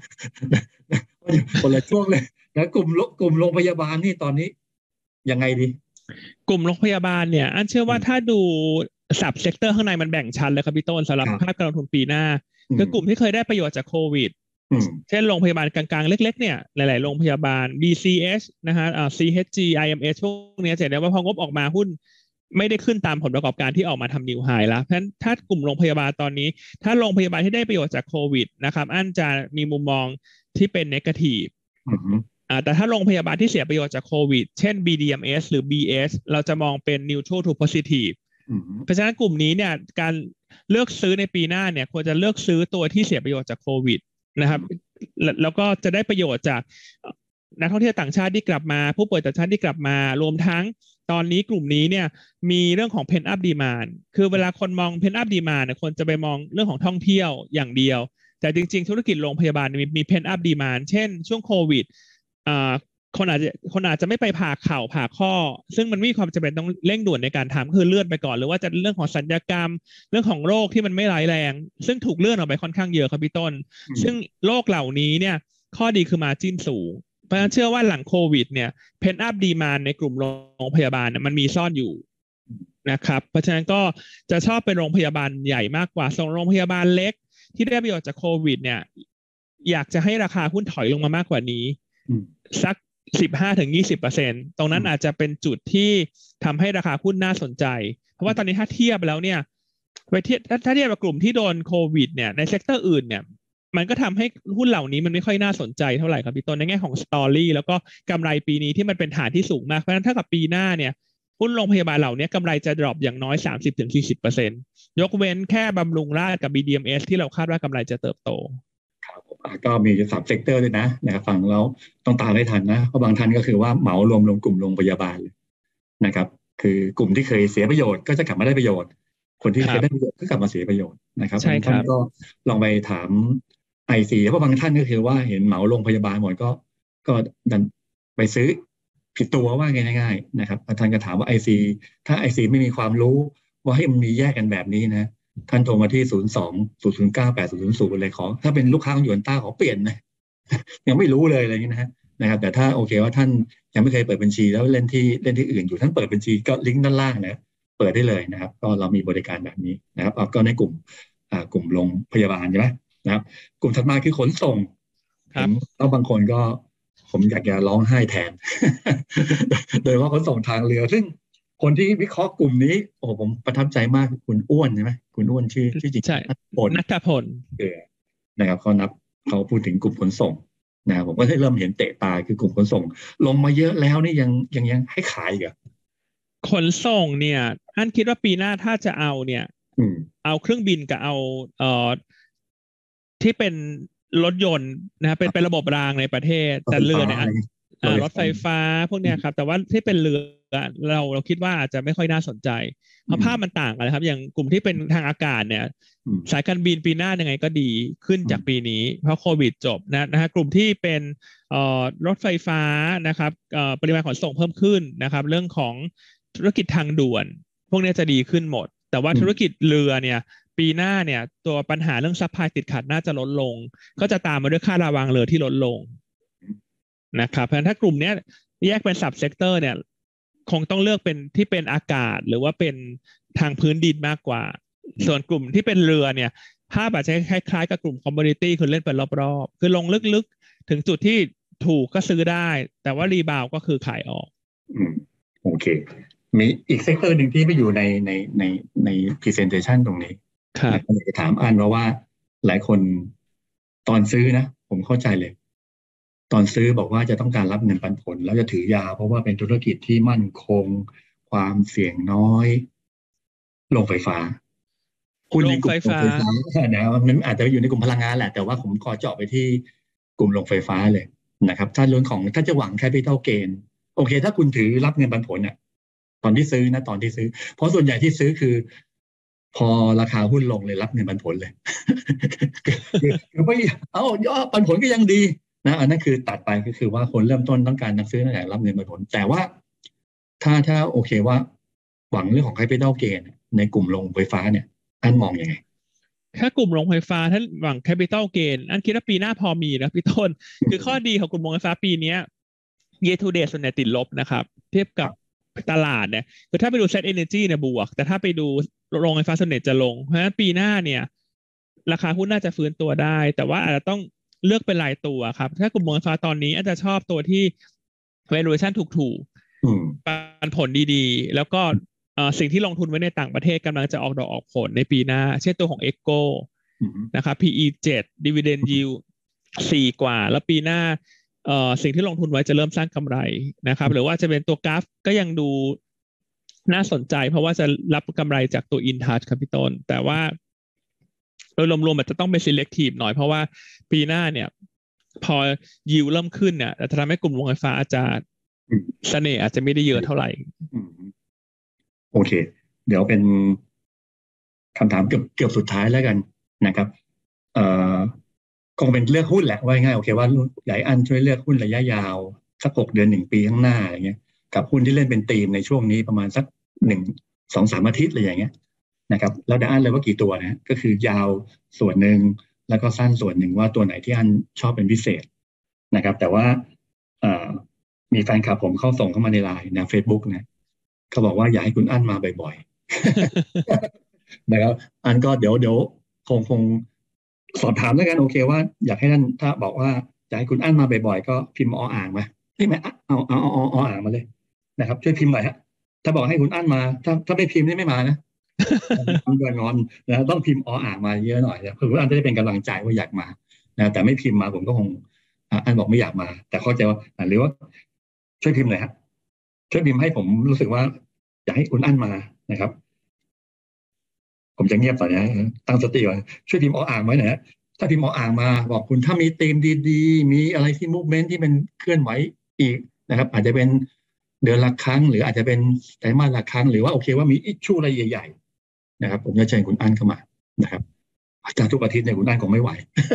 คนละช่วงเลยแล้วกลุ่มกลุ่มโรงพยาบาลนี่ตอนนี้ยังไงดีกลุ่มโรงพยาบาลเนี่ยอันเชื่อว่าถ้าดูสับเซกเตอร์ข้างในมันแบ่งชั้นเลยครับพี่ต้นสำหรับภาคการลงทุนปีหน้าคือกลุ่มที่เคยได้ประโยชน์จากโควิดเช่นโรงพยาบาลกลางๆเล็กๆเนี่ยหลายๆโรงพยาบาล บี ซี เอช นะฮะอ่า ซี เอช จี ไอ เอ็ม เอช พวกนี้จะเห็นได้ว่าพองบออกมาหุ้นไม่ได้ขึ้นตามผลประกอบการที่ออกมาทำนิวไฮแล้วเพราะฉะนั้นถ้ากลุ่มโรงพยาบาลตอนนี้ถ้าโรงพยาบาลที่ได้ประโยชน์จากโควิดนะครับอันจะมีมุมมองที่เป็นเนกาทีฟอ่าแต่ถ้าโรงพยาบาลที่เสียประโยชน์จากโควิดเช่น บี ดี เอ็ม เอส หรือ บี เอส เราจะมองเป็น neutral to positive เพราะฉะนั้นกลุ่มนี้เนี่ยการเลือกซื้อในปีหน้าเนี่ยควรจะเลือกซื้อตัวที่เสียประโยชน์จากโควิดนะครับแล้วก็จะได้ประโยชน์จากนักท่องเที่ยวต่างชาติที่กลับมาผู้ป่วยต่างชาติที่กลับมารวมทั้งตอนนี้กลุ่มนี้เนี่ยมีเรื่องของ pent up demand คือเวลาคนมอง pent up demand เนี่ยคนจะไปมองเรื่องของท่องเที่ยวอย่างเดียวแต่จริงๆธุรกิจโรงพยาบาลมีมี pent up demand เช่นช่วงโควิดอ่าคนอาจจะคนอาจจะไม่ไปผ่าเข่าผ่าข้อซึ่งมันไม่มีความจำเป็นต้องเร่งด่วนในการทำคือเลื่อนไปก่อนหรือว่าจะเรื่องของศัลยกรรมเรื่องของโรคที่มันไม่ร้ายแรงซึ่งถูกเลื่อนออกไปค่อนข้างเยอะครับพี่ต้นซึ่งโรคเหล่านี้เนี่ยข้อดีคือ margin สูงเพราะฉะนั้นเชื่อว่าหลังโควิดเนี่ย pent up demand ในกลุ่มโรงพยาบาลเนี่ยมันมีซ่อนอยู่นะครับเพราะฉะนั้นก็จะชอบเป็นโรงพยาบาลใหญ่มากกว่าส่วนโรงพยาบาลเล็กที่ได้ประโยชน์จากโควิดเนี่ยอยากจะให้ราคาหุ้นถอยลงมามากกว่านี้สัก สิบห้าถึงยี่สิบเปอร์เซ็นต์ ตรงนั้นอาจจะเป็นจุดที่ทำให้ราคาหุ้นน่าสนใจเพราะว่าตอนนี้ถ้าเทียบแล้วเนี่ยไปเทียบถ้าเทียบกับกลุ่มที่โดนโควิดเนี่ยในเซกเตอร์อื่นเนี่ยมันก็ทำให้หุ้นเหล่านี้มันไม่ค่อยน่าสนใจเท่าไหร่ครับพี่ต้นในแง่ของสตอรี่แล้วก็กำไรปีนี้ที่มันเป็นฐานที่สูงมากเพราะฉะนั้นถ้ากับปีหน้าเนี่ยหุ้นโรงพยาบาลเหล่านี้กำไรจะดรอปอย่างน้อย สามสิบถึงสี่สิบเปอร์เซ็นต์ ยกเว้นแค่บำรุงราษฎร์กับ บี ดี เอ็ม เอส ที่เราคาดว่ากำไรจะเติบโตก็มีสามเซกเตอร์ด้วยนะนะครับฟังแล้วต้องตามให้ทันนะเพราะบางท่านก็คือว่าเหมารวมลงกลุ่มโรงพยาบาลนะครับคือกลุ่มที่เคยเสียประโยชน์ก็จะกลับมาได้ประโยชน์คนที่เคยได้ประโยชน์ก็กลับมาเสียประโยชน์นะครับบางท่านก็ลองไปถามไอซีเพราะบางท่านก็คือว่าเห็นเหมาโรงพยาบาลหมดก็ก็ดันไปซื้อผิดตัวว่าง่ายๆนะครับท่านก็ถามว่าไอซีถ้าไอซีไม่มีความรู้ว่าให้มันมีแยกกันแบบนี้นะท่านโทรมาที่ศูนย์ สอง ศูนย์ ศูนย์ เก้า แปด ศูนย์ ศูนย์ ศูนย์เลยขอถ้าเป็นลูกค้าของยูนต้าขอเปลี่ยนนะยังไม่รู้เลยอะไรอย่างนี้นะฮะนะครับแต่ถ้าโอเคว่าท่านยังไม่เคยเปิดบัญชีแล้วเล่นที่เล่นที่อื่นอยู่ท่านเปิดบัญชีก็ลิงก์ด้านล่างนะเปิดได้เลยนะครับก็เรามีบริการแบบนี้นะครับก็ในกลุ่มอ่ากลุ่มโรงพยาบาลใช่ไหมนะครับกลุ่มถัดมาคือขนส่งครับแล้วบางคนก็ผมอยากจะร้องไห้แทน โดยว่าขนส่งทางเรือซึ่งคนที่วิเคราะห์กลุ่มนี้โอ้ผมประทับใจมากคุณอ้วนใช่ไหมคุณอ้วนชื่อชื่อจริงนัทพลนัทพลเออนะครับเขานับเขาพูดถึงกลุ่มขนส่งนะผมก็ได้เริ่มเห็นเตะตาคือกลุ่มขนส่งลงมาเยอะแล้วนี่ยังยังยังให้ขายอีกอะขนส่งเนี่ยอันคิดว่าปีหน้าถ้าจะเอาเนี่ยเอาเครื่องบินกับเอาเอ่อที่เป็นรถยนต์นะครับเป็นเป็นระบบรางในประเทศแต่เรือเนี่ยรถไฟฟ้าพวกเนี้ยครับแต่ว่าที่เป็นเรือเราเราคิดว่าอาจจะไม่ค่อยน่าสนใจเพราะภาพมันต่างกันนะครับอย่างกลุ่มที่เป็นทางอากาศเนี่ยสายการบินปีหน้ายังไงก็ดีขึ้นจากปีนี้เพราะโควิดจบนะนะฮะกลุ่มที่เป็นรถไฟฟ้านะครับปริมาณขนส่งเพิ่มขึ้นนะครับเรื่องของธุรกิจทางด่วนพวกนี้จะดีขึ้นหมดแต่ว่าธุรกิจเรือเนี่ยปีหน้าเนี่ยตัวปัญหาเรื่องซัพพลายติดขัดน่าจะลดลงก็จะตามมาด้วยค่าระวางเรือที่ลดลงนะครับเพราะฉะนั้นถ้ากลุ่มนี้แยกเป็นซับเซกเตอร์เนี่ยคงต้องเลือกเป็นที่เป็นอากาศหรือว่าเป็นทางพื้นดินมากกว่าส่วนกลุ่มที่เป็นเรือเนี่ยภาพอาจจะคล้ายๆกับกลุ่มคอมมูนิตี้คือเล่นเป็นรอบๆคือลงลึกๆถึงจุดที่ถูกก็ซื้อได้แต่ว่ารีบาวก็คือขายออกอืมโอเคมีอีกเซกเตอร์หนึ่งที่ไม่อยู่ในในในใน presentation ตรงนี้ครับอยากจะถามอันเพราะว่าหลายคนตอนซื้อนะผมเข้าใจเลยตอนซื้อบอกว่าจะต้องการรับเงินปันผลแล้วจะถือยาวเพราะว่าเป็นธุรกิจที่มั่นคงความเสี่ยงน้อยโรงไฟฟ้าคุณในกลุ่มไฟฟ้านะมันอาจจะอยู่ในกลุ่มพลังงานแหละแต่ว่าผมขอเจาะไปที่กลุ่มโรงไฟฟ้าเลยนะครับถ้าเรื่องของถ้าจะหวัง capital gain โอเคถ้าคุณถือรับเงินปันผลเนี่ยตอนที่ซื้อนะตอนที่ซื้อเพราะส่วนใหญ่ที่ซื้อคือพอราคาหุ้นลงเลยรับเงินปันผลเลยคือไม่เอายอดปันผลก็ยังดีนะอันนั้นคือตัดไปก็คือว่าคนเริ่มต้นต้องการนักซื้อนั่นแหละรับเงินปันผลแต่ว่าถ้าถ้าโอเคว่าหวังเรื่องของ capital gain ในกลุ่มโรงไฟฟ้าเนี่ยอันมองยังไงถ้ากลุ่มโรงไฟฟ้าถ้าหวัง capital gain อันคิดว่าปีหน้าพอมีนะพี่ต้นคือข้อดีของกลุ่มโรงไฟฟ้าปีนี้ year to date ส่วนใหญ่ติดลบนะครับเทียบกับตลาดเนี่ยคือถ้าไปดู Set Energy เนี่ยบวกแต่ถ้าไปดูโรงไฟฟ้าส่วนใหญ่จะลงเพราะฉะนั้นปีหน้าเนี่ยราคาหุ้นน่าจะฟื้นตัวได้แต่ว่าอาจจะต้องเลือกเป็นรายตัวครับถ้ากลุ่มโรงไฟฟ้าตอนนี้อาจจะชอบตัวที่ valuation ถูกๆปันผลดีๆแล้วก็เอ่อสิ่งที่ลงทุนไว้ในต่างประเทศกำลังจะออกดอกออกผลในปีหน้าเช่นตัวของ Echo นะครับ พี อี เจ็ด Dividend Yield สี่กว่าแล้วปีหน้าเอ่อสิ่งที่ลงทุนไว้จะเริ่มสร้างกำไรนะครับหรือว่าจะเป็นตัวกราฟก็ยังดูน่าสนใจเพราะว่าจะรับกำไรจากตัว InTouch ครับพี่ต้นแต่ว่าโดยรวมๆมันจะต้องเป็น selective หน่อยเพราะว่าปีหน้าเนี่ยพอ yield เริ่มขึ้นเนี่ยจะทำให้กลุ่มโรงไฟฟ้าอาจจะเสน่ห์อาจจะไม่ได้เยอะเท่าไหร่โอเคเดี๋ยวเป็นคำถามเกือบเกือบสุดท้ายแล้วกันนะครับเอ่อคงเป็นเลือกหุ้นแหละว่าง่ายโอเคว่าใหญ่อันช่วยเลือกหุ้นระยะยาวสักหกเดือนหนึ่งปีข้างหน้าอะไรเงี้ยกับหุ้นที่เล่นเป็นธีมในช่วงนี้ประมาณสักหนึ่งสองสามอาทิตย์อะไรอย่างเงี้ยนะครับแล้วได้อันเลยว่ากี่ตัวนะก็คือยาวส่วนหนึ่งแล้วก็สั้นส่วนหนึ่งว่าตัวไหนที่อันชอบเป็นพิเศษนะครับแต่ว่าเอ่อมีแฟนคลับผมเข้าส่งเข้ามาในไลน์นะเฟซบุ๊กนะเขาบอกว่าอยากให้คุณอั้นมาบ่อยๆ นะครับอันก็เดี๋ยวเดี๋ยวคงคงสอบถามแล้วกันโอเคว่าอยากให้ท่านถ้าบอกว่าอยากให้คุณอั้นมาบ่อยๆก็พิมพ์ออ่างมาที่ไหมเอาเอาเอาเอาอ่างมาเลยนะครับช่วยพิมพ์หน่อยฮะถ้าบอกให้คุณอั้นมาถ้าถ้าไม่พิมพ์นี่ไม่มานะต้องงอนนะต้องพิมพ์ออ่างมาเยอะหน่อยนะคุณอั้นจะได้เป็นกำลังใจว่าอยากมานะแต่ไม่พิมพ์มาผมก็คงอั้นบอกไม่อยากมาแต่เข้าใจว่าหรือว่าช่วยพิมพ์หน่อยฮะช่วยพิมพ์ให้ผมรู้สึกว่าอยากให้คุณอั้นมานะครับผมจะเงียบต่อนะตั้งสติก่อนช่วยพิมพ์ออ่างไว้หน่อยฮะถ้าพิมพ์ออ่างมาบอกคุณถ้ามีธีมดีๆมีอะไรที่มูฟเมนท์ที่มันเคลื่อนไหวอีกนะครับอาจจะเป็นเดือนละครั้งหรืออาจจะเป็นไตรมาสละครั้งหรือว่าโอเคว่ามีอิชชูอะไรใหญ่ๆนะครับผมจะเชิญคุณอั้นเข้ามานะครับจากทุกอาทิตย์เนี่ยคุณอั้นคงไม่ไหว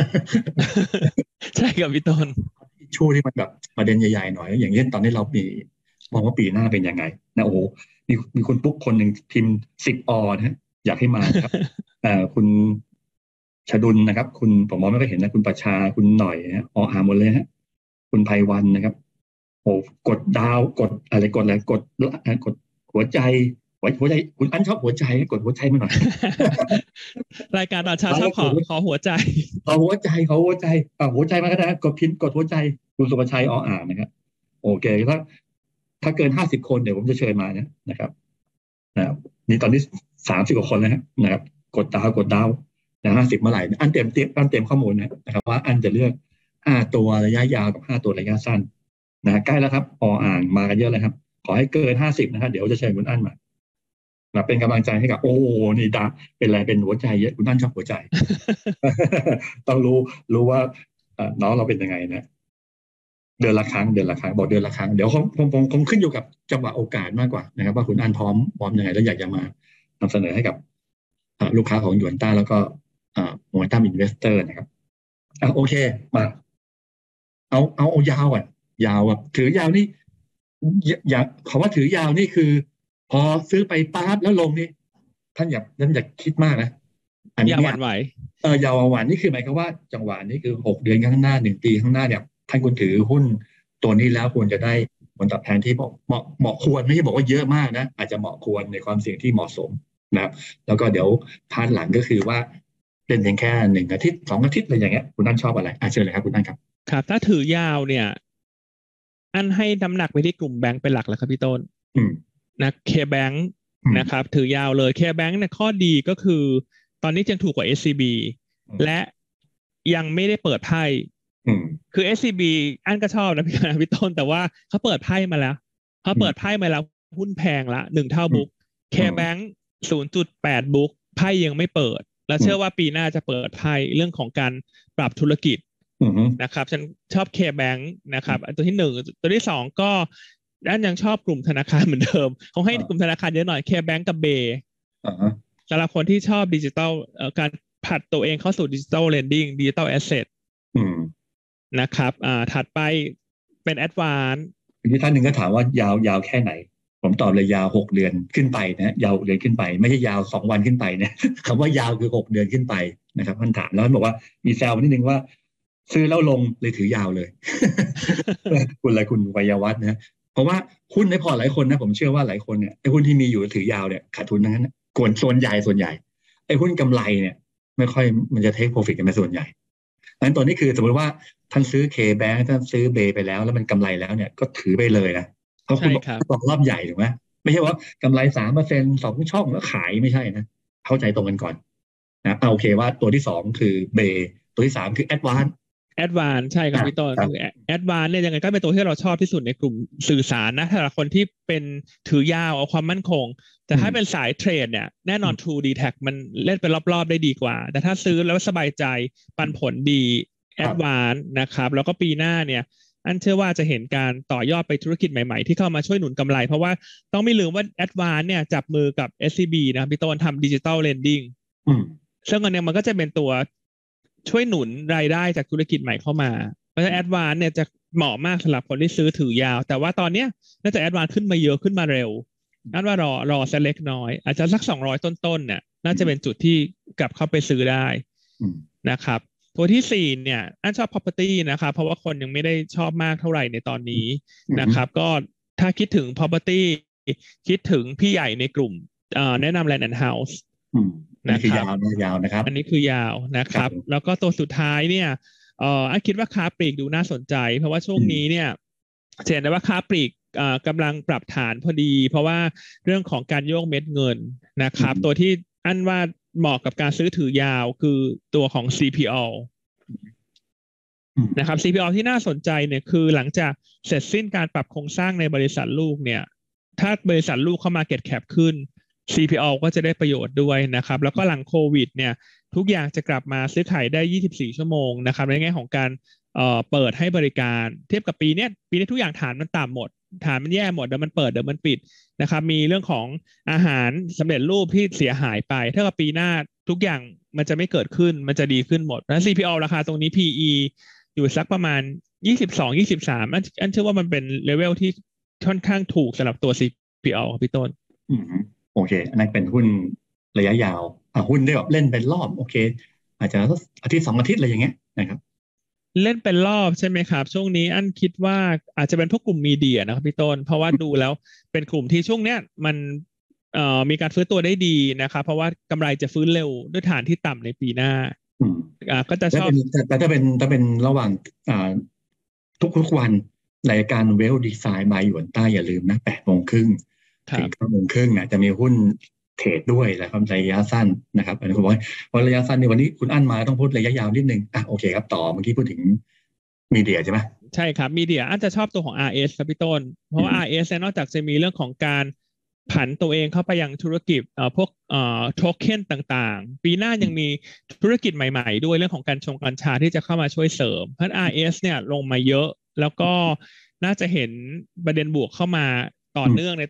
ใช่ครับพี่ต้นอิชชูที่มันแบบประเด็นใหญ่ๆหน่อยอย่างเช่นตอนนี้เราปีมองว่าปีหน้าเป็นยังไงนะโอ้โหมีมีคนปุ๊กคนหนึ่งพิมพ์สิบอนะอยากให้มาครับเอ่อคุณชดุลนะครับคุณผมมองไม่ค่อยเห็นนะคุณประชาคุณหน่อยนะออ่านหมดเลยฮะคุณไพวันนะครับโอ้กดดาวกดอะไรกดอะไรกดกดหัวใจหัวหัวใจคุณอันชอบหัวใจกดหัวใจมาหน่อยรายการตอนเช้าชอบขอขอหัวใจขอหัวใจขอหัวใจอ่าหัวใจมาก็ได้กดพิมพ์กดหัวใจคุณสุภชัยออ่านนะครับโอเคถ้าถ้าเกินห้าสิบคนเดี๋ยวผมจะเชิญมาเนี่ยนะครับนะครับนี่ตอนนี้สามสิบกว่าคนแล้วนะครับกดดาวกดดาวนะห้าสิบเมื่อไหร่อันเตรียมเตรียมอันเตรียมข้อมูลนะครับว่าอันจะเลือกห้าตัวระยะยาวกับห้าตัวระยะสั้นนะใกล้แล้วครับออ่านมากันเยอะเลยครับขอให้เกินห้าสิบนะครับเดี๋ยวจะเชิญคุณอั้นมามาเป็นกำลังใจให้กับโอ้นี่ดาเป็นอะไรเป็นหัวใจเยอะคุณอั้นชอบหัวใจ ต้องรู้รู้ว่าน้องเราเป็นยังไงนะเดือนละครั้งเดือนละครั้งบอกเดือนละครั้งเดี๋ยวคงคงคงขึ้นอยู่กับจังหวะโอกาสมากกว่านะครับว่าคุณอั้นพร้อมพร้อมยังไงแล้วอยากจะมานำเสนอให้กับลูกค้าของหยวนต้าแล้วก็โมเมนตัมอินเวสเตอร์นะครับอ่ะโอเคมาเอาเอาเอายาวอ่ะยาวแบบถือยาวนี่อย่าคำว่าถือยาวนี่คือพอซื้อไปปั๊บแล้วลงนี่ท่านอย่าท่านอย่าคิดมากนะอันนี้ยาวหวานไหวเออยาวหวานนี่คือหมายความว่าจังหวะนี้คือหกเดือนข้างหน้าหนึ่งปีข้างหน้าเนี่ยท่านคุณถือหุ้นตัวนี้แล้วควรจะได้ผลตอบแทนที่เหมาะเหมาะเหมาะควรไม่ใช่บอกว่าเยอะมากนะอาจจะเหมาะควรในความเสี่ยงที่เหมาะสมนะครับแล้วก็เดี๋ยวพาร์ทหลังก็คือว่าเล่นเพียงแค่หนึ่งอาทิตย์สองอาทิตย์อะไรอย่างเงี้ยคุณอั้นชอบอะไรอ่ะเชิญเลยครับคุณอั้นครับครับถ้าถือยาวเนี่ยอันให้น้ำหนักไปที่กลุ่มแบงก์เป็นหลักแล้วครับพี่ต้นนะเคแบงก์นะครับถือยาวเลยเคแบงก์เนี่ยข้อดีก็คือตอนนี้ยังถูกกว่า เอส ซี บี และยังไม่ได้เปิดไพ่คือ เอส ซี บี อันก็ชอบนะพี่พี่ต้นแต่ว่าเขาเปิดไพ่มาแล้วเขาเปิดไพ่มาแล้วหุ้นแพงละหนึ่งเท่าบุ๊กเคแบงก์ศูนย์จุดแปดบุ๊กไพ่ยังไม่เปิดแล้วเชื่อว่าปีหน้าจะเปิดไพ่เรื่องของการปรับธุรกิจนะครับฉันชอบเคแบงก์นะครับตัวที่หนึ่งตัวที่สองก็ด้านยังชอบกลุ่มธนาคารเหมือนเดิมเขาให้กลุ่มธนาคารเยอะหน่อยเคแบงก์กับเบย์สำหรับคนที่ชอบดิจิตอลการผัดตัวเองเข้าสู่ดิจิตอลเลนดิ้งดิจิตอลแอสเซทนะครับอ่าถัดไปเป็นแอดวานซ์ทีนี้ท่านหนึ่งก็ถามว่ายาวยาวแค่ไหนผมตอบเลยยาวหกเดือนขึ้นไปนะยาวเดือนขึ้นไปไม่ใช่ยาวสองวันขึ้นไปเนี่ยคำว่ายาวคือหกเดือนขึ้นไปนะครับท่านถามแล้วบอกว่ามีแซวนิดนึงว่าซื้อแล้วลงเลยถือยาวเลย คุณอะไรคุณวัยวัฒน์นะเพราะว่าหุ้นในพอร์ตหลายคนนะผมเชื่อว่าหลายคนเนี่ยไอ้หุ้นที่มีอยู่ถือยาวเนี่ยขาดทุนทั้งนั้นกวนส่วนใหญ่ส่วนใหญ่ไอ้หุ้นกำไรเนี่ยไม่ค่อยมันจะเทคโปรฟิตกันเป็นส่วนใหญ่นั้นตัวนี้คือสมมติว่าท่านซื้อ K-Bank ท่านซื้อเบย์ไปแล้วแล้วมันกำไรแล้วเนี่ยก็ถือไปเลยนะเพราะคุณบอกรอบใหญ่ถูกไหมไม่ใช่ว่ากำไรสามเปอร์เซ็นต์สองช่องแล้วขายไม่ใช่นะเข้าใจตรงกันก่อนนะเอาโอเคว่าตัวที่สองคือเบตัวที่สามคือแอดวานแอดวานใช่ครับพี่ต้นคือแอดวานเนี่ยยังไงก็เป็นตัวที่เราชอบที่สุดในกลุ่มสื่อสารนะถ้าคนที่เป็นถือยาวเอาความมั่นคงแต่ถ้าเป็นสายเทรดเนี่ยแน่นอน True ดี แท็ก มันเล่นเป็นรอบๆได้ดีกว่าแต่ถ้าซื้อแล้วสบายใจปันผลดีแอดวานนะครับแล้วก็ปีหน้าเนี่ยอันเชื่อว่าจะเห็นการต่อยอดไปธุรกิจใหม่ๆที่เข้ามาช่วยหนุนกำไรเพราะว่าต้องไม่ลืมว่าแอดวานเนี่ยจับมือกับ เอส ซี บี นะครับพี่ต้นทำดิจิตอลเลนดิ้งซึ่งอันนี้มันก็จะเป็นตัวช่วยหนุนรายได้จากธุรกิจใหม่เข้ามาเพราะฉะนั้นแอดวานเนี่ยจะเหมาะมากสำหรับคนที่ซื้อถือยาวแต่ว่าตอนเนี้ยน่าจะแอดวานขึ้นมาเยอะขึ้นมาเร็วนั่นว่ารอรอสักเล็กน้อยอาจจะสักสองร้อยต้นๆเนี่ยน่าจะเป็นจุดที่กลับเข้าไปซื้อได้นะครับตัวที่สี่เนี่ยอันชอบ property นะครับเพราะว่าคนยังไม่ได้ชอบมากเท่าไหร่ในตอนนี้นะครับก็ถ้าคิดถึง property คิดถึงพี่ใหญ่ในกลุ่มแนะนำ Land and House อันนี้คือยาวนะยาวนะครับอันนี้คือยาวนะครับแล้วก็ตัวสุดท้ายเนี่ยเอ่ออันคิดว่าค้าปลีกดูน่าสนใจเพราะว่าช่วงนี้เนี่ยเห็นได้ว่าค้าปลีกเอ่อกำลังปรับฐานพอดีเพราะว่าเรื่องของการโยกเม็ดเงินนะครับตัวที่อันว่าเหมาะกับการซื้อถือยาวคือตัวของ ซี พี แอล นะครับ ซี พี แอล ที่น่าสนใจเนี่ยคือหลังจากเสร็จสิ้นการปรับโครงสร้างในบริษัทลูกเนี่ยถ้าบริษัทลูกเข้ามาเก็ตแคปขึ้น ซี พี แอล ก็จะได้ประโยชน์ด้วยนะครับแล้วก็หลังโควิดเนี่ยทุกอย่างจะกลับมาซื้อขายได้ยี่สิบสี่ชั่วโมงนะครับในแง่ของการเอ่อเปิดให้บริการเทียบกับปีนี้ปีนี้ทุกอย่างฐานมันต่ำหมดฐานมันแย่หมดเดี๋ยวมันเปิดเดี๋ยวมันปิดนะครับมีเรื่องของอาหารสำเร็จรูปที่เสียหายไปถ้ากับปีหน้าทุกอย่างมันจะไม่เกิดขึ้นมันจะดีขึ้นหมดแล้ว ซี พี แอล ราคาตรงนี้ พี อี อยู่สักประมาณยี่สิบสอง ยี่สิบสามอันอันเชื่อว่ามันเป็นเลเวลที่ค่อนข้างถูกสำหรับตัว ซี พี แอล ครับพี่ต้นอืมโอเคอันนั้นเป็นหุ้นระยะยาวอ่ะหุ้นได้แบบเล่นเป็นรอบโอเคอาจจะอาทิตย์สองอาทิตย์อะไรอย่างเงี้ยนะครับเล่นเป็นรอบใช่ไหมครับช่วงนี้อันคิดว่าอาจจะเป็นพวกกลุ่มมีเดียนะครับพี่ต้นเพราะว่าดูแล้วเป็นกลุ่มที่ช่วงเนี้ยมันเอ่อมีการฟื้นตัวได้ดีนะครับเพราะว่ากำไรจะฟื้นเร็วด้วยฐานที่ต่ำในปีหน้าอ่าก็จะชอบแต่ถ้าเป็นถ้าเป็นระหว่างอ่าทุกทุกวันรายการเวลดีไซน์บายหยวนต้าอย่าลืมนะแปดโมงครึ่งถึงเก้าโมงครึ่งนะจะมีหุ้นเทรดด้วยนะครับระยะสั้นนะครับอันนี้ผมว่าเพราะระยะสั้นในวันนี้คุณอั้นมาต้องพูดระยะยาวนิดนึงอ่ะโอเคครับต่อเมื่อกี้พูดถึงมีเดียใช่ไหมใช่ครับมีเดียอันจะชอบตัวของ อาร์ เอส ครับพี่ต้นเพราะว่า อาร์ เอส นอกจากจะมีเรื่องของการผันตัวเองเข้าไปยังธุรกิจเอ่อพวกเอ่อโทเค็นต่างๆปีหน้ายังมีธุรกิจใหม่ๆด้วยเรื่องของการชงกัญชาที่จะเข้ามาช่วยเสริมเพราะ อาร์ เอส เนี่ยลงมาเยอะแล้วก็น่าจะเห็นประเด็นบวกเข้ามาต่อเนื่องใน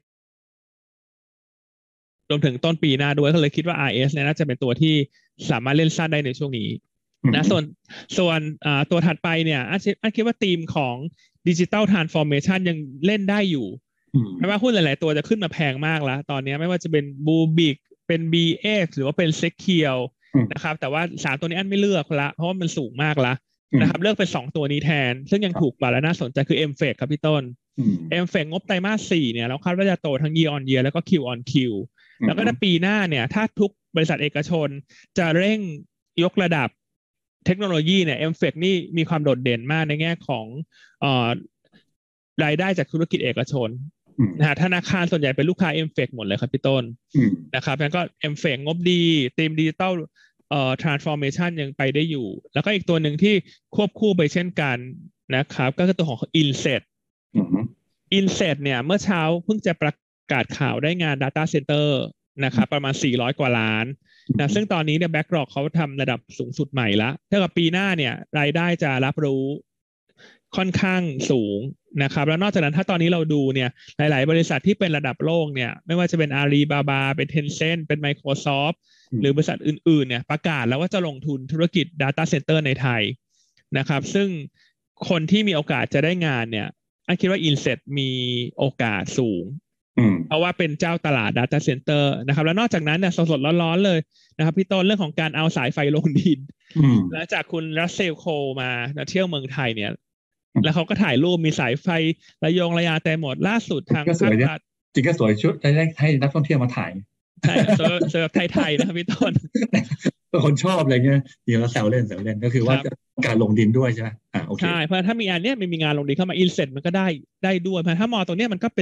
รวมถึงต้นปีหน้าด้วยก็เลยคิดว่า อาร์ เอส เนี่ยน่าจะเป็นตัวที่สามารถเล่นสั้นได้ในช่วงนี้นะส่วนส่วนตัวถัดไปเนี่ยอันคิดว่าธีมของดิจิตอลทรานส์ฟอร์เมชันยังเล่นได้อยู่ไม่ว่าหุ้นหลายๆตัวจะขึ้นมาแพงมากแล้วตอนนี้ไม่ว่าจะเป็นบูบิกเป็น บี เอ็กซ์ หรือว่าเป็นเซ็กเคียวนะครับแต่ว่าสามตัวนี้อันไม่เลือกละเพราะว่ามันสูงมากละนะครับเลือกเป็นสองตัวนี้แทนซึ่งยังถูกกว่าและน่าสนใจคือ เอ็ม เอฟ อี ซี ครับพี่ต้น เอ็ม เอฟ อี ซี งบไตรมาสสี่เนี่ยเราคาดว่าจะโตทั้ง year on year แล้วก็ Q on Q แล้วก็ในปีหน้าเนี่ยถ้าทุกบริษัทเอกชนจะเร่งยกระดับเทคโนโลยีเนี่ย เอ็ม เอฟ อี ซี นี่มีความโดดเด่นมากในแง่ของเอ่อรายได้จากธุรกิจเอกชนนะฮะธนาคารส่วนใหญ่เป็นลูกค้า เอ็ม เอฟ อี ซี หมดเลยครับพี่ต้นนะครับแล้วก็ เอ็ม เอฟ อี ซี งบดีทีมดิจิตอลเอ่อ transformation ยังไปได้อยู่แล้วก็อีกตัวหนึ่งที่ควบคู่ไปเช่นกันนะครับก็คือตัวของ Inset Inset เนี่ยเมื่อเช้าเพิ่งจะประกาศข่าวได้งาน Data Center นะครับประมาณสี่ร้อยกว่าล้านนะซึ่งตอนนี้เนี่ย Backlog เขาทำระดับสูงสุดใหม่ละเท่ากับปีหน้าเนี่ยรายได้จะรับรู้ค่อนข้างสูงนะครับแล้วนอกจากนั้นถ้าตอนนี้เราดูเนี่ยหลายๆบริษัทที่เป็นระดับโลกเนี่ยไม่ว่าจะเป็น Alibaba เป็น Tencent เป็น Microsoft หรือบริษัทอื่นๆเนี่ยประกาศแล้วว่าจะลงทุนธุรกิจ Data Center ในไทยนะครับซึ่งคนที่มีโอกาสจะได้งานเนี่ยอันคิดว่า Inset มีโอกาสสูงเพราะว่าเป็นเจ้าตลาด Data Center นะครับแล้วนอกจากนั้นเนี่ยสดๆร้อนๆเลยนะครับพี่ต้นเรื่องของการเอาสายไฟลงดินหลังจากคุณรัสเซลโคมาเที่ยวเมืองไทยเนี่ยแล้วเขาก็ถ่ายรูปมีสายไฟระยงระยาแต่หมดล่าสุดทางภาครัฐจริงก็สวยชุดได้ให้นักท่องเที่ยวมาถ่ายใช่สวยแบบไทยๆนะครับพี่ต้นเป็นคนชอบอะไรเงี้ยเดี๋ยวเราแซวเล่นแซวเล่นก็คือว่าการลงดินด้วยใช่ไหมอ่าโอเคใช่เพราะถ้ามีงานเนี้ยมันมีงานลงดินเข้ามาอินเซ็ตมันก็ได้ได้ด้วยเพราะถ้ามอตรงเนี้ยมันก็เป็น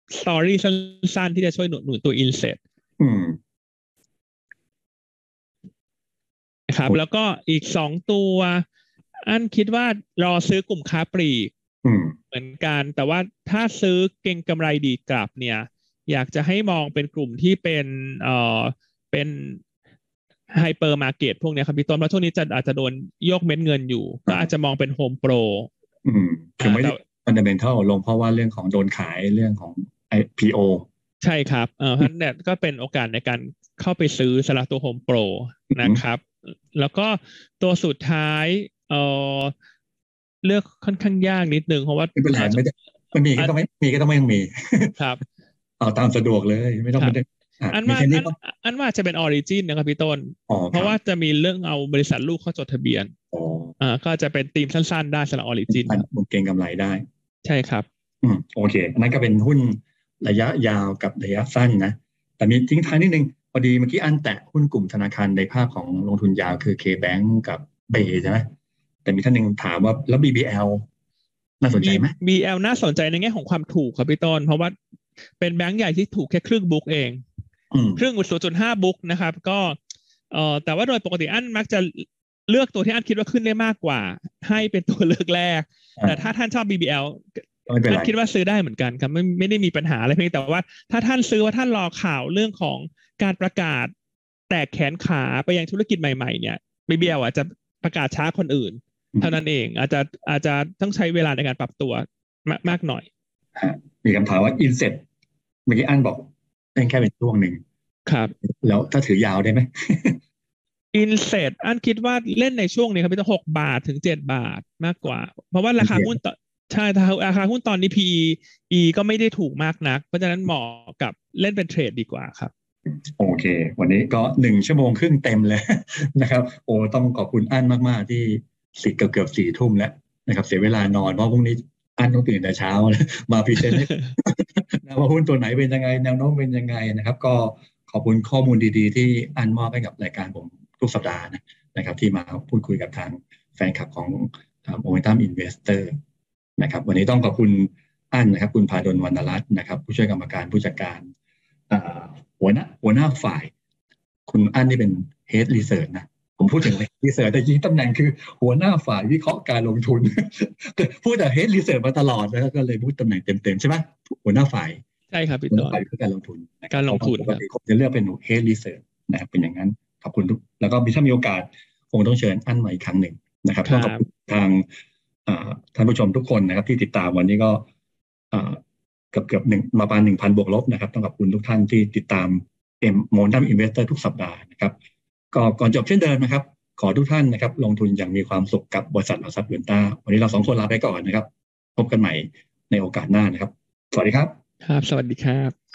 สตอรี่สั้นๆที่จะช่วยหนุนหนุนตัวอินเซ็ตนะครับแล้วก็อีกสองตัวอันคิดว่ารอซื้อกลุ่มค้าปลีกเหมือนกันแต่ว่าถ้าซื้อเก็งกำไรดีกลับเนี่ยอยากจะให้มองเป็นกลุ่มที่เป็นเอ่อเป็นไฮเปอร์มาร์เก็ตพวกนี้ครับพี่ต้นเพราะช่วงนี้จะอาจจะโดนโยกเม็ดเงินอยู่ก็อาจจะมองเป็นโฮมโปรอืมคือไม่ได้ฟันดัมเมนทัลลงเพราะว่าเรื่องของโดนขายเรื่องของ ไอ พี โอใช่ครับเออเพราะเนี่ยก็เป็นโอกาสในการเข้าไปซื้อสำหรับตัวโฮมโปรนะครับแล้วก็ตัวสุดท้ายเออเลือกค่อนข้างยากนิดนึงเพราะว่าไม่เป็นไรไม่ได้มันมีก็ต้องไม่มีก็ต้องไม่มีครับเอาตามสะดวกเลยไม่ต้องไม่ได้อันว่าอันอันว่าจะเป็นออริจินนะครับพี่ต้นเพราะว่าจะมีเรื่องเอาบริษัทลูกเข้าจดทะเบียนอ่าก็จะเป็นธีมสั้นๆได้สำหรับออริจินมันเก็งกำไรได้ใช่ครับอืมโอเคอันนั้นก็เป็นหุ้นระยะยาวกับระยะสั้นนะแต่มีทิ้งท้ายนิดนึงพอดีเมื่อกี้อันแตะหุ้นกลุ่มธนาคารในภาพของลงทุนยาวคือ K-Bank กับเบใช่ไหมแต่มีท่านหนึ่งถามว่าแล้ว บี บี แอล น่าสนใจไหมบี แอล น่าสนใจในแง่ของความถูกครับพี่ต้นเพราะว่าเป็นแบงก์ใหญ่ที่ถูกแค่ครึ่งบุ๊กเองครึ่ง ศูนย์จุดห้า บุ๊กนะครับก็เอ่อแต่ว่าโดยปกติอันมักจะเลือกตัวที่อันคิดว่าขึ้นได้มากกว่าให้เป็นตัวเลือกแรกแต่ถ้าท่านชอบ บี บี แอล อันคิดว่าซื้อได้เหมือนกันครับไม่ไม่ได้มีปัญหาอะไรเพียงแต่ว่าถ้าท่านซื้อว่าท่านรอข่าวเรื่องของการประกาศแตกแขนขาไปยังธุรกิจใหม่ๆเนี่ย บี บี แอล อาจจะประกาศช้าคนอื่นเท่านั้นเองอาจจะอาจจะต้องใช้เวลาในการปรับตัวมากหน่อยมีคำถามว่าอินเซ็ตเมื่อกี้อันบอกเป็นแค่เป็นช่วงหนึ่งครับแล้วถ้าถือยาวได้ไหมอินเซ็ตอันคิดว่าเล่นในช่วงนี้ครับพี่ต้องหกบาทถึงเจ็ดบาทมากกว่าเพราะว่าราคาหุ้นต่อใช่ราคาหุ้นตอนนี้ พี อี ก็ไม่ได้ถูกมากนักเพราะฉะนั้นเหมาะกับเล่นเป็นเทรดดีกว่าครับโอเควันนี้ก็หนึ่งชั่วโมงครึ่งเต็มเลยนะครับโอ้ต้องขอบคุณอันมากๆที่สิเกือบเกือบสี่ทุ่มแล้วนะครับเสียเวลานอนเพราะพรุ่งนี้อันต้องตื่นแต่เช้ามาพรีเซนต์นะว่าหุ้นตัวไหนเป็นยังไงแนวโน้มเป็นยังไงนะครับก็ขอบคุณข้อมูลดีๆที่อันมอบให้กับรายการผมทุกสัปดาห์นะครับที่มาพูดคุยกับทางแฟนคลับของโมเมนตัมอินเวสเตอร์นะครับวันนี้ต้องขอบคุณอันนะครับคุณพาดลวรรณรัตน์นะครับผู้ช่วยกรรมการผู้จัดการหัวหน้าหัวหน้าฝ่ายคุณอันนี่เป็น Head Research นะผมพูดถึง Head Research แต่จริงตำแหน่งคือหัวหน้าฝ่ายวิเคราะห์การลงทุนพูดแต่ Head Research มาตลอดแล้วก็เลยพูดตำแหน่งเต็มๆใช่ไหมหัวหน้าฝ่ายใช่ครับพี่ต้นฝ่ายการลงทุนการลงทุนปกติผมจะเลือกเป็น Head Research นะครับเป็นอย่างนั้นขอบคุณทุกแล้วก็มีถ้ามีโอกาสคงต้องเชิญอันใหม่อีกครั้งหนึ่งนะครับต้องขอบคุณทางท่านผู้ชมทุกคนนะครับที่ติดตามวันนี้ก็เกือบเกือบหนึ่งมาประมาณหนึ่งพันบวกลบนะครับต้องขอบคุณทุกท่านที่ติดตามเอ็มโมนดัมอินเวสเตอร์ทุกสัปดาห์นะครับก็ก่อนจบเช่นเดิมนะครับขอทุกท่านนะครับลงทุนอย่างมีความสุขกับบริษัทหลักทรัพย์เวินต้าวันนี้เราสองคนลาไปก่อนนะครับพบกันใหม่ในโอกาสหน้านะครับสวัสดีครับครับสวัสดีครับ